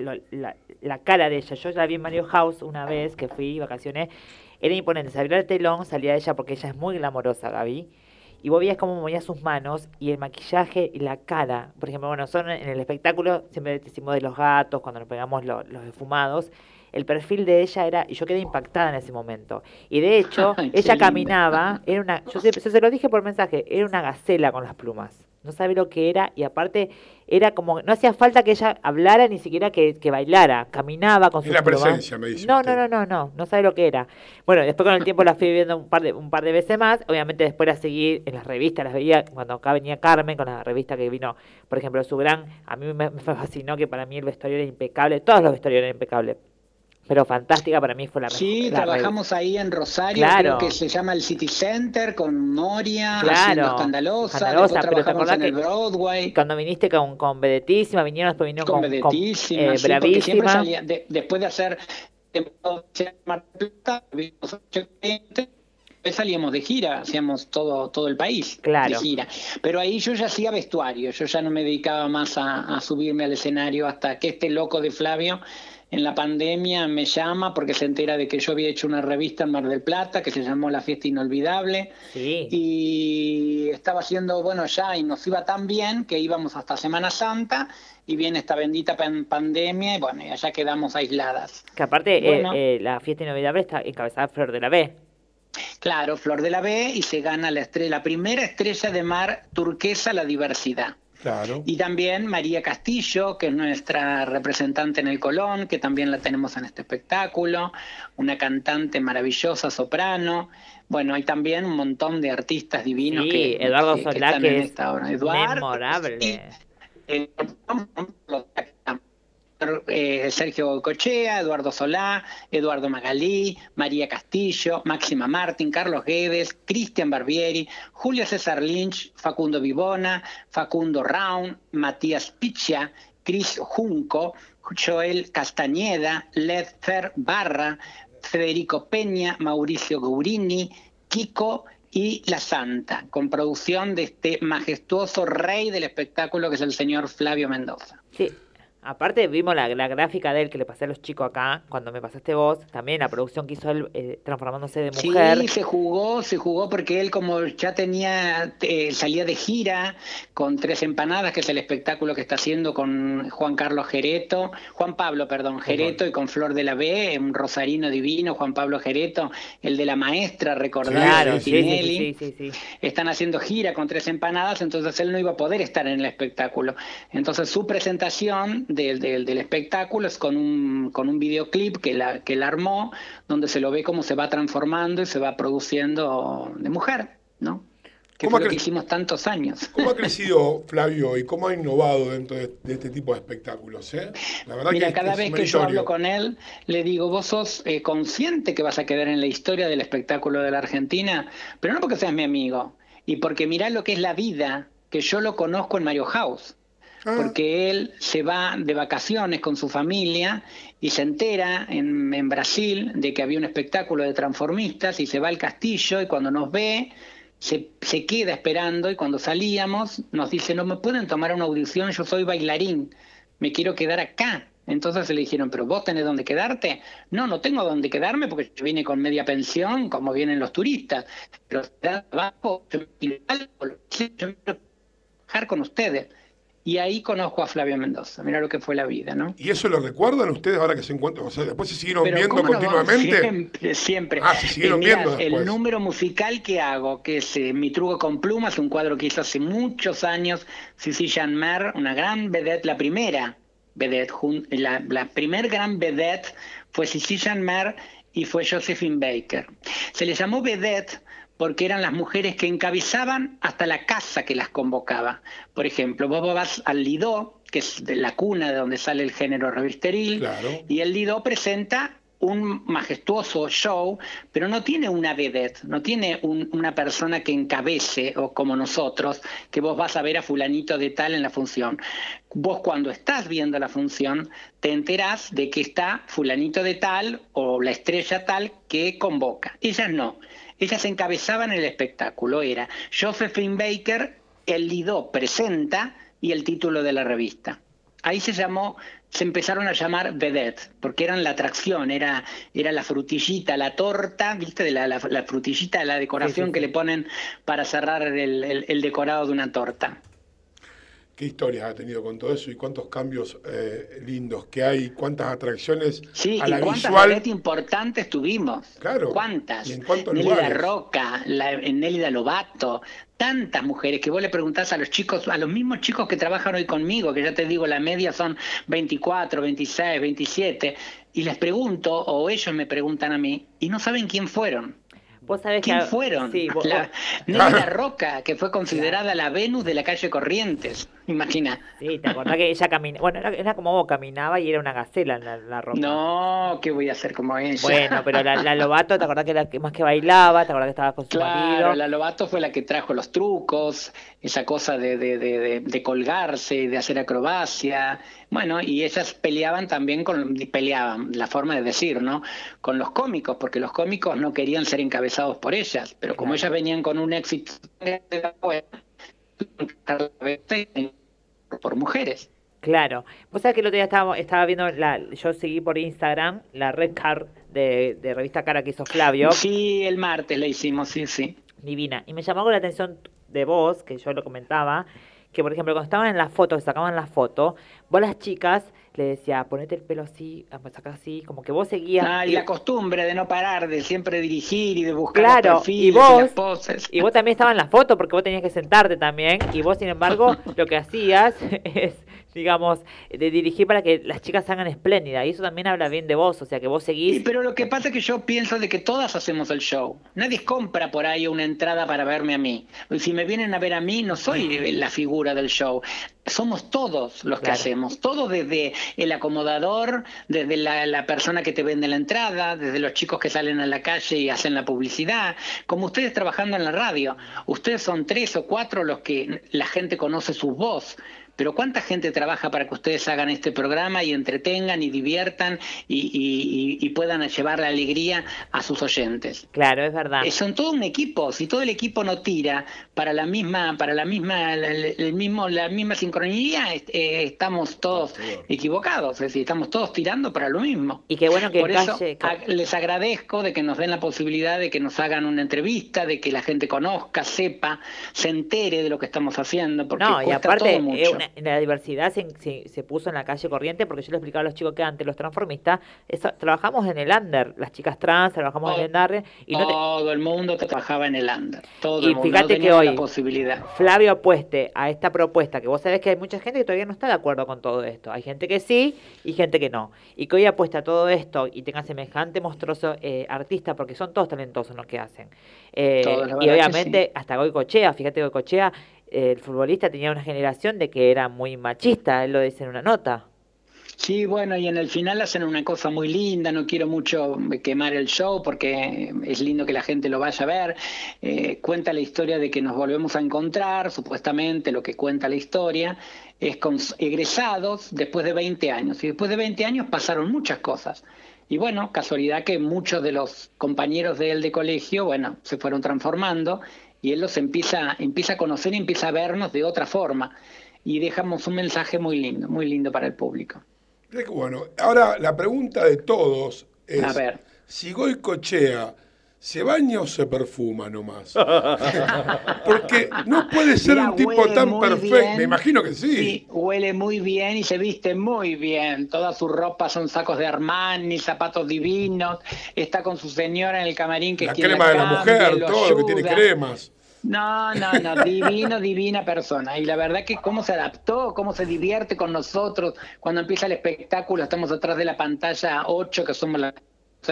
la cara de ella, yo la vi en Mario House una vez que fui vacaciones, era imponente, se abría el telón, salía ella, porque ella es muy glamorosa, Gaby, y vos veías cómo movía sus manos, y el maquillaje y la cara, por ejemplo, bueno, son en el espectáculo, siempre decimos de los gatos, cuando nos pegamos los esfumados, el perfil de ella era, y yo quedé impactada en ese momento. Y de hecho, Ay, qué ella linda. caminaba, era una, yo se lo dije por mensaje, era una gacela con las plumas. No sabe lo que era, y aparte era como, no hacía falta que ella hablara ni siquiera que bailara, caminaba con Es sus la plumas. presencia, me dice No, usted. no sabe lo que era. Bueno, después con el tiempo la fui viendo un par de veces más, obviamente después la seguí en las revistas, las veía cuando acá venía Carmen con la revista que vino, por ejemplo, a mí me fascinó que para mí el vestuario era impecable, todos los vestuarios eran impecables. Pero Fantástica para mí fue la mejor. Sí, trabajamos ahí en Rosario, Claro. creo que se llama el City Center, con Moria, Claro. haciendo Escandalosa, Escandalosa, después pero ¿te trabajamos acordás en el que Broadway. Cuando viniste con Vedetísima, después vinieron Con con Vedetísima, sí, porque siempre Bravísima. salía, después de hacer Mar del Plata, después salíamos de gira, hacíamos todo el país Claro. de gira. Pero ahí yo ya hacía vestuario, yo ya no me dedicaba más a subirme al escenario hasta que este loco de Flavio en la pandemia me llama porque se entera de que yo había hecho una revista en Mar del Plata que se llamó La Fiesta Inolvidable. Sí. Y estaba haciendo, bueno, ya, y nos iba tan bien que íbamos hasta Semana Santa y viene esta bendita pandemia y bueno, y allá quedamos aisladas. Que aparte, Bueno. la fiesta inolvidable está encabezada Flor de la B. Claro, Flor de la B, y se gana la primera estrella de mar turquesa, la diversidad. Claro. Y también María Castillo, que es nuestra representante en el Colón, que también la tenemos en este espectáculo, una cantante maravillosa, soprano. Bueno, hay también un montón de artistas divinos Sí, Eduardo Solá, están que en es esta obra. Eduardo, memorable. Sergio Goicoechea, Eduardo Solá, Eduardo Magalí, María Castillo, Máxima Martín, Carlos Guedes, Cristian Barbieri, Julio César Lynch, Facundo Vivona, Facundo Raun, Matías Piccia, Cris Junco, Joel Castañeda, Led Fer Barra, Federico Peña, Mauricio Gurini, Kiko y La Santa, con producción de este majestuoso rey del espectáculo que es el señor Flavio Mendoza. Sí. Aparte vimos la gráfica de él que le pasé a los chicos acá, cuando me pasaste vos, también la producción que hizo él transformándose de mujer. Sí, se jugó porque él como ya tenía, salía de gira con Tres Empanadas, que es el espectáculo que está haciendo con Juan Pablo Gereto, y con Flor de la B, un rosarino divino, Juan Pablo Gereto, el de la maestra, recordar, Claro, Tinelli. sí. Están haciendo gira con Tres Empanadas, entonces él no iba a poder estar en el espectáculo. Entonces su presentación del espectáculo es con un videoclip que él armó, donde se lo ve cómo se va transformando y se va produciendo de mujer, ¿no? Que fue lo que hicimos tantos años. ¿Cómo ha crecido Flavio y cómo ha innovado dentro de este tipo de espectáculos? La verdad Mira, que cada es vez que yo meritorio. hablo con él, le digo, vos sos consciente que vas a quedar en la historia del espectáculo de la Argentina, pero no porque seas mi amigo, y porque mirá lo que es la vida, que yo lo conozco en Mario House. Porque él se va de vacaciones con su familia y se entera en Brasil de que había un espectáculo de transformistas y se va al castillo y cuando nos ve se queda esperando y cuando salíamos nos dice, no me pueden tomar una audición, yo soy bailarín, me quiero quedar acá. Entonces le dijeron, pero vos tenés dónde quedarte. No tengo dónde quedarme porque yo vine con media pensión como vienen los turistas, pero abajo yo me quiero trabajar con ustedes. Y ahí conozco a Flavio Mendoza, mira lo que fue la vida, ¿no? ¿Y eso lo recuerdan ustedes ahora que se encuentran? O sea, después se siguieron Pero viendo ¿cómo no vamos? continuamente. Siempre. Se siguieron Mirá, viendo después. el número musical que hago, que es Mi truco con plumas, un cuadro que hizo hace muchos años Cici Janmer, una gran vedette, la primera vedette, la primer gran vedette fue Cici Janmer y fue Josephine Baker. Se le llamó vedette porque eran las mujeres que encabezaban hasta la casa que las convocaba. Por ejemplo, vos vas al Lido, que es de la cuna de donde sale el género revisteril, Claro. y el Lido presenta un majestuoso show, pero no tiene una vedette, no tiene una persona que encabece, o como nosotros, que vos vas a ver a fulanito de tal en la función. Vos cuando estás viendo la función, te enterás de que está fulanito de tal, o la estrella tal, que convoca. Ellas no. Ellas encabezaban el espectáculo, era Josephine Baker, el Lido presenta y el título de la revista. Ahí se empezaron a llamar vedette, porque eran la atracción, era la frutillita, la torta, ¿viste? De la frutillita, la decoración que le ponen para cerrar el decorado de una torta. ¿Qué historias ha tenido con todo eso y cuántos cambios lindos que hay? ¿Cuántas atracciones Sí, a y la cuántas visual? vedettes importantes tuvimos. Claro. ¿Cuántas? ¿Y en cuántos Nélida lugares? Roca, Nélida Lobato, tantas mujeres que vos le preguntás a los chicos, a los mismos chicos que trabajan hoy conmigo, que ya te digo, la media son 24, 26, 27, y les pregunto, o ellos me preguntan a mí, y no saben quién fueron. ¿Vos sabés ¿Quién fueron? Sí, Nélida Roca, que fue considerada la Venus de la calle Corrientes. Imagina. Sí, ¿te acordás que ella caminaba? Bueno, era como vos, caminaba y era una gacela la Roca. No, ¿qué voy a hacer como ella? Bueno, pero la Lobato, ¿te acordás que era la que más que bailaba? ¿Te acordás que estaba con su marido? Claro, la Lobato fue la que trajo los trucos, esa cosa de colgarse, de hacer acrobacia. Bueno, y ellas peleaban también la forma de decir, ¿no? Con los cómicos, porque los cómicos no querían ser encabezados por ellas, pero como ellas venían con un éxito por mujeres. Claro. Vos sabés que el otro día estaba viendo, yo seguí por Instagram la red card de Revista Cara que hizo Flavio. Sí, el martes la hicimos, sí. Divina. Y me llamó la atención de vos, que yo lo comentaba, que por ejemplo cuando estaban en la foto, que sacaban la foto, vos las chicas le decía, ponete el pelo así, saca así, como que vos seguías. Y la costumbre de no parar, de siempre dirigir y de buscar Claro, los perfiles y y vos, las poses. y vos también estabas en la foto porque vos tenías que sentarte también, y vos, sin embargo, lo que hacías es, digamos, de dirigir para que las chicas se hagan espléndida, y eso también habla bien de vos, o sea, que vos seguís. Pero lo que pasa es que yo pienso de que todas hacemos el show. Nadie compra por ahí una entrada para verme a mí. Si me vienen a ver a mí, no soy la figura del show. Somos todos los que hacemos, todos, desde el acomodador, desde la persona que te vende la entrada, desde los chicos que salen a la calle y hacen la publicidad, como ustedes trabajando en la radio. Ustedes son 3 o 4 los que la gente conoce su voz. Pero ¿cuánta gente trabaja para que ustedes hagan este programa y entretengan y diviertan y puedan llevar la alegría a sus oyentes? Claro, es verdad. Son todo un equipo. Si todo el equipo no tira para la misma sincronía, estamos todos equivocados. Es decir, estamos todos tirando para lo mismo. Y qué bueno que por eso calle... les agradezco de que nos den la posibilidad de que nos hagan una entrevista, de que la gente conozca, sepa, se entere de lo que estamos haciendo, porque No, y cuesta aparte, todo mucho. la diversidad se puso en la calle corriente, porque yo le explicaba a los chicos que antes los transformistas trabajamos en el under, las chicas trans trabajamos en el under, y todo el mundo trabajaba en el under, todo y el mundo, fíjate no que teníamos hoy la posibilidad. Flavio apueste a esta propuesta, que vos sabés que hay mucha gente que todavía no está de acuerdo con todo esto, hay gente que sí y gente que no, y que hoy apuesta a todo esto y tenga semejante monstruoso artista, porque son todos talentosos en lo que hacen, Todos, la y verdad que obviamente sí. hasta Goicoechea, fíjate, Goicoechea, el futbolista, tenía una generación de que era muy machista, él lo dice en una nota. Sí, bueno, y en el final hacen una cosa muy linda, no quiero mucho quemar el show porque es lindo que la gente lo vaya a ver. Cuenta la historia de que nos volvemos a encontrar, supuestamente lo que cuenta la historia, es con egresados después de 20 años, y después de 20 años pasaron muchas cosas. Y bueno, casualidad que muchos de los compañeros de él de colegio, bueno, se fueron transformando, y él los empieza a conocer y empieza a vernos de otra forma. Y dejamos un mensaje muy lindo para el público. Bueno, ahora la pregunta de todos es, A ver. si Goicoechea se baña o se perfuma nomás. Porque no puede ser Mira, un tipo huele tan muy perfecto. bien. Me imagino que sí. Sí, huele muy bien y se viste muy bien. Toda su ropa son sacos de Armani, zapatos divinos. Está con su señora en el camarín que La es quien crema de la cambia, mujer, lo todo lo que tiene ayuda. cremas. No, divina persona. Y la verdad que cómo se adaptó, cómo se divierte con nosotros. Cuando empieza el espectáculo, estamos atrás de la pantalla 8, que somos la...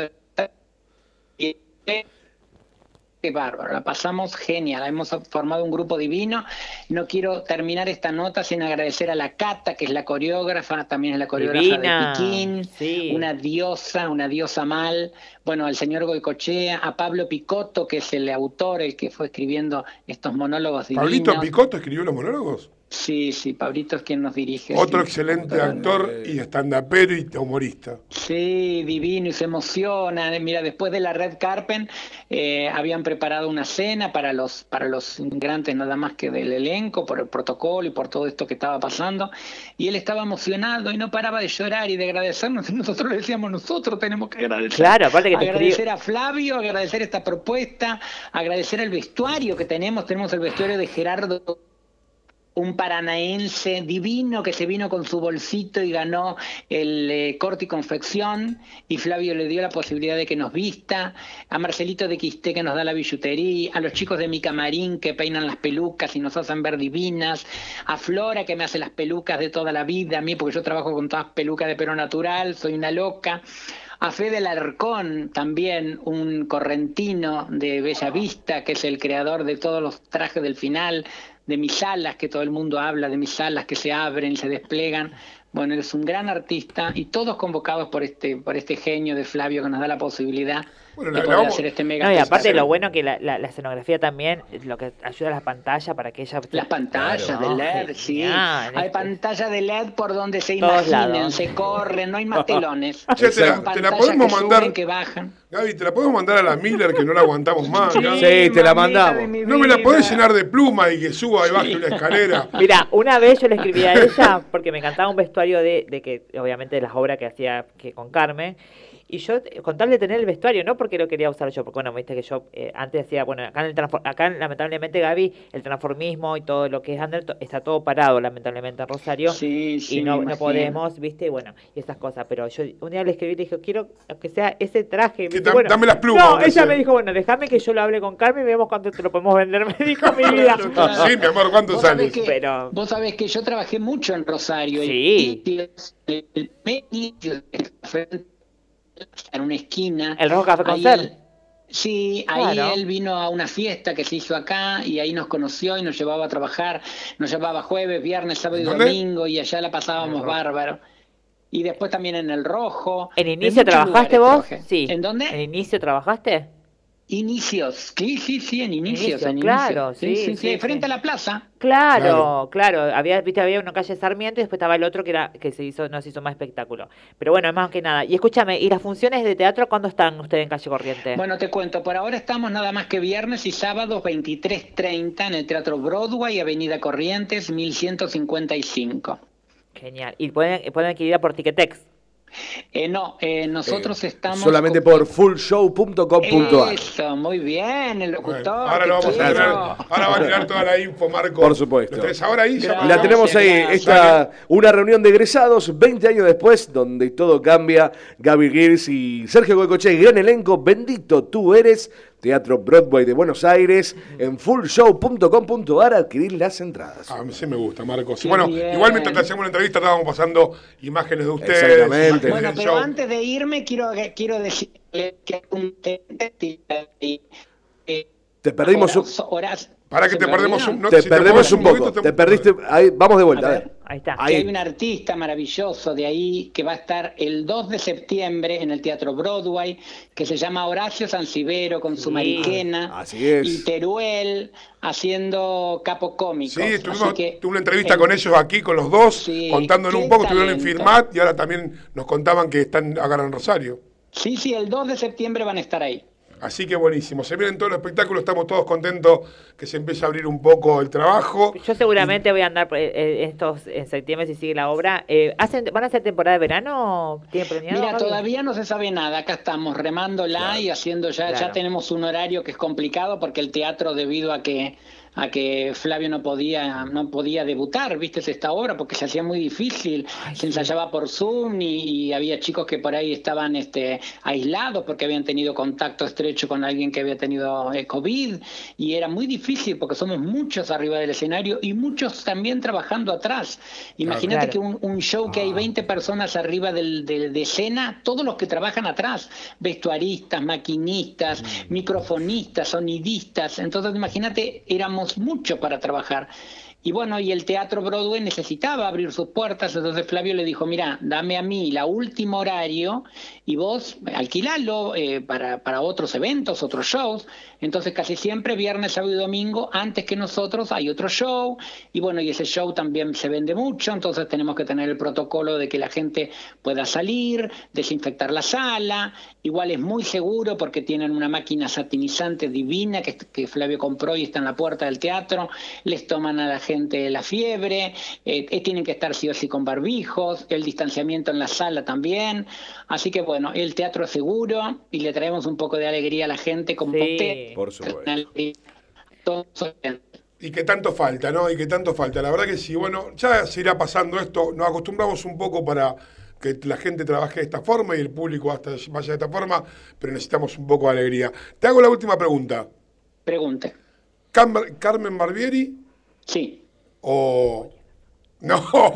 Qué bárbaro, la pasamos genial, hemos formado un grupo divino. No quiero terminar esta nota sin agradecer a la Cata, que es la coreógrafa, también es la coreógrafa Divina, de Piquín, sí. una diosa mal. Bueno, al señor Goicoechea, a Pablo Picotto, que es el autor, el que fue escribiendo estos monólogos divinos. ¿Pablito Picotto escribió los monólogos? Sí, Pablito es quien nos dirige. Otro sí. excelente actor y estandapero y humorista. Sí, divino, y se emociona. Mira, después de la red carpet habían preparado una cena para los integrantes nada más que del elenco, por el protocolo y por todo esto que estaba pasando, y él estaba emocionado y no paraba de llorar y de agradecernos, y nosotros le decíamos, nosotros tenemos que agradecer. Claro, aparte que te agradecer a Flavio, agradecer esta propuesta, agradecer el vestuario que tenemos el vestuario de Gerardo, un paranaense divino que se vino con su bolsito y ganó el corte y confección, y Flavio le dio la posibilidad de que nos vista, a Marcelito de Quisté que nos da la billutería, a los chicos de mi camarín que peinan las pelucas y nos hacen ver divinas, a Flora que me hace las pelucas de toda la vida, a mí porque yo trabajo con todas pelucas de pelo natural, soy una loca. A Fede Alarcón, también un correntino de Bella Vista, que es el creador de todos los trajes del final, de mis alas, que todo el mundo habla, de mis alas que se abren, se desplegan. Bueno, es un gran artista y todos convocados por este genio de Flavio que nos da la posibilidad de poder hacer este mega No, y aparte espectáculo. lo bueno que la escenografía también es lo que ayuda a la pantalla para que ella... Las pantallas de LED, sí. Genial, Hay pantallas de LED por donde se Todos imaginen, lados. se corren, no hay más telones. Che, te la Son pantallas podemos que mandar. suben, que bajan. Gaby, te la podemos mandar a la Miller que no la aguantamos más. Sí, Gaby. Sí, te la mamita mandamos. de mi No me la vida. podés llenar de pluma y que suba y baje una escalera. Mira, una vez yo le escribí a ella porque me encantaba un vestuario de que, obviamente, de las obras que hacía con Carmen, Y yo, con tal de tener el vestuario, no porque lo quería usar yo, porque bueno, viste que yo antes decía, bueno, acá lamentablemente, Gaby, el transformismo y todo lo que es under está todo parado, lamentablemente, en Rosario. Sí, y no imagino. podemos, viste, bueno, y esas cosas. Pero yo un día le escribí y le dije, quiero que sea ese traje. Que Me dice, dame las plumas, No, aunque ella sea. me dijo, bueno, déjame que yo lo hable con Carmen y vemos cuánto te lo podemos vender, me dijo mi vida. Sí, mi amor, ¿cuánto Vos sale? sabés que- Pero- Vos sabés que yo trabajé mucho en Rosario. Sí. El inicio del café en una esquina. El Rojo Café Ahí Concert. él- Sí, ahí Claro. él vino a una fiesta que se hizo acá y ahí nos conoció y nos llevaba a trabajar. Nos llevaba jueves, viernes, sábado y ¿Dónde? domingo y allá la pasábamos bárbaro. Y después también en el Rojo. ¿En Inicio muchos trabajaste lugares vos? trabajé. Sí. ¿En dónde? ¿En Inicio trabajaste? Inicios. Sí, en Inicios. Inicio, en claro, Inicios. sí, frente sí. a la plaza. Claro. Había una calle Sarmiento y después estaba el otro que nos hizo más espectáculo. Pero bueno, más que nada. Y escúchame, ¿y las funciones de teatro cuándo están ustedes en Calle Corriente? Bueno, te cuento, por ahora estamos nada más que viernes y sábados 23:30 en el Teatro Broadway, Avenida Corrientes, 1155. Genial. Y pueden adquirirla por Ticketex. Nosotros estamos... Solamente por fullshow.com.ar. Eso, muy bien, el locutor. Bueno, ahora lo vamos a te tener. quiero. Ahora va a tirar toda la info, Marco. Por supuesto. ¿Lo tenés ahora ahí? Gracias. La tenemos ahí, gracias. una reunión de egresados 20 años después, donde todo cambia. Gaby Girs y Sergio Goicoechea, gran elenco, Bendito tú eres, Teatro Broadway de Buenos Aires, en fullshow.com.ar, adquirir las entradas. A mí sí me gusta, Marcos. Qué Bueno, bien. igual mientras te hacemos una entrevista estábamos pasando imágenes de ustedes. Exactamente. imágenes Bueno, del pero show. antes de irme quiero decirle que Te perdimos un, Para que ¿Se te perdemos perdieron? un... no, te si perdemos mueves un poco, poquito, te perdiste, ahí, vamos de vuelta, A a ver. ver. Ahí está. Que hay un artista maravilloso de ahí que va a estar el 2 de septiembre en el Teatro Broadway, que se llama Horacio Sansivero con su Sí. Mariquena Así es. y Teruel haciendo capo cómicos. Sí, Así que, tuve una entrevista con ellos aquí, con los dos, Sí, contándonos qué un poco, estuvieron en talento. Firmat y ahora también nos contaban que están acá en Rosario. Sí, el 2 de septiembre van a estar ahí. Así que buenísimo. Se vienen todos los espectáculos, estamos todos contentos que se empiece a abrir un poco el trabajo. Yo seguramente voy a andar en septiembre si sigue la obra. ¿Van a hacer temporada de verano? ¿Tienen planeado? Mira, Gaby? todavía no se sabe nada. Acá estamos remándola y haciendo ya Claro. tenemos un horario que es complicado porque el teatro, debido a que Flavio no podía debutar, viste, esta obra porque se hacía muy difícil, se ensayaba por Zoom y había chicos que por ahí estaban aislados porque habían tenido contacto estrecho con alguien que había tenido COVID y era muy difícil porque somos muchos arriba del escenario y muchos también trabajando atrás. Imagínate Claro. que un show que hay 20 personas arriba de escena, todos los que trabajan atrás, vestuaristas, maquinistas, microfonistas, sonidistas, entonces imagínate, éramos muchos para trabajar. Y bueno, y el Teatro Broadway necesitaba abrir sus puertas, entonces Flavio le dijo, mira, dame a mí la último horario y vos alquilalo para otros eventos, otros shows. Entonces casi siempre viernes, sábado y domingo, antes que nosotros hay otro show y bueno, y ese show también se vende mucho, entonces tenemos que tener el protocolo de que la gente pueda salir, desinfectar la sala, igual es muy seguro porque tienen una máquina satinizante divina que Flavio compró y está en la puerta del teatro, les toman a la gente la fiebre, tienen que estar sí o sí con barbijos, el distanciamiento en la sala también, así que bueno, el teatro es seguro y le traemos un poco de alegría a la gente con Sí. Por supuesto. todo eso bien. Y que tanto falta, ¿no? Y que tanto falta. La verdad que sí, bueno, ya se irá pasando esto. Nos acostumbramos un poco para que la gente trabaje de esta forma y el público hasta vaya de esta forma, pero necesitamos un poco de alegría. Te hago la última pregunta. Pregunte. ¿Carmen Barbieri Sí. o... No,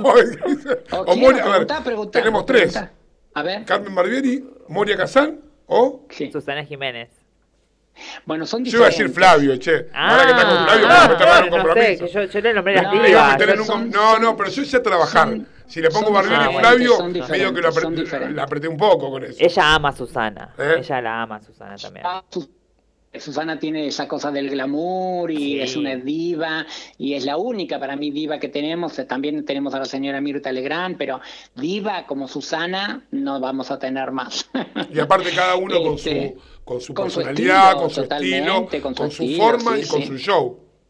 ¿O quién? Moria, a ver, Preguntá, tenemos preguntá. tres. A ver. Carmen Barbieri, Moria Kazán o... Sí. Susana Jiménez. Bueno, son Yo iba a decir Flavio, che. Ahora que está con Flavio, vamos a meterla en un no sé, compromiso. que yo le nombré las No, Iba a divas. meter en un no, pero yo hice a trabajar. Si le pongo son Barbieri y diferentes, Flavio, son medio que diferentes, son diferentes. la apreté un poco con eso. Ella ama a Susana. ¿Eh? Ella la ama a Susana también. Susana tiene esa cosa del glamour y Sí. es una diva y es la única para mí diva que tenemos. También tenemos a la señora Mirta Legrand, pero diva como Susana no vamos a tener más. Y aparte cada uno con Este, su con su personalidad, estilo, con su estilo, totalmente, con su con su estilo, forma sí, y con sí. su show.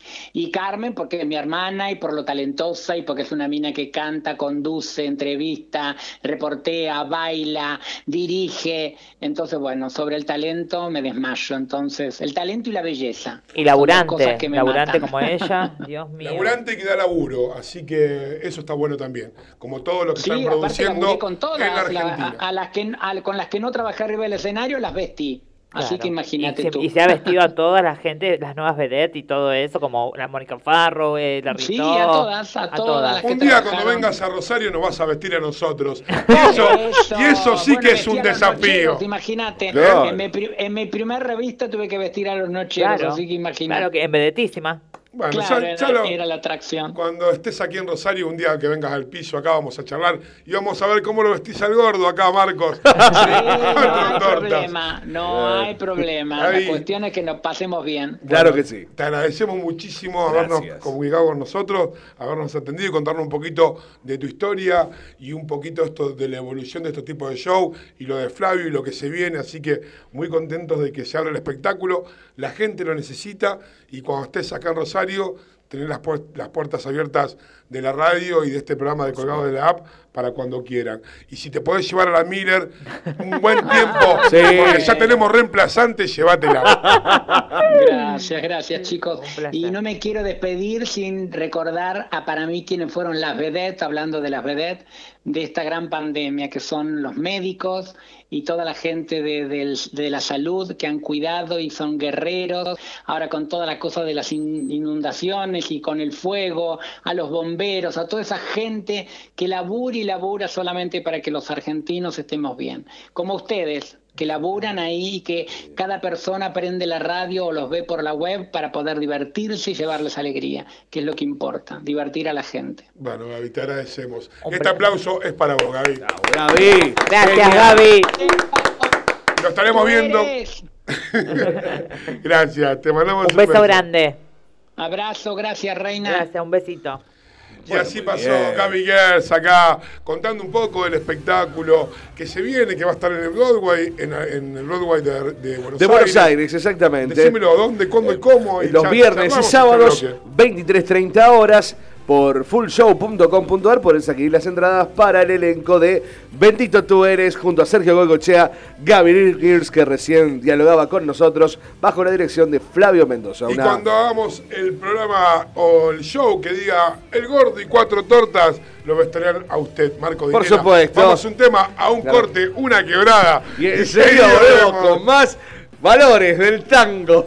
Y Carmen porque es mi hermana y por lo talentosa y porque es una mina que canta, conduce, entrevista, reportea, baila, dirige. Entonces, bueno, sobre el talento me desmayo. Entonces, el talento y la belleza. Y son dos laburante, cosas que me laburante matan. como ella, Dios mío. Laburante que da laburo, así que eso está bueno también. Como todos los que Sí, están aparte produciendo laburé con todas, en la Argentina. con las que no trabajé arriba del escenario las vestí. Así Claro. que imagínate tú. Y se ha vestido a toda la gente, las nuevas vedettes y todo eso, como la Mónica Farro, la Ritó. Sí, a todas, a todas las que Un día cuando trabajaron. vengas a Rosario nos vas a vestir a nosotros. Y eso sí Bueno, que es un vestí a los desafío. nocheros, imagínate, Claro. en mi primer revista tuve que vestir a los nocheros, Claro, así que imagínate. claro que en vedetísima. Bueno, Claro, ya lo- era la atracción. Cuando estés aquí en Rosario, un día que vengas al piso acá, vamos a charlar y vamos a ver cómo lo vestís al gordo acá, Marcos. Sí, no hay problema, no hay problema. Ahí. La cuestión es que nos pasemos bien. Claro que sí. Te agradecemos muchísimo habernos Gracias. comunicado con nosotros, habernos atendido y contarnos un poquito de tu historia y un poquito esto de la evolución de estos tipos de show y lo de Flavio y lo que se viene. Así que muy contentos de que se abra el espectáculo. La gente lo necesita y cuando estés acá en Rosario, tener las puertas abiertas de la radio y de este programa de Colgados de la App para cuando quieran. Y si te podés llevar a la Miller un buen tiempo, Sí. porque ya tenemos reemplazante, llévatela. Gracias chicos. Y no me quiero despedir sin recordar a para mí quienes fueron las vedettes, hablando de las vedettes, de esta gran pandemia, que son los médicos y toda la gente de la salud que han cuidado y son guerreros. Ahora con toda la cosa de las inundaciones y con el fuego, a los bomberos, a toda esa gente que labura y labura solamente para que los argentinos estemos bien. Como ustedes, que laburan ahí y que cada persona prende la radio o los ve por la web para poder divertirse y llevarles alegría, que es lo que importa, divertir a la gente. Bueno, Gaby, te agradecemos. Este aplauso es para vos, Gaby. Gaby. Gracias, Gaby. Lo estaremos Tú viendo. eres. Gracias, te mandamos Un beso grande. Abrazo, gracias Reina. Gracias, un besito. Y así pasó bien. Gaby Gers acá, contando un poco del espectáculo que se viene, que va a estar en el Broadway, en el Broadway de Buenos Aires. De Buenos Aires, exactamente. Decímelo, ¿dónde, cuándo y cómo? Y Los ya viernes y cerramos sábados, este bloque. 23:30 horas, por fullshow.com.ar. Podés adquirir las entradas para el elenco de Bendito Tú Eres, junto a Sergio Goicoechea, Gaby Girs, que recién dialogaba con nosotros, bajo la dirección de Flavio Mendoza. Y cuando hagamos el programa o el show que diga El Gordo y 4 tortas, lo vestuarian a usted, Marco Por Dinera. supuesto. Vamos a un tema, a un Claro. corte, una quebrada. Y enseguida volvemos con más valores del tango.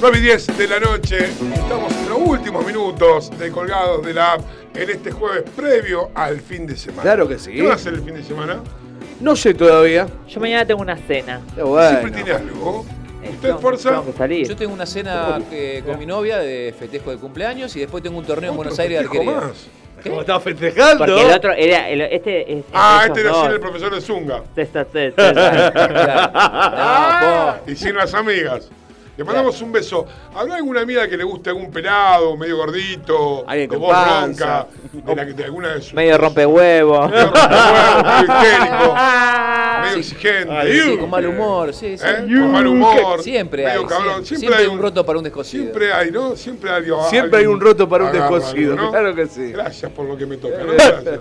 9:10 de la noche. Estamos en los últimos minutos de Colgados de la App en este jueves previo al fin de semana. Claro que sí. ¿Qué va a hacer el fin de semana? No sé todavía. Yo mañana tengo una cena. Siempre tiene algo. ¿Usted, Forza? Tengo que salir. Yo tengo una cena con mi novia de festejo de cumpleaños y después tengo un torneo en Buenos Aires de festejo arquería. más. ¿Cómo estaba festejando? Porque el otro era. Este era dos. sin el profesor de Zunga. No, Y sin las amigas. Le mandamos un beso. ¿Habrá alguna amiga que le guste algún pelado, medio gordito, alguien de con voz panza, bronca, de alguna de sus... medio rompehuevo. medio histérico, medio exigente. Sí, con mal humor, sí, sí. Con mal humor. Siempre medio hay. cabrón. Siempre hay un roto para un descosido. Siempre hay, ¿no? Siempre hay algo. Siempre hay un roto para un agarra descosido, algo, ¿no? claro que sí. Gracias por lo que me toca, ¿no? Gracias.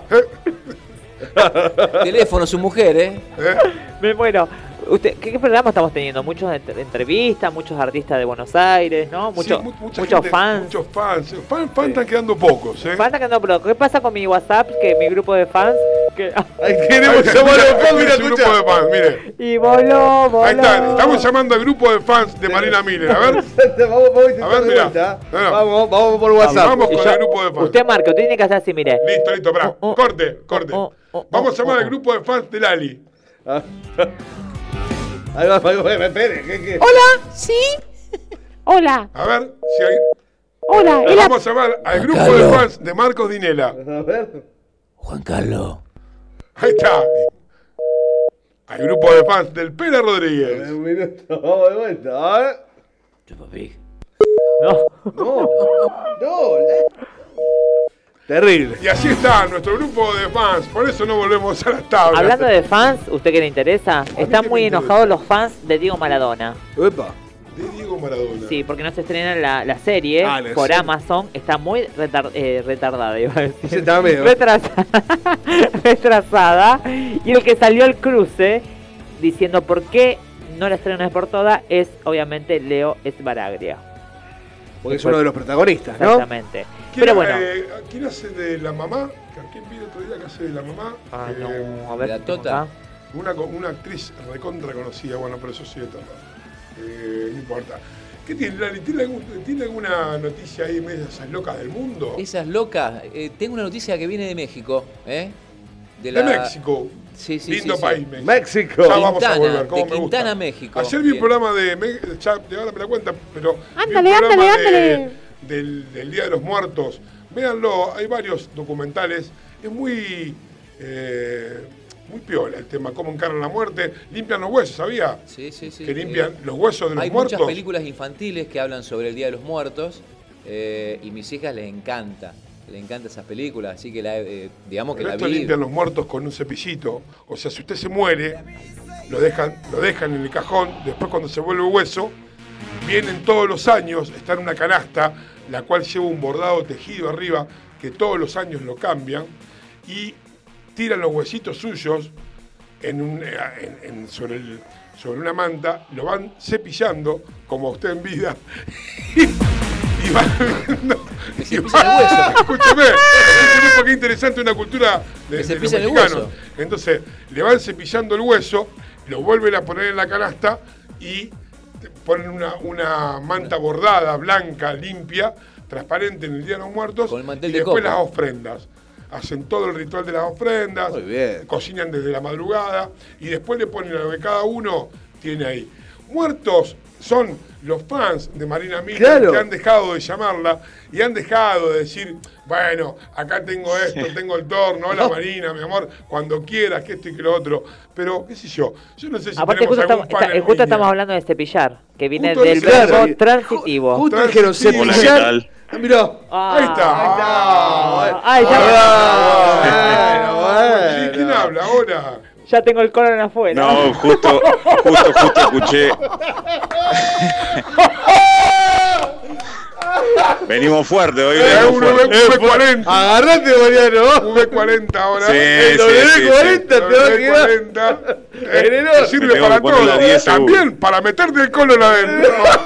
Teléfono, su mujer, ¿eh? Me muero. ¿Qué programa estamos teniendo? Muchas entrevistas, muchos artistas de Buenos Aires, ¿no? Sí, Muchos gente, fans. Muchos fans. Fans están quedando pocos, ¿eh? Fans están quedando pocos. ¿Qué pasa con mi WhatsApp? Que mi grupo de fans. Que... Ahí queremos llamar a los fans, mira, un grupo de fans, mire. Y voló. Ahí está, estamos llamando al grupo de fans de Marina Miller. A ver. vamos a intentar A ver, de mira. vuelta. No. Vamos por WhatsApp. Vamos con el grupo de fans. Usted marca, usted tiene que hacer así, mire. Listo, pará. Corte. Vamos a llamar al grupo de fans de Lali. Ahí va, espere. ¿Qué? Hola, ¿sí? Hola. A ver si hay... Hola. Vamos a llamar al grupo de fans de Marcos Dinela. A ver. Juan Carlos. Ahí está. Al grupo de fans del Pela Rodríguez. Un minuto, vamos de vuelta. A ver. No. Terrible. Y así está nuestro grupo de fans. Por eso no volvemos a las tablas. Hablando de fans, ¿usted que le interesa? Están que muy me interesa. enojados los fans de Diego Maradona. Epa. De Diego Maradona. Sí, porque no se estrena la serie Ah, la por serie. Amazon. Está muy retardada, iba a decir. Sí, está medio. Retrasada. Y el que salió al cruce diciendo por qué no la estrenan por toda es obviamente Leo Esbaraglia. Porque es uno de los protagonistas, ¿no? Exactamente. Pero bueno. ¿Quién hace de la mamá? ¿Quién vi el otro día que hace de la mamá? A ver, La Tota. Una actriz recontra conocida, bueno, pero eso sí de todo. No importa. ¿Qué tiene, Lali? ¿Tiene alguna noticia ahí de esas locas del mundo? Esas locas. Tengo una noticia que viene de México, ¿eh? De México. Sí, Lindo país, México. México. Ya vamos a volver, de como me gusta. Quintana, México. Ayer vi un Bien. programa ya ahora me la cuenta, pero Ándale, vi un programa ándale. del Día de los Muertos. Véanlo, hay varios documentales. Es muy piola el tema, cómo encaran la muerte. Limpian los huesos, ¿sabía? Sí. Que limpian los huesos de los Hay muertos. muchas películas infantiles que hablan sobre el Día de los Muertos y mis hijas les encanta. Le encantan esas películas, así que digamos que Pero la esto vi. limpian los muertos con un cepillito. O sea, si usted se muere, lo dejan en el cajón, después cuando se vuelve hueso, vienen todos los años, está en una canasta, la cual lleva un bordado tejido arriba, que todos los años lo cambian, y tiran los huesitos suyos sobre una manta, lo van cepillando, como usted en vida, y van viendo... Que se pisa el hueso. Escúcheme, porque interesante una cultura Que de se los pisa el mexicanos. hueso. Entonces, le van cepillando el hueso, lo vuelven a poner en la canasta y ponen una manta bordada, blanca, limpia, transparente en el Día de los Muertos. Con el mantel y de después coco. las ofrendas. Hacen todo el ritual de las ofrendas, Muy bien. cocinan desde la madrugada y después le ponen a lo que cada uno tiene ahí. Muertos son los fans de Marina Miller, Claro. que han dejado de llamarla y han dejado de decir, bueno, acá tengo esto, tengo el torno, hola Marina, mi amor, cuando quieras, que esto y que lo otro. Pero, qué sé yo no sé si Aparte, tenemos algún fan en justo línea. estamos hablando de cepillar, que viene Justo del claro. verbo transitivo. Justo dijeron Transitivo. Hola, ¿qué cepillar. tal? Mirá. Ahí está. Ay, Sí, ¿quién habla ahora? ya tengo el colon afuera. No, justo escuché. Venimos fuerte hoy. Un V40. Agarrate, Mariano. Un V40 ahora. Sí, El sí, W40 te va a quedar. W40. Venenoso. Sirve Me tengo para que poner todo. la 10 seguro. También para meterte el colon adentro.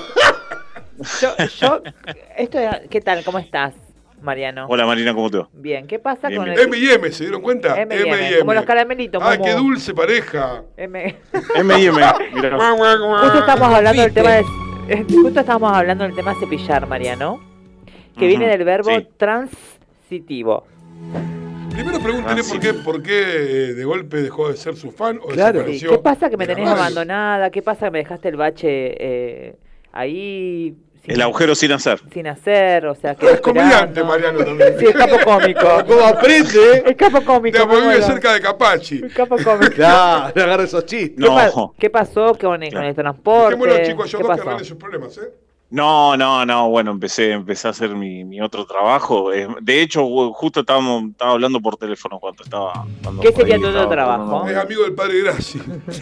¿Qué tal? ¿Cómo estás, Mariano? Hola Marina, ¿cómo te va? Bien, ¿qué pasa Bien, con bien. el M&M, ¿se dieron cuenta? M&M, como los caramelitos, Ay, como- qué dulce pareja. M? M&M, mirá. Justo estamos hablando del tema de Justo estábamos hablando del tema cepillar, Mariano, que viene del verbo sí. transitivo. Primero pregúntele por qué de golpe dejó de ser su fan o Sí, desapareció. ¿qué pasa que me de la tenés radio? abandonada? ¿Qué pasa que me dejaste el bache ahí El agujero sin hacer. sin hacer? O sea, que Es comediante, Mariano, también. Sí, es capo cómico. ¿Cómo aprende? Es capo cómico. Porque vive bueno. cerca de Capachi. Es capo cómico. Claro, le agarra esos chistes. No, ¿Qué pasó con el transporte? Dejémoslo, chicos, yo ¿Qué dos que pasó? arreglen sus problemas, ¿eh? no, bueno, empecé a hacer mi otro trabajo. De hecho, justo estaba hablando por teléfono cuando ¿Qué sería ahí tu otro estaba trabajo? tomando- Es amigo del padre Graci.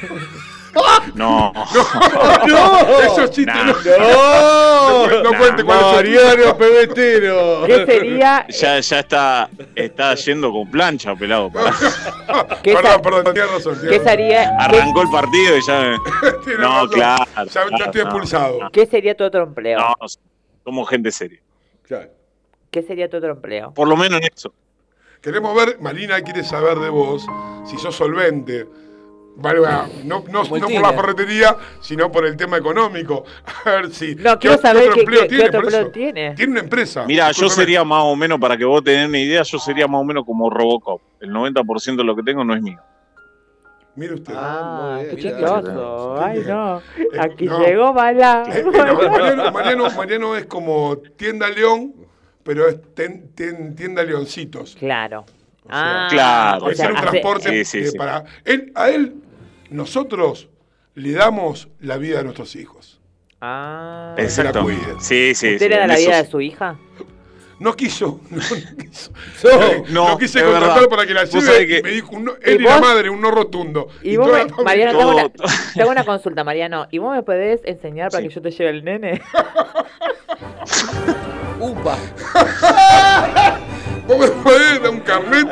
No. ¡No! Esos chistes Nah. ¡No! no cuente cuál es el Mariano Pebetero. ¿Qué sería? Ya está yendo con plancha, pelado. ¿Qué Perdón, tienes razón. ¿Qué sería? Arrancó el partido y ya. Tienes No, razón. claro. Ya estoy no, expulsado. ¿Qué sería tu otro empleo? No, somos gente seria. Claro. ¿Qué sería tu otro empleo? Por lo menos en eso. Queremos ver, Marina quiere saber de vos si sos solvente. Vale, no por Tigre. la ferretería, sino por el tema económico. A ver si. No, ¿qué quiero saber otro qué empleo tiene? otro Por empleo eso. tiene. Tiene una empresa. Mira, yo Discúlpeme. sería más o menos, para que vos tenés una idea, yo sería más o menos como Robocop. El 90% de lo que tengo no es mío. Mire usted. Ah, qué mirá. chistoso. Ay, no. Aquí no. llegó Bala. No, Mariano es como Tienda León, pero es Tienda Leoncitos. Claro. Claro. Puede ser un transporte Sí, sí. para. A él, nosotros le damos la vida a nuestros hijos. Ah. Exacto. Que la cuiden. Sí. ¿Usted le da en la eso vida de sí. su hija? No quiso. No, Lo quise es contratar verdad. para que la Vos lleve sabés y que- me dijo ¿Y él y la vos? madre, un no rotundo. Y vos, toda la familia- Mariano, Todo- te hago una consulta, Mariano. ¿Y vos me podés enseñar para Sí. que yo te lleve el nene? ¡Upa! ¿Vos me podés dar un carnet?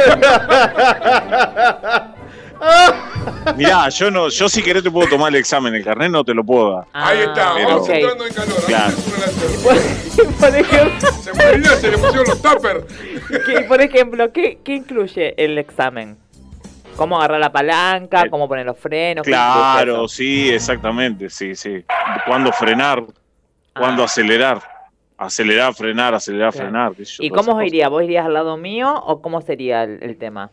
Mirá, yo si querés te puedo tomar el examen, el carnet no te lo puedo dar. Ahí está, pero- vamos ok. entrando en calor. Claro. Por ejemplo, Se le pusieron los tuppers. ¿qué incluye el examen? ¿Cómo agarrar la palanca? ¿Cómo poner los frenos? ¿Qué incluye Claro, eso? sí, exactamente, sí. ¿Cuándo frenar? ¿Cuándo acelerar? Acelerar, frenar, acelerar, Claro. frenar. qué sé yo, ¿Y todas cómo esas iría? ¿Vos irías al lado mío o cómo sería el tema?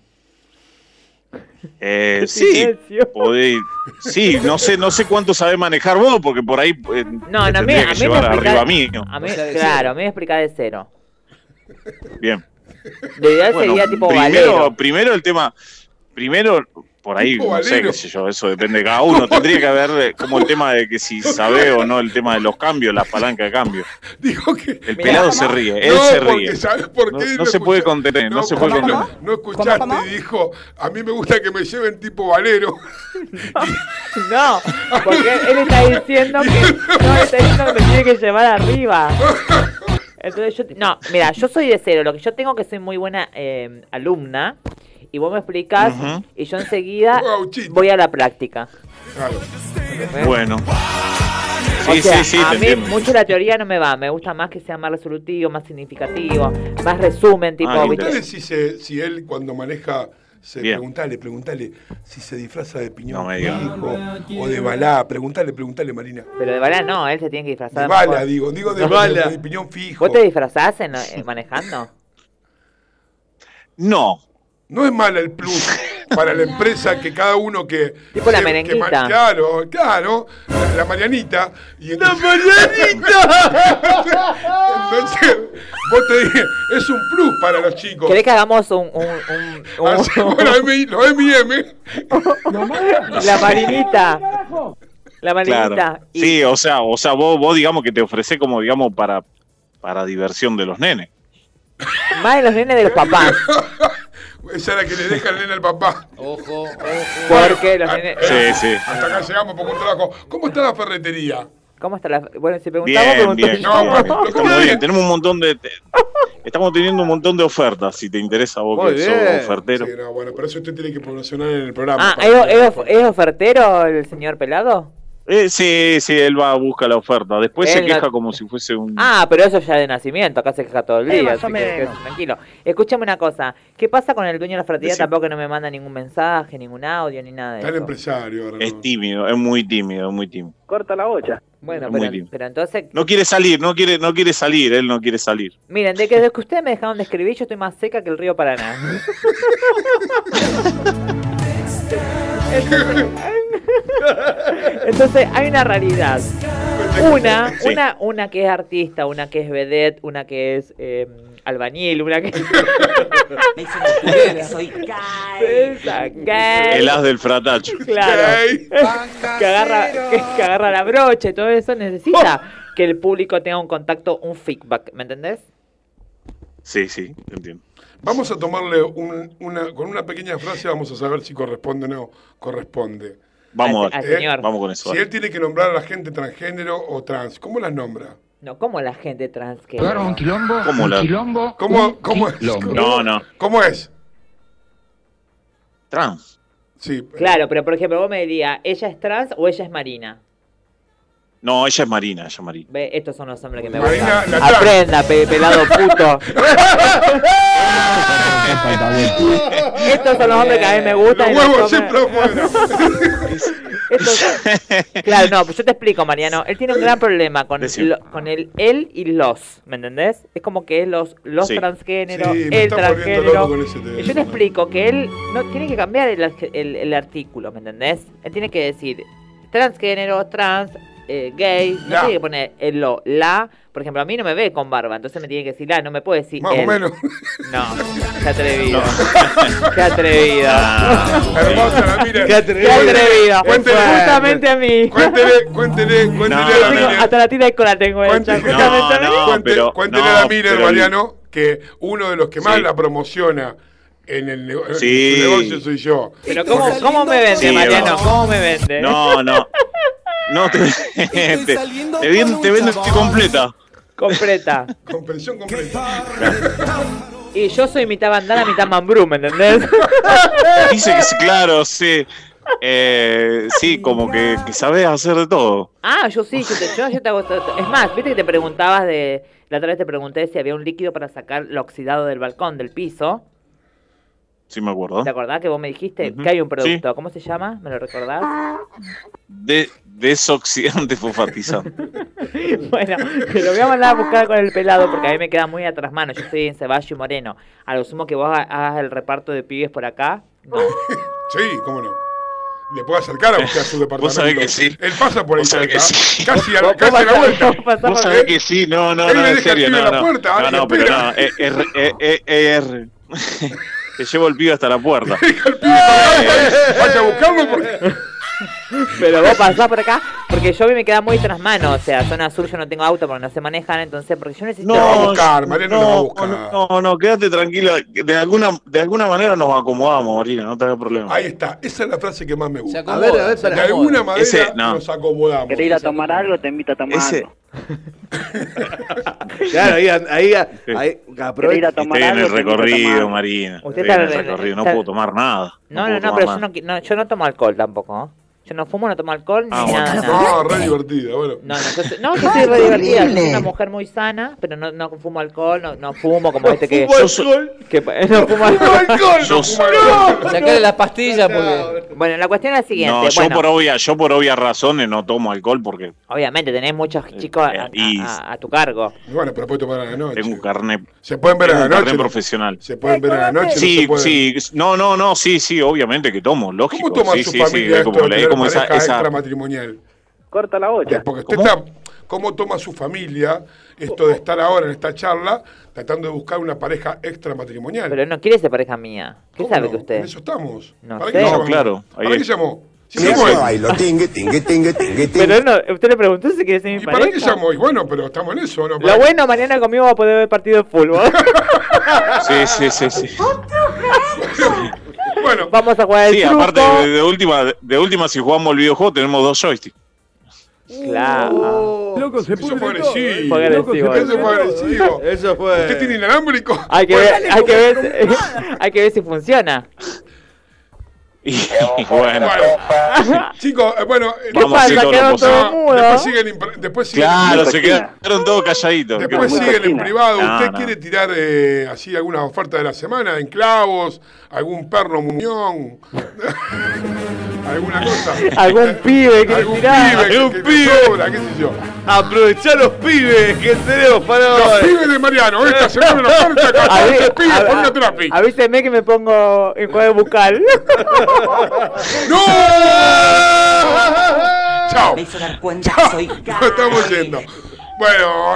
cosas. Sí, Silencio. sí, no sé cuánto sabés manejar vos, porque por ahí No, te no, tendría que a mí llevar me arriba explica, mío. a mí, O sea, de claro, cero. a mí me explica de cero. Bien. Lo ideal Bueno, sería tipo Valero. primero el tema, por ahí, Tipo no sé, Valero. qué sé yo, eso depende de cada uno. Tendría que haber como el tema de que si sabe o no el tema de los cambios, la palanca de cambio. Dijo que. El pelado se ríe, él No, se porque ríe. ¿sabes por qué? No se puede contener, no se puede porque contener. No escuchaste y dijo, a mí me gusta que me lleven tipo Valero. No, porque él está diciendo que me tiene que llevar arriba. Entonces mira, yo soy de cero. Lo que yo tengo que soy muy buena alumna y vos me explicás Ujú. y yo enseguida Gauchito. voy a la práctica. Claro. Bueno. O Sí, sea, sí, a te mí entiendo. mucho la teoría no me va. Me gusta más que sea más resolutivo, más significativo, más resumen, tipo. Ah, ¿viste? Preguntale si él cuando maneja, Bien. preguntale si se disfraza de piñón No me digas. fijo o de balá. Preguntale, Marina. Pero de bala no, él se tiene que disfrazar. De bala, mejor. digo de De bala. bala. De piñón fijo. ¿Vos te disfrazás manejando? No es mala el plus para la empresa que cada uno que... Tipo la que merenguita. Claro, la Marianita. Y ¡La entonces, entonces, vos te dije, es un plus para los chicos. ¿Querés que hagamos un Hacemos los M&M. la marinita? La marinita. Claro. Y- Sí, o sea, vos digamos que te ofrecés como digamos para diversión de los nenes. Más de los nenes de los papás. Esa es la que le deja el nene al papá. Ojo. Porque los nenes. Sí. Hasta acá llegamos por un trabajo. ¿Cómo está la ferretería? ¿Cómo está la.? Bueno, si preguntamos, Bien, preguntó bien. yo. No, mami, Estamos bien, tenemos un montón de estamos teniendo un montón de ofertas, si te interesa vos Muy que sos bien. ofertero. Sí, no, bueno, pero eso usted tiene que promocionar en el programa. Ah, ¿es ofertero el señor pelado? Sí, él va a buscar la oferta. Después se Él queja no- como si fuese un... Ah, pero eso ya de nacimiento, acá se queja todo el día, más así o que menos. quédese tranquilo. Escúchame una cosa, ¿qué pasa con el dueño de la fraternidad? Decime. Tampoco no me manda ningún mensaje, ningún audio, ni nada de Está el eso. empresario ahora. Es tímido, es muy tímido, muy tímido. Corta la bocha. Bueno, Es muy pero, tímido. pero entonces, No quiere salir, no quiere salir, él no quiere salir. miren, desde que ustedes me dejaron de escribir, yo estoy más seca que el río Paraná. Entonces hay una realidad. Sí. Una que es artista, una que es vedette, una que es albañil, una que Soy Esa, gay. El as del fratacho. Claro. que agarra la brocha y todo eso necesita que el público tenga un contacto, un feedback, ¿me entendés? Sí, entiendo. Vamos a tomarle con una pequeña frase, vamos a saber si corresponde o no corresponde. Vamos, Al señor. vamos con eso. Si él tiene que nombrar a la gente transgénero o trans, ¿cómo las nombra? No, como la gente trans que... ¿Cómo ¿Cómo la- ¿Cómo es? No. ¿Cómo es? Trans. Sí. Claro, pero por ejemplo, vos me dirías, ¿ella es trans o ella es marina? No, ella es Marina, Ve, estos son los hombres que me Marina, gustan. la trans. Aprenda, pelado puto. Estos son los hombres que a mí me gustan. Los y huevos hombres- siempre afuera. Claro, no, pues yo te explico, Mariano. Él tiene un gran problema con, Decime. con el él y los, ¿me entendés? Es como que es los Sí. transgénero, Sí, me el está volviendo transgénero. loco con ese tema. Y yo te explico que él no tiene que cambiar el artículo, ¿me entendés? Él tiene que decir transgénero, trans, gay, no La. tiene que poner el lo, la. Por ejemplo, a mí no me ve con barba, entonces me tiene que decir la, no me puede decir Más o él. menos. No, qué atrevido. Qué atrevido. Hermosa la mira. Qué atrevido. Cuéntele. Justamente a mí. Cuéntele No, a la no, Miriam. Hasta la tira de cola tengo hecha. Cuéntele, Justamente a mí. Cuéntele a la Miriam, Mariano, que uno de los que más Sí. la promociona en el Sí. en su negocio soy yo. Pero ¿cómo me vende, Sí, Mariano? vamos. ¿Cómo me vende? No, te vende completa. Completa. Con pensión completa. Y yo soy mitad bandana, mitad mambrú, ¿me entendés? Dice que sí, claro, sí. Sí, como que sabes hacer de todo. Ah, yo sí, yo te hago todo. Es más, viste que te preguntabas la otra vez te pregunté si había un líquido para sacar lo oxidado del balcón, del piso. Sí, me acuerdo. ¿Te acordás que vos me dijiste Ujú. que hay un producto? Sí. ¿Cómo se llama? ¿Me lo recordás? Desoxidante fosfatizante. Bueno, te lo voy a mandar a buscar con el pelado porque a mí me queda muy atrás mano. Yo estoy en Ceballos y Moreno. A lo sumo que vos hagas el reparto de pibes por acá. No. Sí, cómo no. Le puedo acercar a buscar su departamento. Vos sabés que sí. Él pasa por ahí Vos sabés cerca. que sí. Casi a Vos casi a la pasás- vuelta. vos pasás Vos por- sabés que sí, no, Él me en deja serio, el pibe no, en la no. puerta, ahora No, y pero espera. no, te llevo el pibe hasta la puerta. Vaya a buscarlo porque... Pero vos pasás por acá, porque yo a mí me queda muy tras mano, o sea, zona sur yo no tengo auto porque no se manejan, entonces, porque yo necesito... Lo va a buscar, Mariano lo va a buscar. No, quédate tranquila. De alguna manera nos acomodamos, Marina, no te hagas problema. Ahí está, esa es la frase que más me gusta. A ver, De alguna manera Ese, no. nos acomodamos. ¿Querés ir a tomar algo? Te invito a tomar Ese- algo. Claro, ahí ¿Querés ir aprovecha. a tomar Estoy en algo? el Te invito a recorrido, tomar. Marina. Usted Estoy en el está- recorrido, no está- puedo tomar nada. No, puedo pero tomar nada. yo no tomo alcohol tampoco, ¿eh? Yo no fumo, no tomo alcohol, ni Ah, bueno. nada. No, re divertida, bueno. No, yo soy re divertida, yo soy una mujer muy sana, pero no fumo alcohol, no fumo como este que... Fumo alcohol. que no fumo alcohol. Yo Sacarle las pastillas porque... Bueno, la cuestión es la siguiente, No, bueno, yo por obvias razones no tomo alcohol porque obviamente tenés muchos chicos y- a tu cargo. Bueno, pero puede tomar a la noche. tengo un carnet, Se pueden ver a tengo la un carnet noche. profesional. Se pueden ver a la noche. Sí, no se pueden. sí, no, sí, obviamente que tomo, lógico. ¿Cómo toma sí, su sí, familia sí, esto como, de tener como esa, pareja esa, extramatrimonial? Corta la bocha. Porque usted está, ¿cómo toma su familia esto de estar ahora en esta charla tratando de buscar una pareja extramatrimonial? Pero él no quiere ser pareja mía. ¿Qué ¿Cómo sabe no? que usted? En eso estamos. No ¿Para sé. qué No, llamamos? claro, ahí ¿Para qué es. llamó? Si Mira somos ese él. bailo, tingue, tingue, tingue, tingue, tingue. Pero él no, usted le preguntó si quiere ser mi ¿Y para qué pareja. llamó? Y bueno, pero estamos en eso, ¿no? Lo bueno, mañana conmigo va a poder ver partido de fútbol. sí. Bueno, Vamos a jugar el Sí, truco. aparte de última si jugamos el videojuego tenemos 2 joysticks. Claro. Loco, se eso fue pudre agresivo. Fue agresivo. Eso fue agresivo. Eso fue. ¿Usted tiene inalámbrico? Hay que ver si funciona. Y bueno. Chicos, bueno, Vamos a hacer todo lo posible. Después siguen Claro, se quedaron todos calladitos. Después Qué siguen en bueno. privado. No, ¿Usted no. quiere tirar así alguna oferta de la semana? ¿En clavos? ¿Algún perno muñón? ¿Alguna cosa? Algún pibe que ¿Algún tirar. pibe? Algún que pibe. sobra, qué sé yo. Aprovechá los pibes que tenemos para Los hoy. pibes de Mariano. Esta semana nos falta 14 pibes por una trafi. Avíseme que me pongo en juego bucal. ¡No! Chao. Me hizo dar cuenta Chao. que soy Nos estamos yendo. Bueno,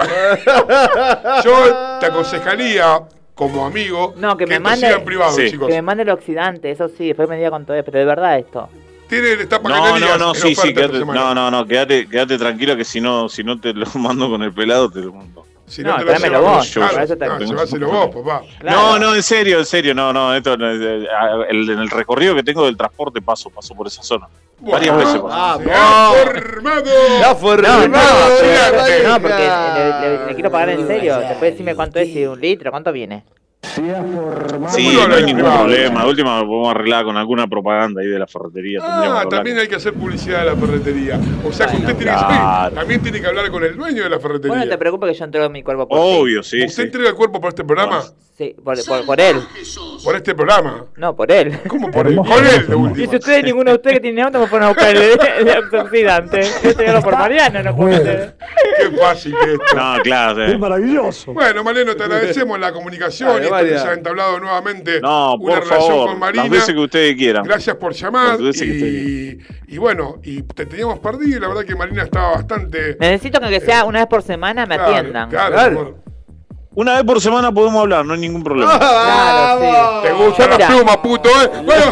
yo te aconsejaría, como amigo, No, que me esto mande. siga en privado, Sí. chicos. Que me mande el oxidante, eso sí, después me diga cuánto es, pero de verdad esto. Tiene esta No, paquetería no, en sí, oferta esta quédate, semana. no, quédate tranquilo que si no te lo mando con el pelado, te lo mando. Si No, te lo tráemelo llevas, vos, claro, para eso te- no, lleváselo vos, papá. No, no, en serio, no, esto no, en el recorrido que tengo del transporte paso por esa zona. Varias veces paso. Se ha formado. Ya formado. No, porque le quiero pagar en serio. Después decime cuánto es, si un litro, cuánto viene. Sí, no hay ningún problema. De última lo podemos arreglar con alguna propaganda ahí de la ferretería. tendríamos que hablar. También hay que hacer publicidad de la ferretería. O sea que usted tiene que claro. también tiene que hablar con el dueño de la ferretería. Bueno, no te preocupes que yo entrego mi cuerpo por Obvio, sí, ¿Usted sí. entrega el cuerpo por este programa? ti. Sí, por él. ¿Por este programa? No, por él. ¿Cómo por él? Con él, de Y última. si ustedes, ninguno de ustedes que tiene auto, me ponen a buscar el oxidante. Yo estoy hablando por Mariano, no puede ser. Qué fácil que es esto. No, claro, sí. maravilloso. Bueno, Mariano, te agradecemos la comunicación Dale, y esto que María. se ha entablado nuevamente No, una por relación favor, con Marina. las veces que ustedes quieran. Gracias por llamar Las veces que ustedes y bueno, y te teníamos perdido y la verdad que Marina estaba bastante... Necesito que aunque sea una vez por semana me atiendan. Claro. Una vez por semana podemos hablar, no hay ningún problema. Claro, sí. Te gusta la Mira. pluma, puto, Bueno.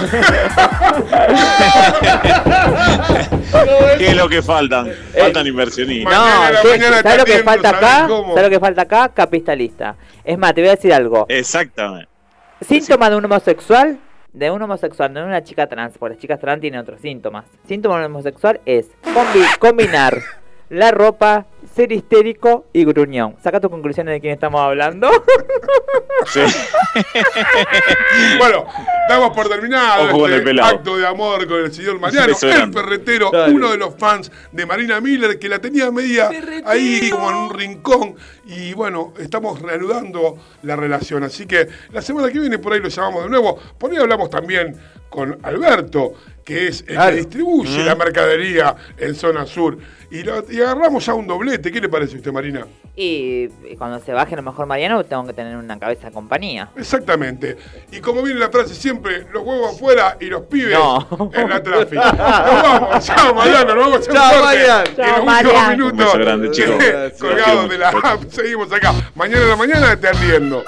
¿Qué es lo que faltan? Faltan inversionistas. Mañana a la No, mañana ¿sabes lo te que atiendo, falta ¿sabés acá? cómo? ¿Sabes lo que falta acá? Capitalista. Es más, te voy a decir algo. Exactamente. Síntomas de un homosexual, de una chica trans, porque las chicas trans tienen otros síntomas. Síntomas de un homosexual es combinar la ropa, ser histérico y gruñón. Saca tus conclusiones de quién estamos hablando. Sí. Bueno, damos por terminado Ojo con el este pelado. acto de amor con el señor Mariano, Beso el grande. ferretero, Dale. uno de los fans de Marina Miller, que la tenía media ahí como en un rincón. Y bueno, estamos reanudando la relación. Así que la semana que viene por ahí lo llamamos de nuevo. Por ahí hablamos también con Alberto, que es el que distribuye la mercadería en zona sur. Y agarramos ya un doblete. ¿Qué le parece a usted, Marina? Y cuando se baje a lo mejor Mariano, tengo que tener una cabeza de compañía. Exactamente. Y como viene la frase siempre, los huevos afuera y los pibes No. en la tráfico. Nos vamos. Chao, Mariano. Nos vamos a hacer Chao, un corte. Mariano. En Chao, los últimos Mariano. minutos. Un beso grande, chicos. Colgados de la app. Seguimos acá. Mañana a la mañana te atiendo.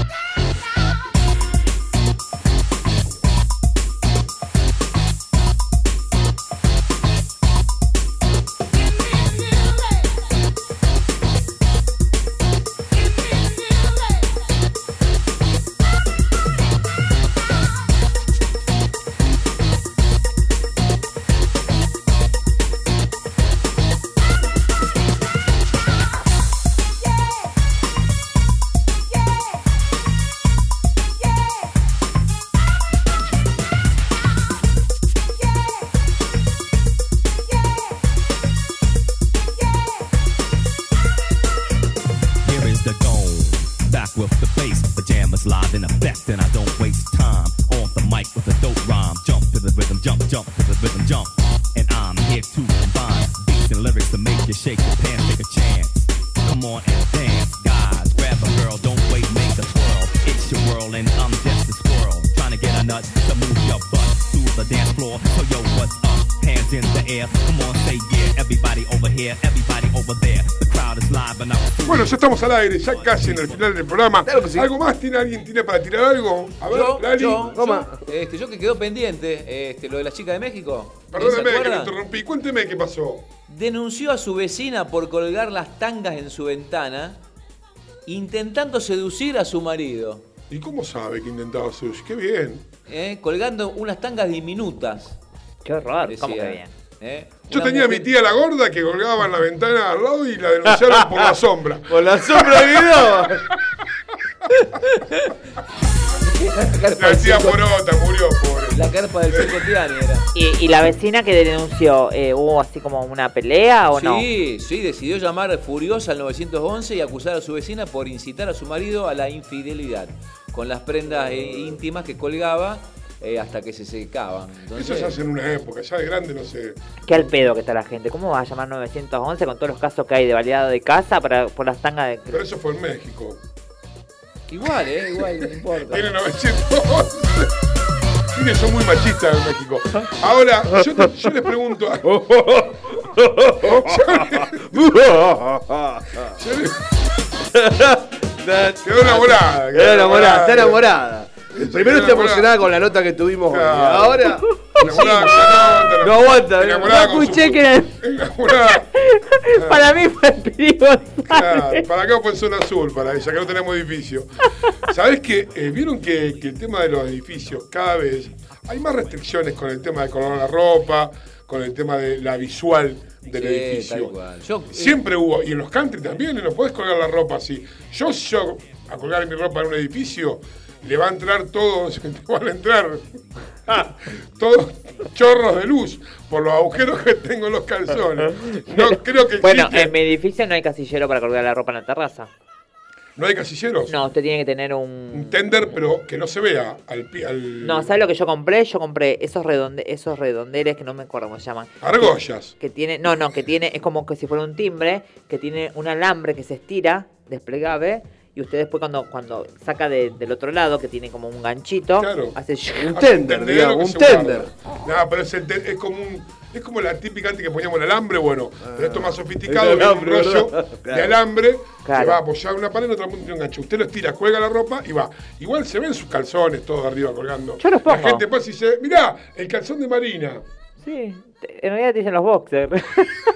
Here is the dome, back with the bass, pajamas live in effect, and I don't waste time on the mic with a dope rhyme. Jump to the rhythm, jump to the rhythm, jump. And I'm here to combine beats and lyrics to make you shake your pants, take a chance. Come on and dance, guys, grab a girl, don't wait, make a twirl. It's your world and I'm just a squirrel, trying to get a nut to move your butt to the dance floor. So yo, what's up? Hands in the air, come on, say yeah. Everybody over here, everybody over there. The crowd is live and I'm Bueno, ya estamos al aire, ya casi en el final del programa. Claro que sí. ¿Algo más tiene alguien tiene para tirar algo? A ver, Lali. Yo que quedó pendiente, lo de la chica de México. Perdóneme ¿se que lo acuerdan? interrumpí. Cuénteme qué pasó. Denunció a su vecina por colgar las tangas en su ventana, intentando seducir a su marido. ¿Y cómo sabe que intentaba sushi? ¡Qué bien! Colgando unas tangas diminutas. Qué horror, decía. ¿cómo que bien? Yo Una tenía a mi mujer- tía la gorda que colgaba en la ventana al lado y la denunciaron por la sombra. Por la sombra que no. La tía Porota murió, pobre. La carpa del Circo Tiani era. ¿Y la vecina que denunció, hubo así como una pelea o no? Sí, decidió llamar furiosa al 911 y acusar a su vecina por incitar a su marido a la infidelidad con las prendas íntimas que colgaba hasta que se secaban. Entonces, Eso se hace en una época, ya de grande no sé. Qué al pedo que está la gente. ¿Cómo vas a llamar 911 con todos los casos que hay de baleado de casa por las tangas de... Pero eso fue en México. igual, no importa. Tiene 911. Miren, son muy machistas en México. Ahora, yo les pregunto. Quedó enamorada. Quedó enamorada, está enamorada. Primero está emocionada con la nota que tuvimos hoy. Ahora. Enamorada, no aguanta. Enamorada No con escuché su- que... Enamorada. Para mí fue el Piri González. Claro, para acá fue en zona azul, para ella, que no tenemos edificio. ¿Sabés qué? ¿Vieron que el tema de los edificios cada vez hay más restricciones con el tema de colgar la ropa, con el tema de la visual del Sí, edificio? tal cual. Yo, Siempre hubo, y en los country también, no podés colgar la ropa así. Yo a colgar mi ropa en un edificio, le va a entrar todos, te van a entrar todos chorros de luz por los agujeros que tengo en los calzones. No creo que Bueno, existe. en mi edificio no hay casillero para colgar la ropa en la terraza. ¿No hay casilleros? No, usted tiene que tener Un un... tender, pero que no se vea al... No, ¿sabes lo que yo compré? Yo compré esos redondeles que no me acuerdo cómo se llaman. Argollas. Que tiene, que tiene, es como que si fuera un timbre, que tiene un alambre que se estira, desplegable, y usted después cuando saca del otro lado, que tiene como un ganchito, hace Un tender, digamos, un tender. No, pero es como la típica antes que poníamos el alambre, bueno, pero esto más sofisticado, el es un alambre, rollo ¿verdad? de Claro. alambre Claro. que va a apoyar una pared en otra punta tiene un gancho. Usted lo estira, cuelga la ropa y va. Igual se ven sus calzones todos arriba colgando. Yo los pongo. La gente pasa y dice, mirá, el calzón de Marina. Sí, en realidad te dicen los boxers.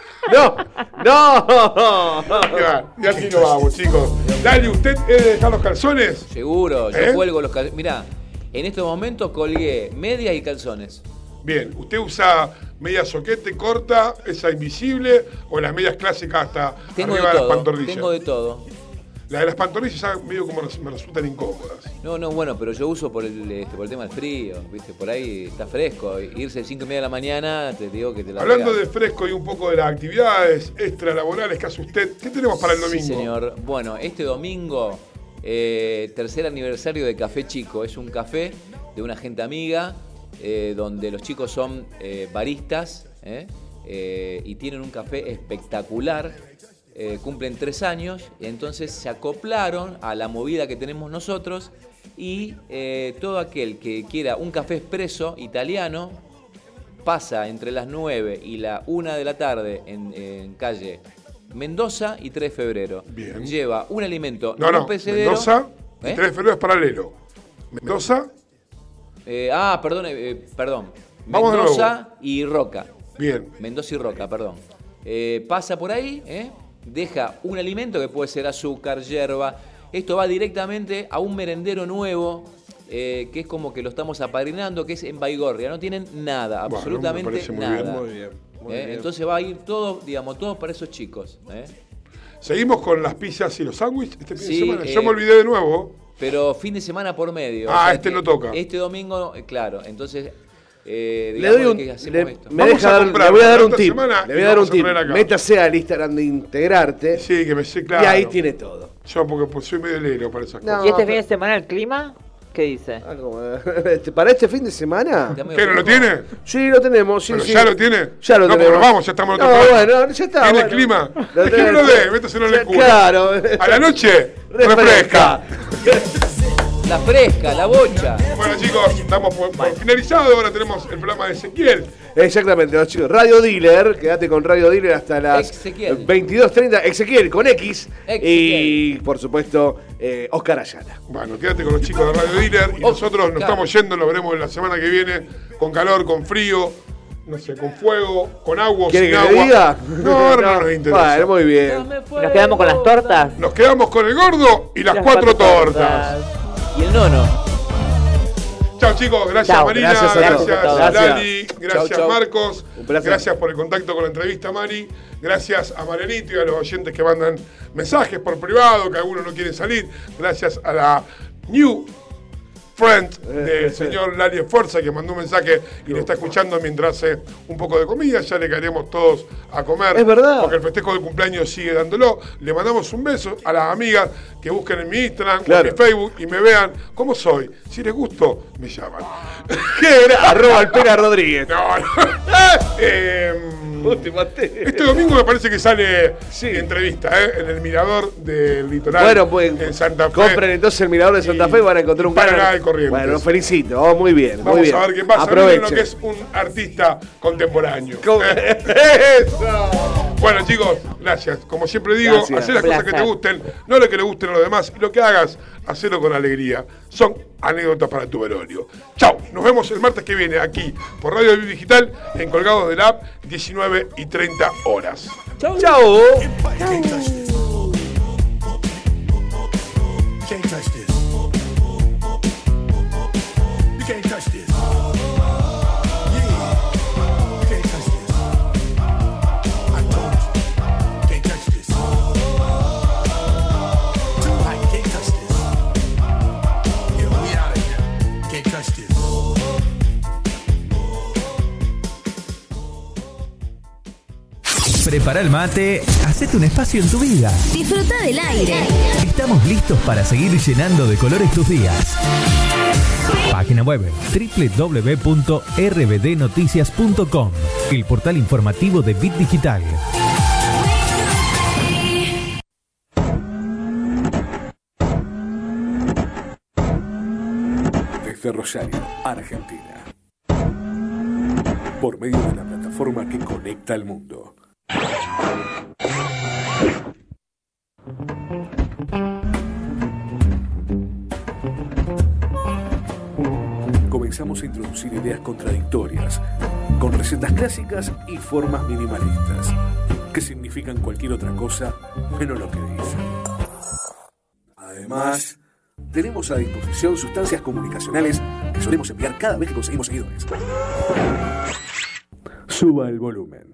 ¡No! Y así nos vamos, chicos. Dale, ¿usted es de dejar los calzones? seguro, yo ¿Eh? cuelgo los calzones. Mirá, en estos momentos colgué medias y calzones. Bien, ¿usted usa media soquete corta, esa invisible, o las medias clásicas hasta Tengo arriba de de las todo, pantorrillas? tengo de todo. Las de las pantorrillas ya medio como me resultan incómodas. No, bueno, pero yo uso por el tema del frío, ¿viste? Por ahí está fresco. Irse a 5:30 de la mañana, te digo que te la Hablando regalo. de fresco y un poco de las actividades extralaborales que hace usted, ¿qué tenemos para el domingo? Sí, señor. Bueno, este domingo, tercer aniversario de Café Chico. Es un café de una gente amiga, donde los chicos son baristas, y tienen un café espectacular. Cumplen 3 años, y entonces se acoplaron a la movida que tenemos nosotros, y todo aquel que quiera un café expreso italiano pasa entre las 9 y la 1 de la tarde en calle Mendoza y 3 de febrero. Bien. Lleva un alimento No, en un no, perecedero. Mendoza y ¿Eh? 3 de febrero es paralelo. Mendoza, Perdón. Vamos de Mendoza y Roca. bien. Mendoza y Roca, perdón. Pasa por ahí, deja un alimento que puede ser azúcar, hierba. Esto va directamente a un merendero nuevo, que es como que lo estamos apadrinando, que es en Baigorria. No tienen nada, Bueno, absolutamente me parece muy nada. bien, Muy bien. Muy bien. Entonces va a ir todo, digamos, todo para esos chicos. Seguimos con las pizzas y los sándwiches este fin de Sí, semana. Yo me olvidé de nuevo. Pero fin de semana por medio. Ah, o sea este que no toca. Este domingo, claro. Entonces, Le digamos doy un. que hacemos esto. Me Vamos deja a dar, comprar le voy a dar la un otra tip. semana Le y voy a dar un vamos a tip. traer acá. Métase al Instagram de Integrarte. Sí, que me sé claro. Y ahí tiene todo. Yo porque pues, soy medio lero para esas No, cosas. ¿Y este pero- fin de semana el clima? ¿Qué dice? ¿Para este fin de semana? Está medio ¿Qué, no lo fresco. tiene? Sí, lo tenemos. Sí, ¿Pero sí. ya lo tiene? Ya lo No, tenemos. porque vamos, ya estamos en otro No, programa. bueno, ya está. ¿Tiene bueno. el clima? Lo Es que no lo dé, métaselo en el culo. Claro. A la noche, refresca. La fresca, la bocha. Bueno, chicos, estamos por finalizado. Ahora tenemos el programa de Ezequiel. Exactamente, los chicos. Radio Dealer, quédate con Radio Dealer hasta las Ezequiel. 22:30. Ezequiel con X. Ezequiel. Y por supuesto, Oscar Ayala. Bueno, quédate con los chicos de Radio Dealer. Y nosotros nos claro. estamos yendo, nos veremos la semana que viene. Con calor, con frío, no sé, con fuego, con agua, ¿Quiere sin que agua. le diga? No, ahora no nos interesa. Bueno, muy bien. ¿Y nos quedamos con las tortas? Nos quedamos con el gordo y las Las 4 cuatro tortas. Y el nono. Chao chicos, gracias Chao. Marina, Gracias a gracias, todos. Lali, Gracias. gracias Chau, chau. Marcos, Un placer. gracias por el contacto con la entrevista Mari, gracias a Marianito y a los oyentes que mandan mensajes por privado, que algunos no quieren salir, gracias a la New friend del señor Lali Esforza, que mandó un mensaje y le está escuchando mientras hace un poco de comida. Ya le caeremos todos a comer. Es verdad. Porque el festejo del cumpleaños sigue dándolo. Le mandamos un beso a las amigas que busquen en mi Instagram, Claro. en mi Facebook y me vean cómo soy. Si les gusto, me llaman. ¿Qué era? Arroba el Pela Rodríguez. No, no. Este domingo me parece que sale entrevista en el Mirador del Litoral. Bueno, pues en Santa Fe. compren entonces el Mirador de Santa Fe y van a encontrar un Paraná canal. de Corrientes. Bueno, los felicito. Oh, muy bien. Vamos muy bien. a ver qué pasa. Aprovechen. Miren lo que es un artista contemporáneo. ¡Eso! Bueno, chicos, gracias. Como siempre digo, Gracias. haz las cosas que te gusten, no lo que le gusten a los demás. Y lo que hagas, hacelo con alegría. Son anécdotas para tu velorio. Chau, nos vemos el martes que viene aquí por Radio Digital en Colgados de la App, 19:30 horas. Chau. Can't touch this. Can't touch this. You can't touch this. Yeah. You can't touch this. I told you. Can't touch this. Too high. Can't touch this. Yeah, we out of here. Can't touch this. Prepara el mate, hacete un espacio en tu vida. Disfruta del aire. Estamos listos para seguir llenando de colores tus días. Página web www.rbdnoticias.com, el portal informativo de Bit Digital. Desde Rosario, Argentina. Por medio de la plataforma que conecta al mundo. Comenzamos a introducir ideas contradictorias, con recetas clásicas y formas minimalistas, que significan cualquier otra cosa menos lo que dicen. Además, tenemos a disposición sustancias comunicacionales que solemos enviar cada vez que conseguimos seguidores. Suba el volumen.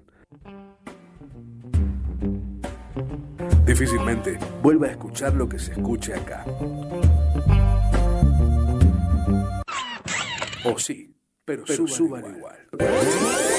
Difícilmente vuelva a escuchar lo que se escuche acá. O sí, pero suban igual.